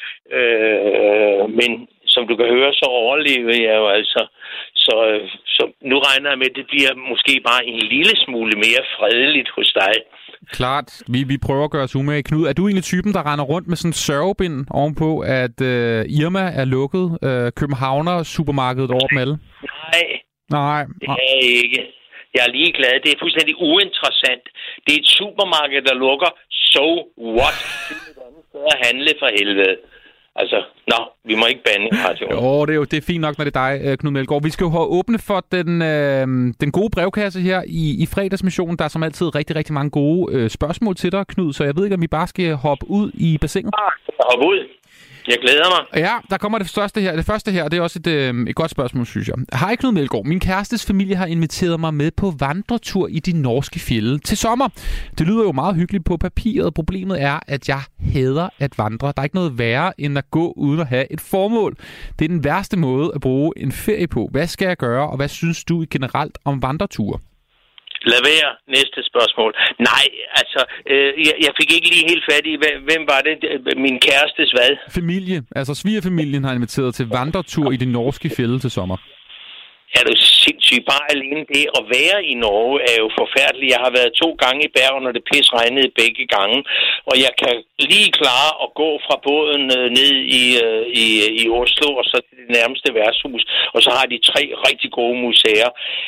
Men som du kan høre, så overlever jeg jo altså. Så nu regner jeg med, at det bliver måske bare en lille smule mere fredeligt hos dig. Klart. Vi prøver at gøre os umage. Knud, er du egentlig typen, der render rundt med sådan en sørgebind ovenpå, at Irma er lukket? Københavner supermarkedet over dem alle? Nej. Det er jeg ikke. Jeg er ligeglad. Det er fuldstændig uinteressant. Det er et supermarked, der lukker. So what? Det er et andet sted at handle for helvede. Altså, vi må ikke bande i radioen. Det er fint nok, når det er dig, Knud Melgaard. Vi skal jo have åbne for den gode brevkasse her i fredagsmissionen. Der er som altid rigtig, rigtig mange gode spørgsmål til dig, Knud. Så jeg ved ikke, om vi bare skal hoppe ud i bassinet. Hoppe ud. Jeg glæder mig. Ja, der kommer det første her, det er også et godt spørgsmål, synes jeg. Hej Knud Melgaard. Min kærestes familie har inviteret mig med på vandretur i de norske fjelde til sommer. Det lyder jo meget hyggeligt på papiret. Problemet er, at jeg hader at vandre. Der er ikke noget værre, end at gå uden at have et formål. Det er den værste måde at bruge en ferie på. Hvad skal jeg gøre, og hvad synes du generelt om vandreture? Lad være. Næste spørgsmål. Nej, altså, jeg fik ikke lige helt fat i, hvem var det? Min kærestes hvad? Familie. Altså, svigerfamilien har inviteret til vandretur i de norske fjelde til sommer. Er du sindssygt? Bare alene det at være i Norge er jo forfærdeligt. Jeg har været 2 gange i Bergen, og det regnede begge gange. Og jeg kan lige klare at gå fra båden ned i Oslo, og så til det nærmeste værtshus. Og så har de 3 rigtig gode museer.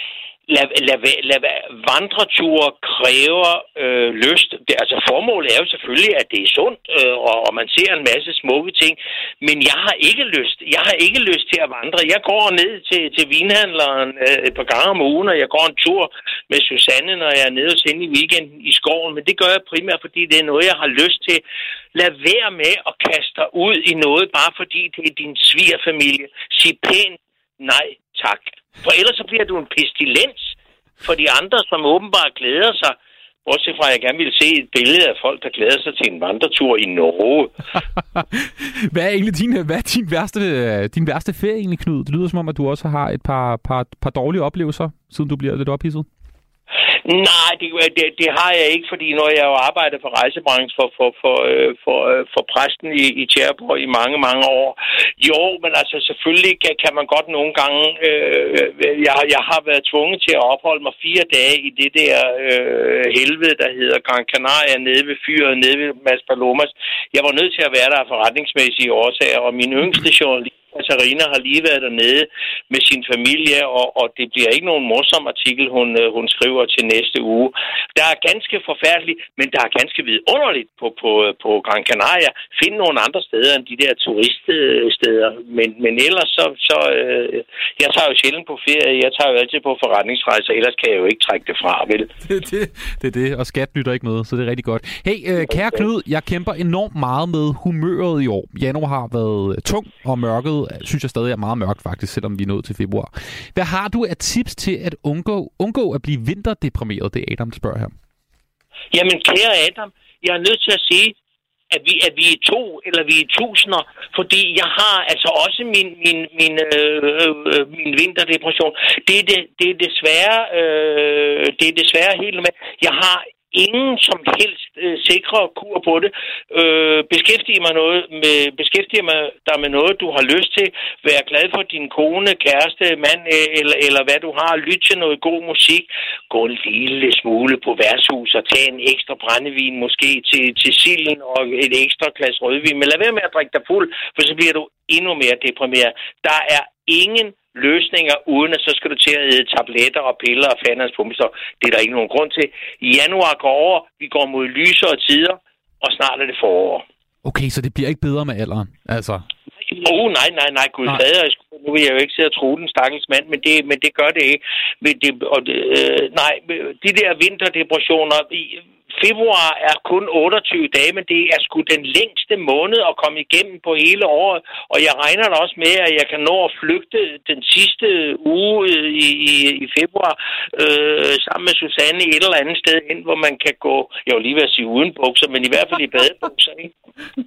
vandreture kræver lyst. Altså formålet er jo selvfølgelig, at det er sundt, og man ser en masse smukke ting, men jeg har ikke lyst. Jeg har ikke lyst til at vandre. Jeg går ned til vinhandleren et par gange om ugen, og jeg går en tur med Susanne, når jeg er nede hos hende i weekenden i skoven, men det gør jeg primært, fordi det er noget, jeg har lyst til. Lad være med at kaste dig ud i noget, bare fordi det er din svigerfamilie. Sig pænt nej tak. For ellers så bliver du en pestilens for de andre, som åbenbart glæder sig. Bortset fra, at jeg gerne vil se et billede af folk, der glæder sig til en vandretur i Norge. Hvad er egentlig din værste ferie egentlig, Knud? Det lyder som om, at du også har et par dårlige oplevelser, siden du bliver lidt ophidset. Nej, det har jeg ikke, fordi når jeg jo arbejder for rejsebranchen for præsten i Tjæreborg i mange, mange år. Jo, men altså selvfølgelig kan man godt nogle gange... Jeg har været tvunget til at opholde mig 4 dage i det der helvede, der hedder Gran Canaria, nede ved fyret, nede ved Maspalomas. Jeg var nødt til at være der af forretningsmæssige årsager, og min yngste journalist, Katarina, har lige været dernede med sin familie, og det bliver ikke nogen morsom artikel, hun skriver til næste uge. Der er ganske forfærdeligt, men der er ganske vidunderligt på Gran Canaria. Find nogle andre steder end de der turiststeder, men ellers så jeg tager jo sjældent på ferie, jeg tager jo altid på forretningsrejser, ellers kan jeg jo ikke trække det fra, vel? Det er det, og skat lytter ikke med, så det er rigtig godt. Hey, kære Knud, jeg kæmper enormt meget med humøret i år. Januar har været tung og mørket, synes jeg stadig er meget mørkt faktisk, selvom vi er nået til februar. Hvad har du af tips til at undgå at blive vinterdeprimeret? Det er Adam, der spørger her. Jamen, kære Adam, jeg er nødt til at sige, at vi er 2 eller vi er tusinder, fordi jeg har altså også min vinterdepression. Det er desværre helt normalt. Jeg har ingen som helst sikre kur på det. Beskæftiger mig der med noget, du har lyst til. Vær glad for din kone, kæreste, mand eller hvad du har. Lyt til noget god musik. Gå en lille smule på værtshus og tag en ekstra brændevin måske til silden og et ekstra glas rødvin. Men lad være med at drikke dig fuld, for så bliver du endnu mere deprimeret. Der er ingen løsninger, uden at så skal du til at æde tabletter og piller og fandens pumpestop. Det er der ikke nogen grund til. I januar går over, vi går mod lysere tider, og snart er det forår. Okay, så det bliver ikke bedre med alderen, altså? Nej, Gud fader. Nu vil jeg jo ikke sidde og tro den stakkels mand, men det gør det ikke. De der vinterdepressioner... Februar er kun 28 dage, men det er sgu den længste måned at komme igennem på hele året. Og jeg regner da også med, at jeg kan nå at flygte den sidste uge i februar sammen med Susanne et eller andet sted hen, hvor man kan gå, jeg vil lige ved at sige uden bukser, men i hvert fald i badebukser, ikke?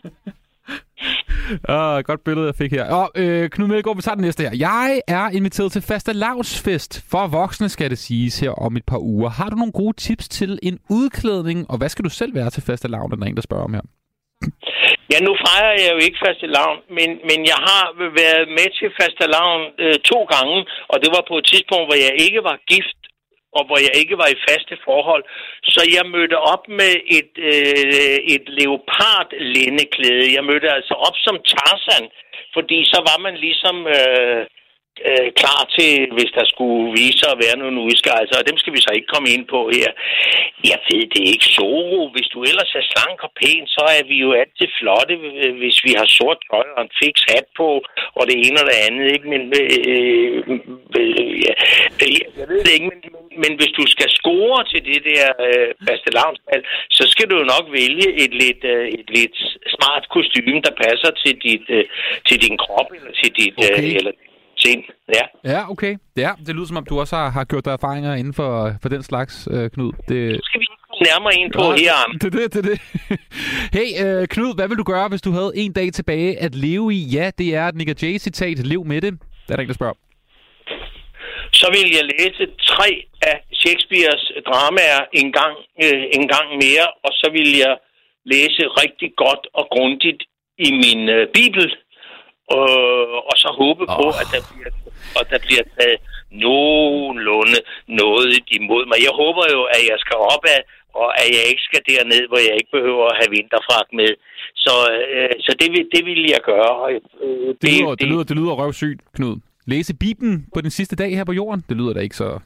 Godt billede, jeg fik her. Knud Melgaard, vi tager den næste her. Jeg er inviteret til fastelavnsfest for voksne, skal det siges, her om et par uger. Har du nogle gode tips til en udklædning, og hvad skal du selv være til fastelavn, der er en, der spørger om her? Ja, nu fejrer jeg jo ikke fastelavn, men jeg har været med til fastelavn 2 gange, og det var på et tidspunkt, hvor jeg ikke var gift, og hvor jeg ikke var i faste forhold. Så jeg mødte op med et leopardlændeklæde. Jeg mødte altså op som Tarzan, fordi så var man ligesom klar til, hvis der skulle vise sig at være nogle udskejelser, og dem skal vi så ikke komme ind på her. Jeg ved det ikke, Zoro. Hvis du ellers er slank og pæn, så er vi jo altid flotte, hvis vi har sort tøj og en fix hat på, og det ene og det andet, ikke? Men jeg ved det ikke, men hvis du skal score til det der fastelavnsbal, så skal du jo nok vælge et lidt smart kostume, der passer til din krop, eller til dit... eller sind. Ja, okay. Ja, det lyder som om, du også har gjort dig erfaringer inden for den slags, Knud. Det skal vi nærmere ind på her. Det er det. Hey, Knud, hvad vil du gøre, hvis du havde en dag tilbage at leve i? Ja, det er et Nick og Jay-citat. Lev med det. Det er der ikke, der spørger. Så vil jeg læse 3 af Shakespeares dramaer en gang mere, og så vil jeg læse rigtig godt og grundigt i min bibel, og så håbe på, at der bliver taget nogenlunde noget imod mig. Jeg håber jo, at jeg skal opad, og at jeg ikke skal derned, hvor jeg ikke behøver at have vinterfragt med. Så det vil jeg gøre. Det lyder røvsygt, Knud. Læse Bibelen på den sidste dag her på jorden, det lyder da ikke så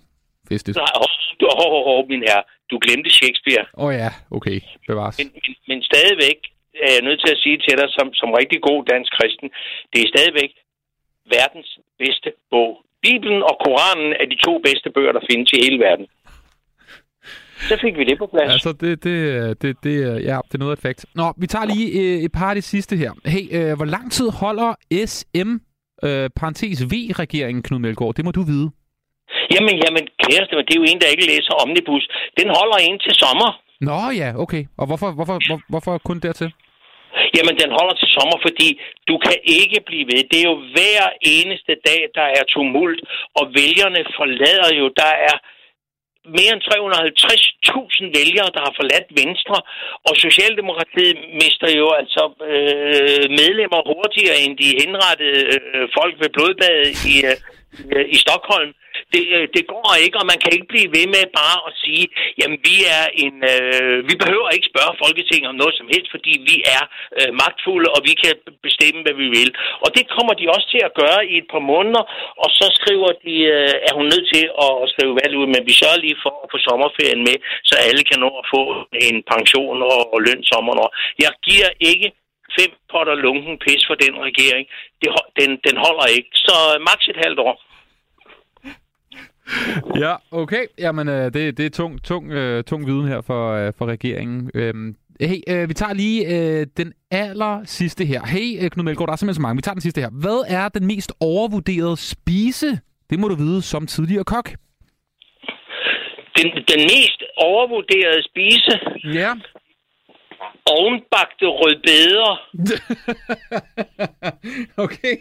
festligt. Nej, min herre. Du glemte Shakespeare. Ja, okay. Bevares. Men stadigvæk er jeg nødt til at sige til dig, som rigtig god dansk kristen, det er stadigvæk verdens bedste bog. Bibelen og Koranen er de 2 bedste bøger, der findes i hele verden. Så fik vi det på plads. Altså, det er noget af et fakt. Nå, vi tager lige et par af de sidste her. Hey, hvor lang tid holder SM, parentes V-regeringen, Knud Meldgaard? Det må du vide. Jamen, kæreste, det er jo en, der ikke læser Omnibus. Den holder ind til sommer. Nå ja, okay. Og hvorfor kun dertil? Jamen, den holder til sommer, fordi du kan ikke blive ved. Det er jo hver eneste dag, der er tumult, og vælgerne forlader jo. Der er mere end 350.000 vælgere, der har forladt Venstre, og Socialdemokratiet mister jo altså medlemmer hurtigere end de henrettede folk ved blodbadet i Stockholm. Det går ikke, og man kan ikke blive ved med bare at sige, jamen vi behøver ikke spørge Folketinget om noget som helst, fordi vi er magtfulde, og vi kan bestemme, hvad vi vil. Og det kommer de også til at gøre i et par måneder, og så skriver de, er hun nødt til at skrive valg ud, men vi sørger lige for at få sommerferien med, så alle kan nå at få en pension og løn sommeren. Jeg giver ikke 5 potter lunken pis for den regering. Den holder ikke. Så maks et halvt år. Ja, okay. Jamen, det er tung viden her for regeringen. Hey, vi tager lige den aller sidste her. Hey, Knud Meldgaard, der er simpelthen så mange. Vi tager den sidste her. Hvad er den mest overvurderede spise? Det må du vide som tidligere kok. Den mest overvurderede spise? Ja. Ovenbagte rødbeder. Okay.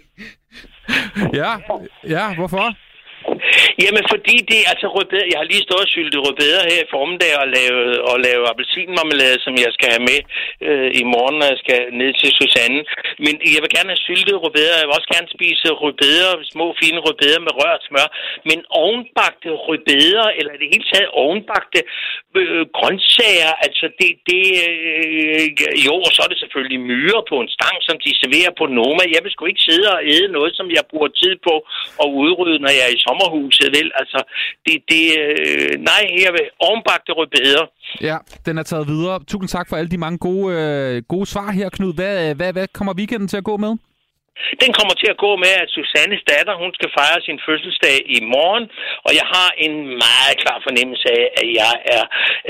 Ja, hvorfor? Jamen, fordi det er altså rødbeder. Jeg har lige stået og syltet rødbeder her i formiddag og lave appelsinmarmelade, som jeg skal have med i morgen, når jeg skal ned til Susanne. Men jeg vil gerne have syltet rødbeder. Jeg vil også gerne spise rødbeder, små fine rødbeder med rørt smør. Men ovenbagte rødbeder, eller i det hele taget ovenbagte grøntsager, altså jo, og så er det selvfølgelig myrer på en stang, som de serverer på Noma. Jeg vil sgu ikke sidde og æde noget, som jeg bruger tid på at udrydde, når jeg er i sommerhuset, vel? Altså, nej, her ved ovenbagte rødbeder. Ja, den er taget videre. Tusind tak for alle de mange gode svar her, Knud. Hvad kommer weekenden til at gå med? Den kommer til at gå med, at Susannes datter, hun skal fejre sin fødselsdag i morgen, og jeg har en meget klar fornemmelse af, at jeg er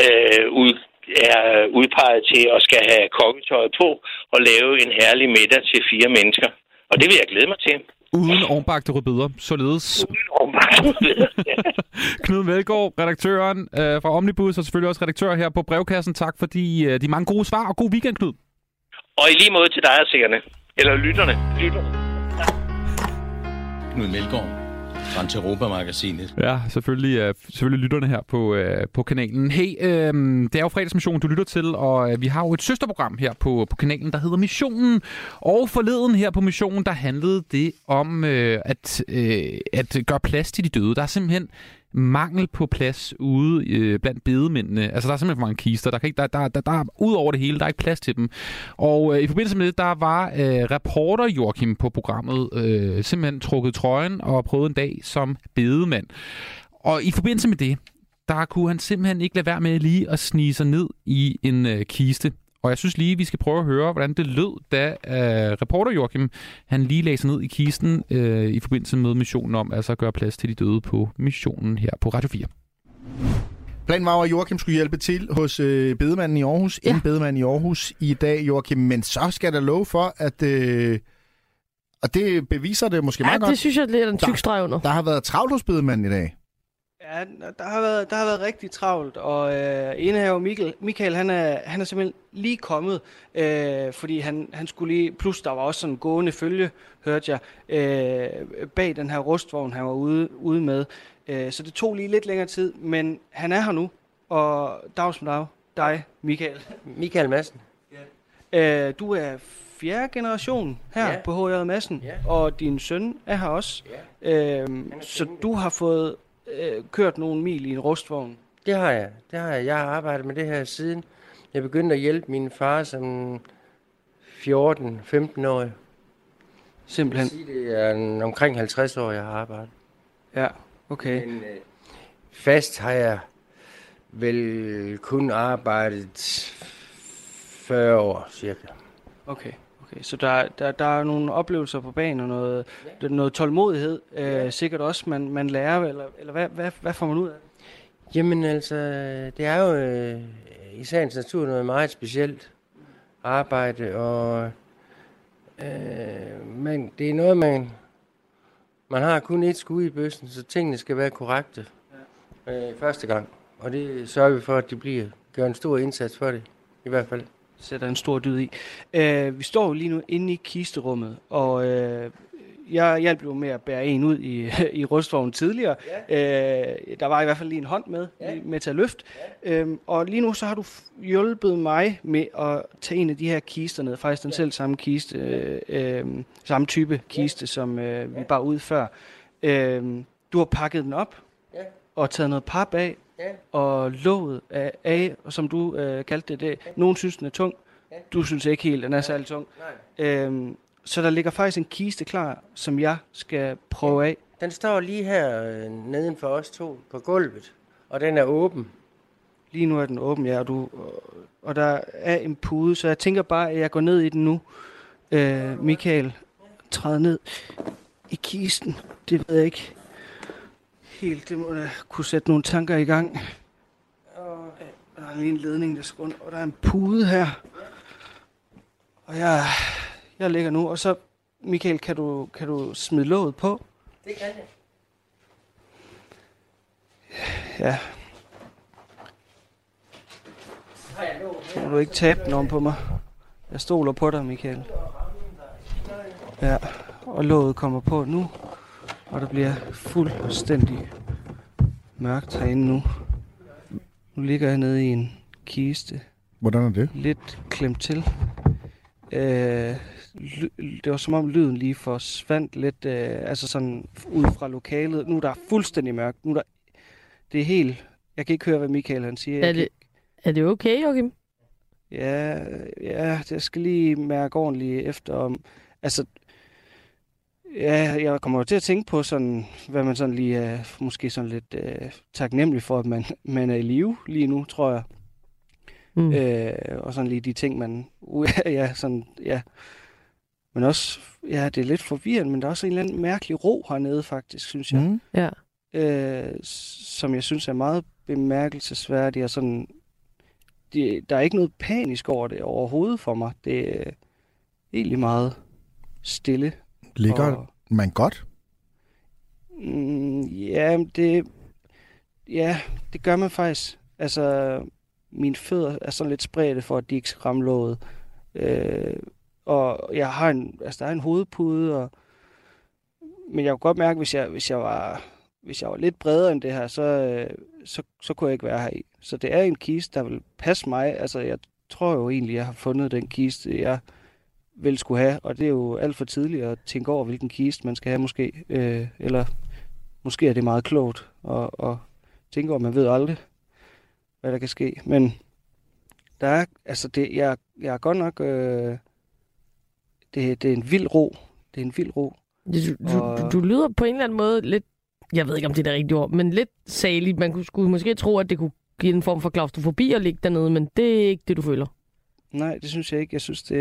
udpeget til at skal have kokketøjet på og lave en herlig middag til 4 mennesker. Og det vil jeg glæde mig til. Uden ovenbagte rødbeder, således. Uden ovenbagte rødbeder, ja. Knud Meldgaard, redaktøren fra Omnibus, og selvfølgelig også redaktør her på Brevkassen. Tak for de mange gode svar, og god weekend, Knud. Og i lige måde til dig og seerne. Eller lytterne. Knud Meldgaard, Trans Europa-magasinet. Ja, selvfølgelig lytterne her på kanalen. Hey, det er jo Fredagsmissionen, du lytter til, og vi har jo et søsterprogram her på kanalen, der hedder Missionen. Og forleden her på Missionen, der handlede det om at gøre plads til de døde. Der er simpelthen mangel på plads ude blandt bedemændene. Altså, der er simpelthen for mange kister. Der er ud over det hele, der er ikke plads til dem. Og i forbindelse med det, der var reporter Joachim på programmet simpelthen trukket trøjen og prøvet en dag som bedemand. Og i forbindelse med det, der kunne han simpelthen ikke lade være med lige at snige sig ned i en kiste. Og jeg synes lige, vi skal prøve at høre, hvordan det lød, da reporter Joachim, han lige lagde sig ned i kisten i forbindelse med missionen om altså at gøre plads til de døde på missionen her på Radio 4. Planen var, at Joachim skulle hjælpe til hos bedemanden i Aarhus. Ja. En bedemand i Aarhus i dag, Joachim. Men så skal der love for, at... og det beviser det måske meget godt. Ja, det synes jeg lidt er en tyk streg under. Der har været travlt hos bedemanden i dag. Ja, der har været rigtig travlt, og indehaver Michael, han er simpelthen lige kommet, fordi han skulle lige, plus der var også sådan en gående følge, hørte jeg, bag den her rustvogn, han var ude med. Så det tog lige lidt længere tid, men han er her nu, og dag som dag, dig, Michael. Michael Madsen. Ja. Du er 4. generation her på H.J. Madsen, og din søn er her også. Ja. Så du har fået kørt nogle mil i en rustvogn? Det har jeg. Jeg har arbejdet med det her siden. Jeg begyndte at hjælpe min far som 14-15 år. Simpelthen? Det er omkring 50 år, jeg har arbejdet. Ja, okay. fast har jeg vel kun arbejdet 40 år cirka. Okay. Så der er nogle oplevelser på banen og noget tålmodighed, sikkert også, man lærer, eller hvad får man ud af det? Jamen altså, det er jo i sagens natur noget meget specielt arbejde, og men det er noget, man har kun et skud i bøssen, så tingene skal være korrekte første gang. Og det sørger vi for, at de gør en stor indsats for det, i hvert fald. Sætter en stor dyd i. Vi står jo lige nu inde i kisterummet, og jeg hjalp jo med at bære en ud i rustvognen tidligere. Der var i hvert fald lige en hånd med til at løfte. Og lige nu så har du hjulpet mig med at tage en af de her kister ned. Faktisk den selv samme kiste, samme type kiste, som vi bar ud før. Du har pakket den op og taget noget pap af. Og låget af, som du kaldte det. Nogen synes, den er tung. Du synes ikke helt, den er særlig tung. Så der ligger faktisk en kiste klar, som jeg skal prøve af. Den står lige her neden for os to på gulvet, og den er åben. Lige nu er den åben, ja, og der er en pude, så jeg tænker bare, at jeg går ned i den nu. Michael, træder ned i kisten. Det ved jeg ikke helt. Det må da kunne sætte nogle tanker i gang. Og der er en ledning, der skal rundt, og der er en pude her. Og jeg ligger nu, og så, Michael, kan du smide låget på? Det kan jeg. Ja. Må du ikke tabe den om på mig? Jeg stoler på dig, Michael. Ja, og låget kommer på nu, og der bliver fuldstændig mørkt herinde nu. Nu ligger jeg nede i en kiste. Hvordan er det? Lidt klemt til. Det var som om lyden lige forsvandt lidt, altså sådan ud fra lokalet. Nu er der fuldstændig mørkt. Det er helt... Jeg kan ikke høre, hvad Michael han siger. Er det okay, Joachim? Ja, jeg skal lige mærke ordentligt efter om... Altså, ja, jeg kommer til at tænke på sådan, hvad man sådan lige er måske sådan lidt taknemmelig for, at man er i live lige nu, tror jeg. Og sådan lige de ting, man... Men også, ja, det er lidt forvirrende, men der er også en eller anden mærkelig ro hernede, faktisk, synes jeg. Ja. Som jeg synes er meget bemærkelsesværdig, og sådan... Der er ikke noget panisk over det overhovedet for mig. Det er egentlig meget stille. Ligger man godt? Det gør man faktisk. Altså, mine fødder er sådan lidt spredte for, at de ikke skal ramme låget. Og jeg har der er en hovedpude, men jeg kunne godt mærke, hvis jeg var lidt bredere end det her, så kunne jeg ikke være her i. Så det er en kiste, der vil passe mig. Altså, jeg tror jo egentlig, jeg har fundet den kiste, jeg vil skulle have, og det er jo alt for tidligt at tænke over, hvilken kiste man skal have måske. Eller måske er det meget klogt at tænke over, man ved aldrig, hvad der kan ske. Men der er, altså jeg er godt nok, det er en vild ro. Det er en vild ro. Du lyder på en eller anden måde lidt, jeg ved ikke om det er det rigtige ord, men lidt salig. Man skulle måske tro, at det kunne give en form for klaustrofobi at ligge dernede, men det er ikke det, du føler. Nej, det synes jeg ikke. Jeg synes,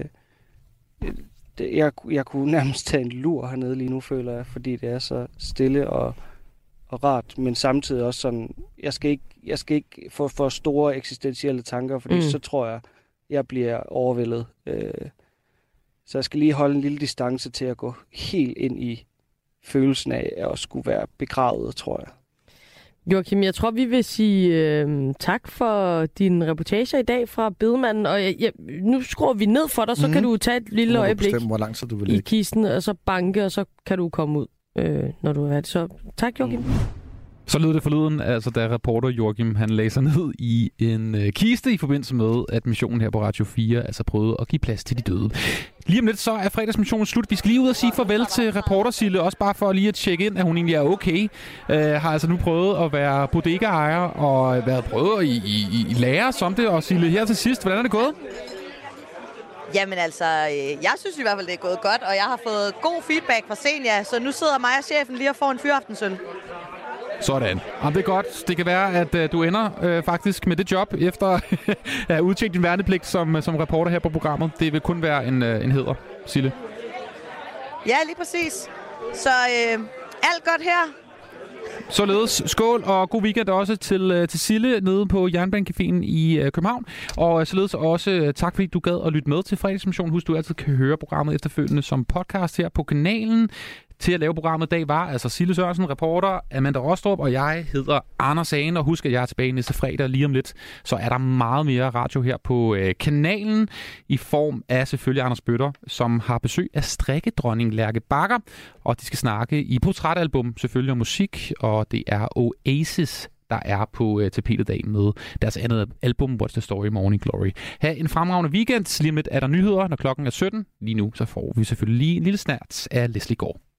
jeg kunne nærmest tage en lur hernede lige nu, føler jeg, fordi det er så stille og rart, men samtidig også sådan, jeg skal ikke få for store eksistentielle tanker, fordi så tror jeg bliver overvældet. Så jeg skal lige holde en lille distance til at gå helt ind i følelsen af at skulle være begravet, tror jeg. Joachim, jeg tror, vi vil sige tak for din reportage i dag fra Bedemanden, og nu skruer vi ned for dig, så kan du tage et lille øjeblik bestemme, hvor lang tid du vil ligge i kisten, og så banke, og så kan du komme ud, når du er det. Så tak, Joachim. Så lød det forleden, altså da reporter Joachim, han lagde sig ned i en kiste i forbindelse med, at missionen her på Radio 4 altså prøvede at give plads til de døde. Lige om lidt så er fredagsmissionen slut. Vi skal lige ud og sige farvel til reporter Sille, også bare for lige at tjekke ind, at hun egentlig er okay. Har altså nu prøvet at være bodega-ejer og været prøvet i lærer som det. Og Sille, her til sidst, hvordan er det gået? Jamen altså, jeg synes i hvert fald, det er gået godt, og jeg har fået god feedback fra Senja, så nu sidder mig og chefen lige og får en fyraftensøl. Sådan. Jamen, det er godt. Det kan være, at du ender faktisk med det job, efter at have udtjent din værnepligt som reporter her på programmet. Det vil kun være en hæder, Sille. Ja, lige præcis. Så alt godt her. Således skål og god weekend også til Sille nede på Jernbanecaféen i København. Og således også tak, fordi du gad at lytte med til Fredagsmission. Husk, du altid kan høre programmet efterfølgende som podcast her på kanalen. Til at lave programmet i dag var altså Sille Sørensen, reporter, Amanda Rostrup, og jeg hedder Anders Hagen. Og husk, at jeg er tilbage næste fredag lige om lidt. Så er der meget mere radio her på kanalen i form af selvfølgelig Anders Bøtter, som har besøg af strikkedronning Lærke Bagger. Og de skal snakke i portrætalbum, selvfølgelig om musik, og det er Oasis, der er på tapetet dag med deres andet album, What's the Story, Morning Glory. Ha' en fremragende weekend. Lige om lidt er der nyheder, når klokken er 17. Lige nu så får vi selvfølgelig lige en lille snert af Leslie Gård.